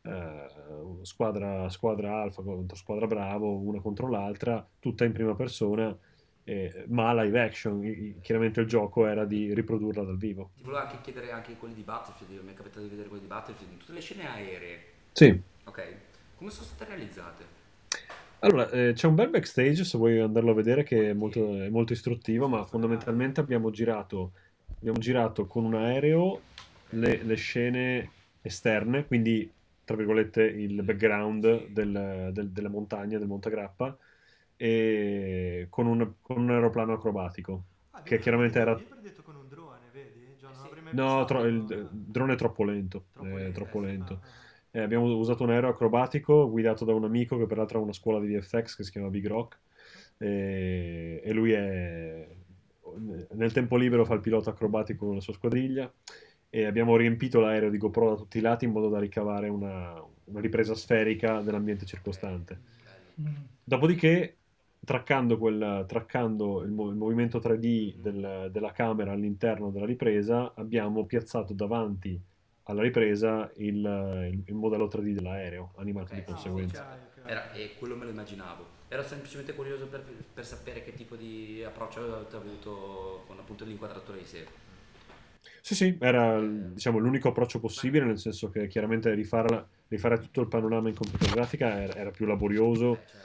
squadra Alfa contro squadra Bravo, una contro l'altra, tutta in prima persona, ma live action. Chiaramente il gioco era di riprodurla dal vivo. Ti volevo anche chiedere anche quelli di Battlefield, mi è capitato di vedere quelli di Battlefield, tutte le scene aeree, Sì. ok? Come sono state realizzate? Allora, c'è un bel backstage se vuoi andarlo a vedere che è molto istruttivo, ma fondamentalmente abbiamo girato con un aereo le scene esterne, quindi tra virgolette il background della montagna, del Monte Grappa, e con un aeroplano acrobatico, che chiaramente era... Io avrei detto con un drone, vedi? Già non avrei mai No, pensato. il drone è troppo lento, Troppo lento. lento. Abbiamo usato un aereo acrobatico guidato da un amico che peraltro ha una scuola di VFX che si chiama Big Rock e lui nel tempo libero fa il pilota acrobatico con la sua squadriglia e abbiamo riempito l'aereo di GoPro da tutti i lati in modo da ricavare una ripresa sferica dell'ambiente circostante. Dopodiché, traccando il movimento 3D della camera all'interno della ripresa, abbiamo piazzato davanti alla ripresa il modello 3D dell'aereo, animato di conseguenza. E quello me lo immaginavo. Ero semplicemente curioso per sapere che tipo di approccio avete avuto con appunto l'inquadratura di sé. Sì, era diciamo l'unico approccio possibile, nel senso che chiaramente rifare tutto il panorama in computer grafica era più laborioso Certo.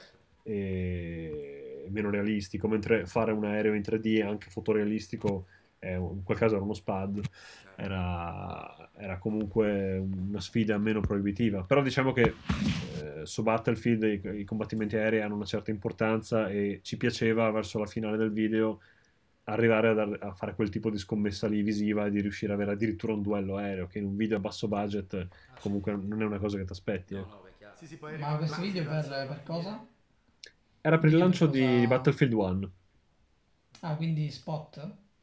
e meno realistico, mentre fare un aereo in 3D anche fotorealistico, in quel caso era uno SPAD, era comunque una sfida meno proibitiva. Però diciamo che su Battlefield i combattimenti aerei hanno una certa importanza e ci piaceva verso la finale del video arrivare a fare quel tipo di scommessa lì visiva e di riuscire ad avere addirittura un duello aereo, che in un video a basso budget comunque non è una cosa che ti aspetti. No, beh, chiaro. Sì, poi Ma questo video per cosa? Era per il Video lancio per cosa? di Battlefield 1. Ah, quindi spot?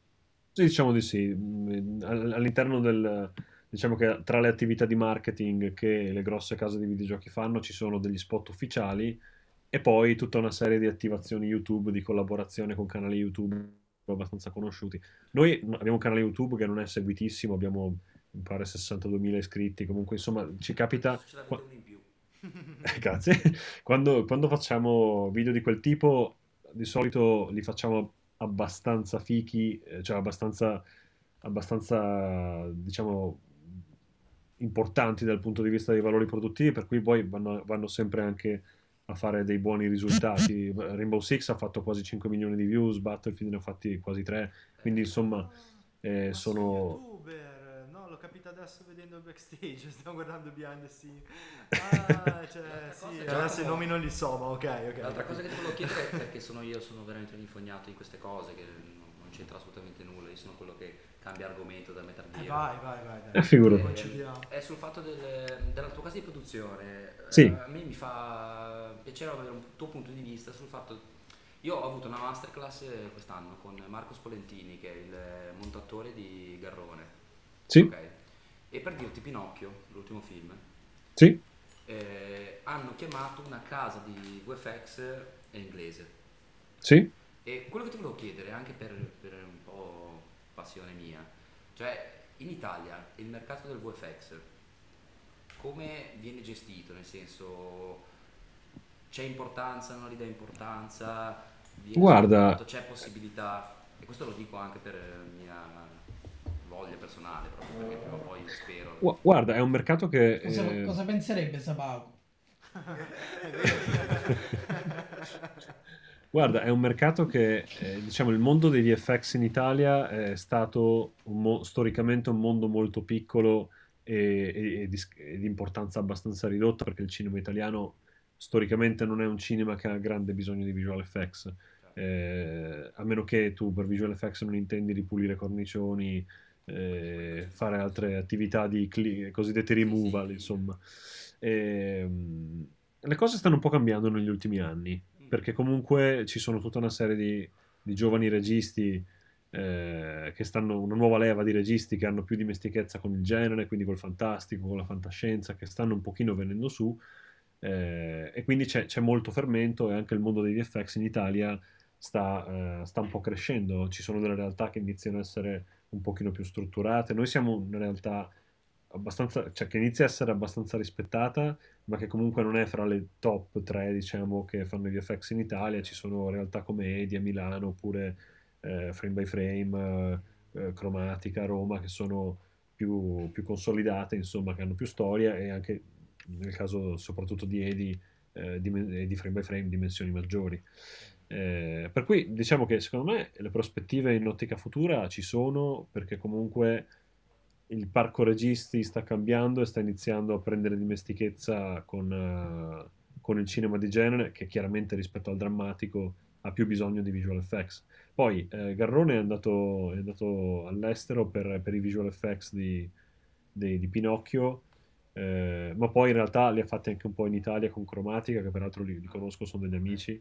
Sì, diciamo di sì. All'interno diciamo che tra le attività di marketing che le grosse case di videogiochi fanno ci sono degli spot ufficiali e poi tutta una serie di attivazioni YouTube, di collaborazione con canali YouTube abbastanza conosciuti. Noi abbiamo un canale YouTube che non è seguitissimo, abbiamo mi pare 62.000 iscritti, comunque insomma ci capita. Ce l'avete uno in più. Grazie. Quando facciamo video di quel tipo, di solito li facciamo abbastanza fichi, cioè abbastanza, diciamo, importanti dal punto di vista dei valori produttivi, per cui poi vanno sempre anche a fare dei buoni risultati. Rainbow Six ha fatto quasi 5 milioni di views, Battlefield ne ha fatti quasi 3, quindi insomma Ma sei sono... youtuber? No, l'ho capito adesso vedendo il backstage, stiamo guardando behind the scene. Ah, cioè, L'altra sì, cosa è adesso i Giacomo- nomi non li so, ma ok. L'altra cosa che ti volevo chiedere è perché sono veramente un infognato in queste cose, che non c'entra assolutamente nulla, io sono quello che cambia argomento da Metal Gear. Vai, dai. Figurati. Concediamo. È sul fatto della tua casa di produzione. Sì. A me mi fa piacere avere un tuo punto di vista sul fatto. Io ho avuto una masterclass quest'anno con Marco Spolentini, che è il montatore di Garrone. Sì, Ok? E per dirti Pinocchio, l'ultimo film, sì, hanno chiamato una casa di VFX inglese. sì. E quello che ti volevo chiedere, anche per un po' passione mia, cioè in Italia il mercato del VFX come viene gestito? Nel senso, c'è importanza, non gli dà importanza, viene Guarda, sfruttato, c'è possibilità, e questo lo dico anche per mia voglia personale, proprio perché prima o poi spero. guarda, è un mercato che... Cosa penserebbe Sabaku? Guarda, è un mercato che, diciamo, il mondo dei VFX in Italia è stato storicamente un mondo molto piccolo e di importanza abbastanza ridotta perché il cinema italiano storicamente non è un cinema che ha grande bisogno di visual effects. A meno che tu per visual effects non intendi ripulire cornicioni, fare altre attività di cosiddetti removal, insomma. Le cose stanno un po' cambiando negli ultimi anni perché comunque ci sono tutta una serie di giovani registi che stanno, una nuova leva di registi che hanno più dimestichezza con il genere, quindi col fantastico, con la fantascienza, che stanno un pochino venendo su e quindi c'è molto fermento e anche il mondo dei VFX in Italia sta un po' crescendo, ci sono delle realtà che iniziano a essere un pochino più strutturate, noi siamo una realtà abbastanza, cioè che inizia a essere abbastanza rispettata ma che comunque non è fra le top 3, diciamo, che fanno i VFX in Italia. Ci sono realtà come Edi a Milano, oppure Frame by Frame, Cromatica a Roma, che sono più consolidate, insomma, che hanno più storia e anche nel caso soprattutto di Edi, di Frame by Frame, dimensioni maggiori. Per cui diciamo che secondo me le prospettive in ottica futura ci sono perché comunque il parco registi sta cambiando e sta iniziando a prendere dimestichezza con il cinema di genere che chiaramente rispetto al drammatico ha più bisogno di visual effects. Poi Garrone è andato all'estero per i visual effects di Pinocchio, ma poi in realtà li ha fatti anche un po' in Italia con Cromatica, che peraltro li conosco, sono degli amici.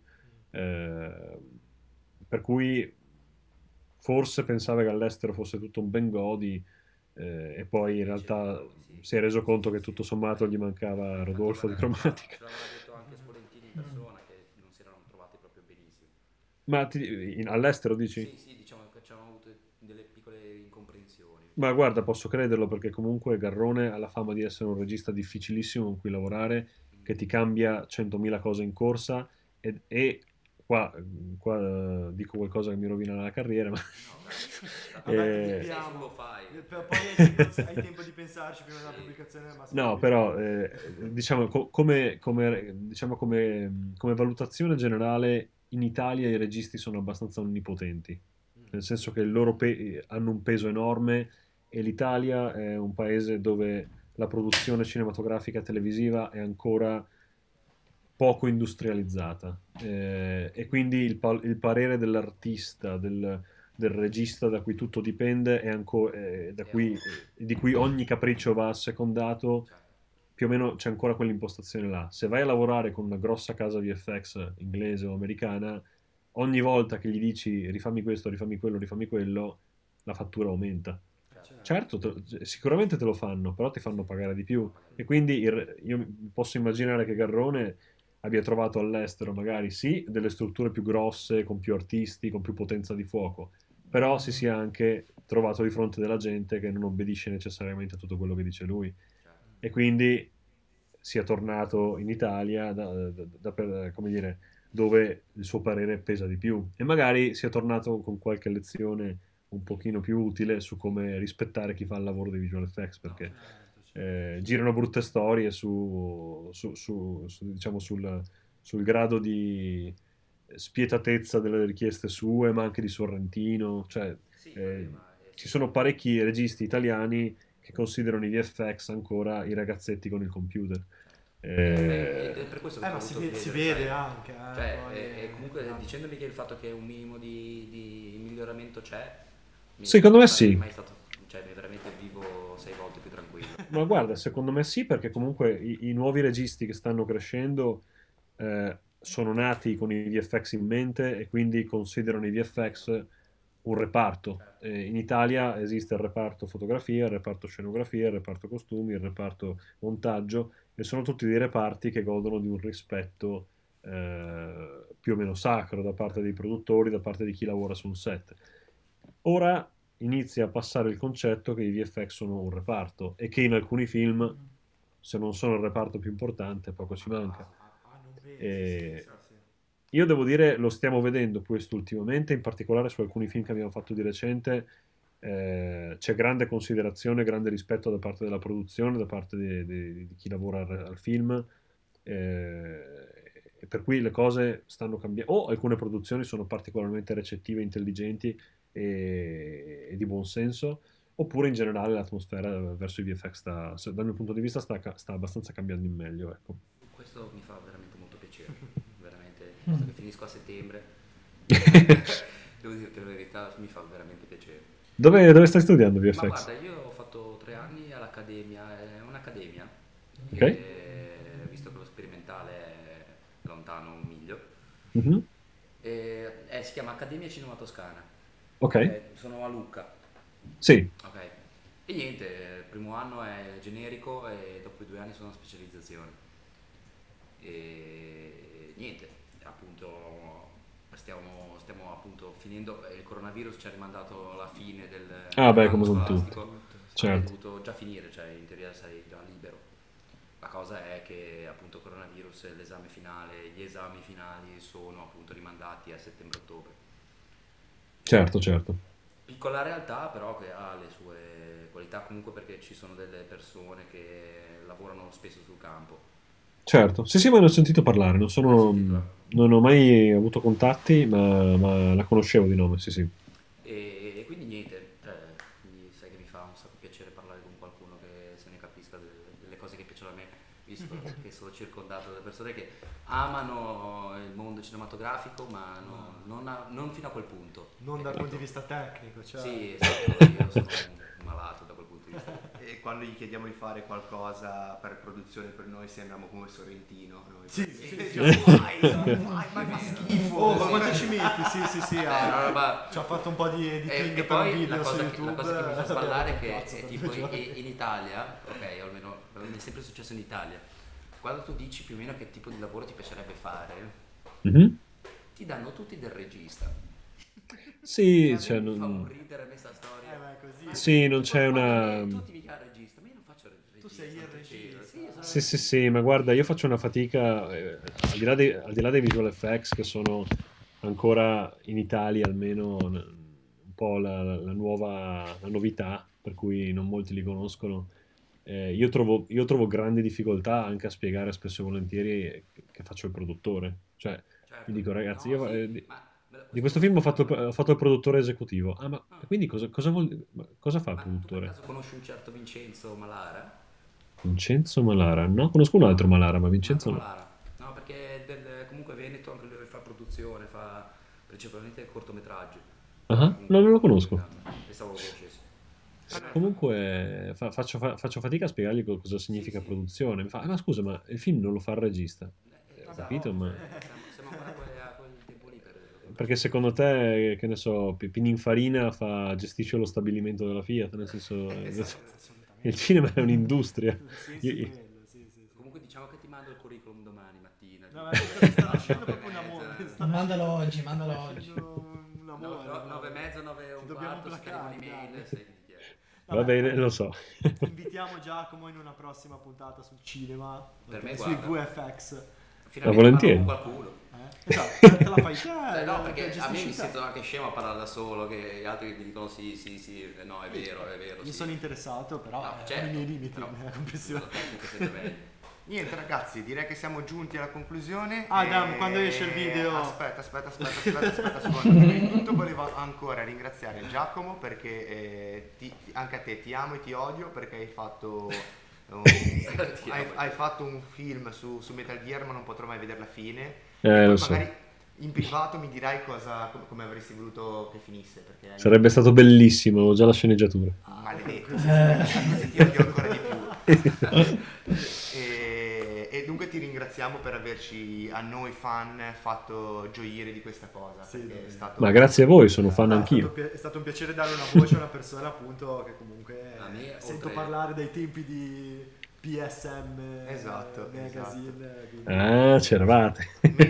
Per cui forse pensava che all'estero fosse tutto un ben godi e poi in realtà si è reso conto che tutto sommato gli mancava Rodolfo di Cromatica. Ce l'aveva detto anche Spolentini in persona che non si erano trovati proprio benissimo. Ma all'estero dici? Sì, diciamo che c'erano avuto delle piccole incomprensioni. Ma guarda, posso crederlo perché comunque Garrone ha la fama di essere un regista difficilissimo con cui lavorare, che ti cambia 100.000 cose in corsa e qua dico qualcosa che mi rovina la carriera, ma Vabbè, ti eh, Sei lo fai. poi hai tempo di pensarci prima della pubblicazione del massimo. no, però diciamo come valutazione generale in Italia i registi sono abbastanza onnipotenti, nel senso che hanno un peso enorme e l'Italia è un paese dove la produzione cinematografica e televisiva è ancora poco industrializzata e quindi il parere dell'artista, del regista da cui tutto dipende di cui ogni capriccio va assecondato, più o meno c'è ancora quell'impostazione là. Se vai a lavorare con una grossa casa VFX inglese o americana, ogni volta che gli dici rifammi questo, rifammi quello, la fattura aumenta. Certo, sicuramente te lo fanno, però ti fanno pagare di più. E quindi io posso immaginare che Garrone abbia trovato all'estero magari sì delle strutture più grosse, con più artisti, con più potenza di fuoco, però si sia anche trovato di fronte della gente che non obbedisce necessariamente a tutto quello che dice lui. E quindi sia tornato in Italia come dire, dove il suo parere pesa di più. E magari sia tornato con qualche lezione un pochino più utile su come rispettare chi fa il lavoro dei visual effects, perché girano brutte storie diciamo, sul grado di spietatezza delle richieste sue, ma anche di Sorrentino. Cioè, Sì, eh, vabbè, ma ci sono parecchi registi italiani che considerano i VFX ancora i ragazzetti con il computer. ed è per questo che ho Ma voluto si chiedere, vede sai, anche. cioè, Poi e comunque dicendomi che il fatto che un minimo di miglioramento c'è, Secondo me mi sì. mai stato, cioè veramente vivo 6 volte più tranquillo. Ma guarda, secondo me sì, perché comunque i nuovi registi che stanno crescendo sono nati con i VFX in mente e quindi considerano i VFX un reparto. In Italia esiste il reparto fotografia, il reparto scenografia, il reparto costumi, il reparto montaggio e sono tutti dei reparti che godono di un rispetto più o meno sacro da parte dei produttori, da parte di chi lavora su un set. Ora inizia a passare il concetto che i VFX sono un reparto e che in alcuni film, se non sono il reparto più importante, poco ci manca. non vedi, E sì. io devo dire, lo stiamo vedendo questo ultimamente, in particolare su alcuni film che abbiamo fatto di recente, c'è grande considerazione, grande rispetto da parte della produzione, da parte di chi lavora al film, e per cui le cose stanno cambiando. O alcune produzioni sono particolarmente recettive, intelligenti e di buon senso, oppure in generale l'atmosfera verso i VFX dal mio punto di vista sta abbastanza cambiando in meglio, ecco. Questo mi fa veramente molto piacere, veramente, visto che finisco a settembre, devo dirti la verità, mi fa veramente piacere. Dove stai studiando Ma VFX? guarda, io ho fatto 3 anni all'Accademia, è un'accademia, Ok. e, visto che lo sperimentale è lontano un miglio, Mhm. si chiama Accademia Cinema Toscana, Ok. sono a Lucca, Sì. ok? E niente, il primo anno è generico e dopo i 2 anni sono specializzazione. E niente, appunto stiamo appunto finendo, il coronavirus ci ha rimandato la fine Ah, beh, dell'anno come con tutti. scolastico, avrei Certo. dovuto già finire, cioè in teoria sarei già libero. La cosa è che appunto coronavirus e l'esame finale, gli esami finali sono appunto rimandati a settembre-ottobre. Certo, certo. Piccola realtà però che ha le sue qualità comunque perché ci sono delle persone che lavorano spesso sul campo. Certo. Sì, sì, ma ne ho sentito parlare. L'hai sentito? Non ho mai avuto contatti, ma la conoscevo di nome, sì, sì. E quindi niente, cioè, quindi sai che mi fa un sacco piacere parlare con qualcuno che se ne capisca delle cose che piacciono a me, visto che sono circondato da persone che amano il mondo cinematografico, ma non fino a quel punto. Non dal capito? punto di vista tecnico, cioè. Sì, esatto, io sono un malato da quel punto di vista. E quando gli chiediamo di fare qualcosa per produzione per noi sembriamo come Sorrentino. Noi Sì, vai, ma fa schifo. Oh, ma quanto ci metti? Sì, una roba- ci ha fatto un po' di E editing per poi un video la su cosa, YouTube. la cosa che mi fa sballare è che Cazzo, è per tipo 2 giorni. in Italia, ok, o almeno mi è sempre successo in Italia, quando tu dici più o meno che tipo di lavoro ti piacerebbe fare, Mhm. ti danno tutti del regista. Sì, E a cioè, me mi fa un ridere questa storia. Ma è così. Ma sì, non tipo, c'è guarda una... che tutti mica il regista, ma io non faccio il regista. Tu sei il santo regista. cielo. Sì, io sono Sì, il sì, regista. sì, ma guarda, io faccio una fatica, al di là dei visual effects che sono ancora in Italia almeno un po' la novità, per cui non molti li conoscono. Io trovo grandi difficoltà anche a spiegare spesso e volentieri che faccio il produttore. Cioè, Certo. mi dico, ragazzi, No, io sì, di ma di questo film ho fatto il produttore esecutivo. Ah, ma quindi cosa fa il ma tu per produttore? caso conosci un certo Vincenzo Malara? Vincenzo Malara? No, conosco un altro Malara, ma Un Vincenzo altro no. Malara? No, perché comunque Veneto anche lui fa produzione, fa principalmente cortometraggi. Ah, no, non lo conosco. Pensavo lo conoscessi. Comunque faccio fatica a spiegargli cosa significa Sì. produzione. Mi fa, ma scusa, ma il film non lo fa il regista. Ho Esatto. capito, ma... Siamo ancora a quel tempo lì per perché secondo te, che ne so, Pininfarina gestisce lo stabilimento della Fiat, nel senso, il cinema è un'industria. Sì, Io- quello, sì. Comunque diciamo che ti mando il curriculum domani mattina. No, ma sta nascendo proprio un amore. Mandalo oggi, mandalo oggi. Un amore. 9:30, 9 e un Dobbiamo quarto, se placare, arriva un'email, dai. senti chi è. Va bene, lo so. Invitiamo Giacomo in una prossima puntata sul cinema, Per me, sui guarda. VFX. Finalmente volentieri. parlo con qualcuno. Esatto, te la fai te. No, perché a me gestisci mi te. sento anche scemo a parlare da solo, che gli altri mi dicono sì, no, è vero, Io sì. sono interessato, però No, ho certo, i miei limiti però nella compressione. la tecnica è sempre meglio. Niente ragazzi, direi che siamo giunti alla conclusione. Adam, e- quando esce il video? Aspetta un secondo. Prima di tutto volevo ancora ringraziare Giacomo perché anche a te ti amo e ti odio perché hai fatto hai fatto un film su Metal Gear ma non potrò mai vedere la fine. E poi Lo so. magari in privato mi dirai come avresti voluto che finisse perché Sarebbe stato bellissimo, ho già la sceneggiatura. maledetto, così ti odio ancora di più. E dunque ti ringraziamo per averci a noi fan fatto gioire di questa cosa. Sì, perché dai. è stato... Ma grazie a voi, sono fan No, anch'io. è stato un piacere dare una voce a una persona appunto che comunque A me, sento oltre- parlare dai tempi di PSM Esatto, Magazine. Quindi... Ah, c'eravate.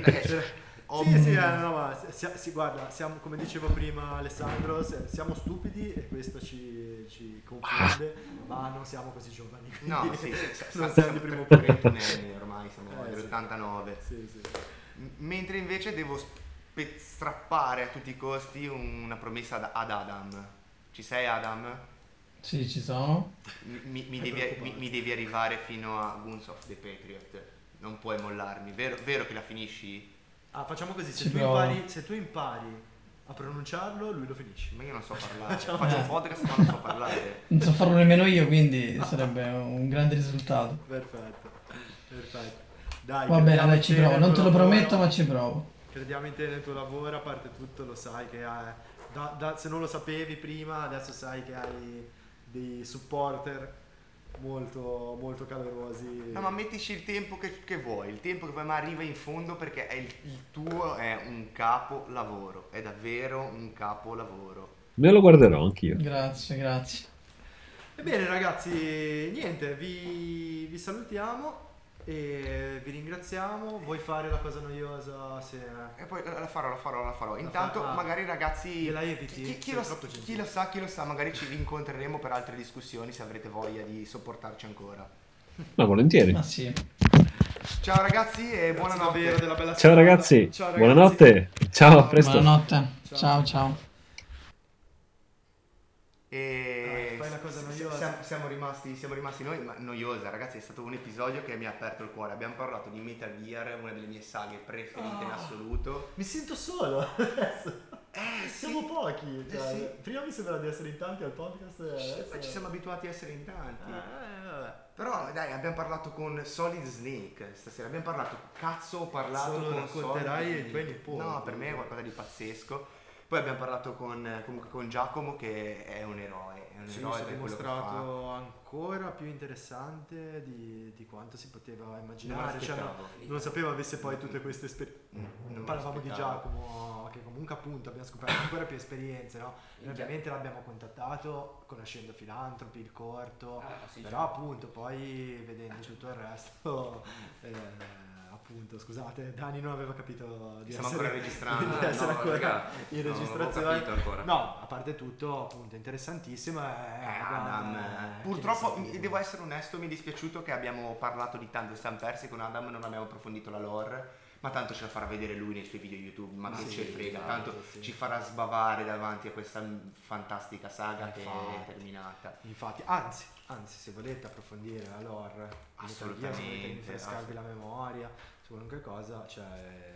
Sì, no, ma guarda, siamo, come dicevo prima Alessandro, siamo stupidi e questo ci confonde, ma non siamo così giovani. No, quindi sì, non siamo di primo piano. 31 anni ormai, siamo Sì. dell'89. Sì. Mentre invece devo strappare a tutti i costi una promessa ad Adam. Ci sei Adam? Sì, ci sono. Mi devi arrivare fino a Guns of the Patriot. Non puoi mollarmi, vero che la finisci? Ah, facciamo così, Ci provo. se tu impari a pronunciarlo, lui lo finisce. Ma io non so parlare. Faccio un podcast ma non so parlare. Non so farlo nemmeno io, quindi sarebbe un grande risultato. Perfetto. Dai, Va bene, crediamo dai, in ci te provo. nel Non tuo te lo lavoro. prometto, ma ci provo. Crediamo in te nel tuo lavoro, a parte tutto lo sai che se non lo sapevi prima, adesso sai che hai dei supporter molto, molto calorosi. No, ma mettici il tempo che vuoi, il tempo che vuoi, ma arriva in fondo perché il tuo è un capolavoro, è davvero un capolavoro. Me lo guarderò anch'io. Grazie. Ebbene ragazzi, niente, vi salutiamo e vi ringraziamo. Vuoi fare la cosa noiosa? E poi la farò. Intanto magari ragazzi, Gliela eviti? chi Sei lo troppo chi gentile. lo sa, magari ci rincontreremo per altre discussioni se avrete voglia di sopportarci ancora. Ma volentieri. Ma sì. Ciao ragazzi e Grazie buonanotte. davvero della bella Ciao serata. ragazzi, Ciao, ragazzi. buonanotte. Ciao, a presto. Buonanotte. Ciao. Ciao. E Fai la cosa noiosa. siamo rimasti noi, ma noiosa ragazzi, è stato un episodio che mi ha aperto il cuore. Abbiamo parlato di Metal Gear, una delle mie saghe preferite in assoluto. Mi sento solo adesso. Siamo pochi. Cioè, sì. Prima mi sembrava di essere in tanti al podcast. Adesso... Ma ci siamo abituati a essere in tanti. vabbè. Però dai, abbiamo parlato con Solid Snake stasera, abbiamo parlato, cazzo ho parlato Solo con racconterai Solid ai tuoi Snake. nipoti. No, per me è qualcosa di pazzesco. Poi abbiamo parlato comunque con Giacomo che è un eroe, Sì, eroe si è per quello che fa. dimostrato ancora più interessante di quanto si poteva immaginare. Cioè, non sapevo avesse poi tutte queste esperienze. Non Parlavamo di aspettavo. Giacomo, che comunque appunto abbiamo scoperto ancora più esperienze, no? Noi ovviamente l'abbiamo contattato conoscendo Filantropi, il corto, sì, però appunto poi vedendo tutto il resto, appunto, scusate, Dani non aveva capito di Stiamo essere, ancora registrando. di essere No, ancora raga, in no, non ho registrazione. capito ancora. No, a parte tutto, appunto, interessantissimo. Adam, purtroppo devo essere onesto, mi è dispiaciuto che abbiamo parlato di tanto siamo persi con Adam, non abbiamo approfondito la lore, ma tanto ce la farà vedere lui nei suoi video YouTube, ma che sì, ce frega, esatto, tanto sì. ci farà sbavare davanti a questa fantastica saga che è Infatti. terminata. Infatti, anzi, se volete approfondire la lore, Assolutamente, se volete rinfrescarvi la memoria su qualunque cosa, cioè...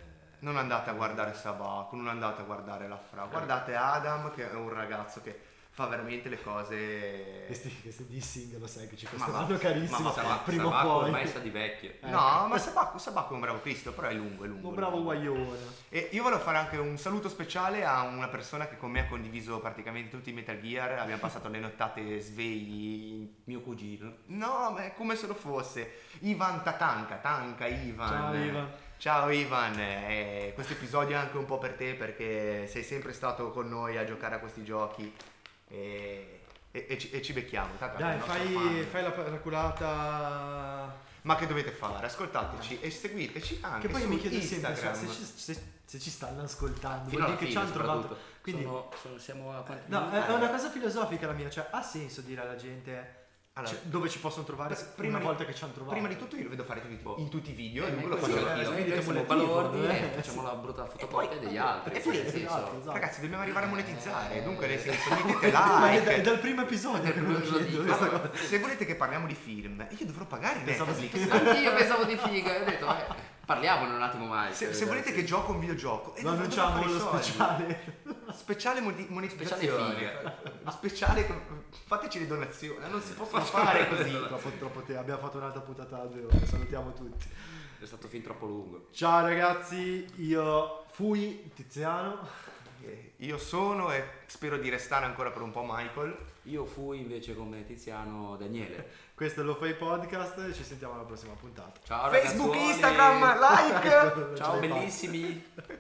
Non andate a guardare Sabaku, non andate a guardare la Fra, guardate Adam che è un ragazzo che fa veramente le cose. Questi dissing, lo sai che ci Ma costeranno carissimo prima o Sabacco poi. ormai sa di vecchio. No, ma Sabacco è un bravo Cristo, però è lungo. Un bravo guaglione. E io volevo fare anche un saluto speciale a una persona che con me ha condiviso praticamente tutti i Metal Gear. Abbiamo passato le nottate svegli. Mio cugino. No, ma è come se lo fosse. Ivan Tatanka Ivan. Ciao Ivan. Ciao Ivan, questo episodio è anche un po' per te perché sei sempre stato con noi a giocare a questi giochi e ci becchiamo. Tanto Dai, è il nostro fai la culata. Ma che dovete fare? Ascoltateci e seguiteci anche Che poi su mi chiedo sempre Instagram. se ci stanno ascoltando. Fino Vuol alla dire che ci fine, hanno trovato. soprattutto. Quindi, siamo a quanti no, minuti? è una cosa filosofica la mia, cioè ha senso dire alla gente Allora, dove ci possono trovare una volta che ci hanno trovato. Prima di tutto io lo vedo fare in tutti i video e lui lo questo fa io è siamo cumulativo, balordi no? facciamo la brutta fotocopia degli altri. E poi, nel senso, esatto. Ragazzi, dobbiamo arrivare a monetizzare, dunque nel senso mettete Ma è like. dal primo episodio che me lo chiedo questa cosa. Se volete che parliamo di film, io dovrò pagare Netflix. anch'io pensavo di figa, ho detto parliamone un attimo mai. Se volete che gioco un videogioco, Lo annunciamo lo speciale monetizzazione. figa. Speciale, fateci le donazioni, non si possono fare così. Troppo te. Abbiamo fatto un'altra puntata da 2 ore. Salutiamo tutti. È stato fin troppo lungo. Ciao ragazzi, io fui Tiziano. Io sono e spero di restare ancora per un po' Michael. Io fui invece come Tiziano Daniele. Questo è Lo Fai Podcast e ci sentiamo alla prossima puntata. Ciao Facebook, ragazzuoli. Instagram, like. Ciao bellissimi.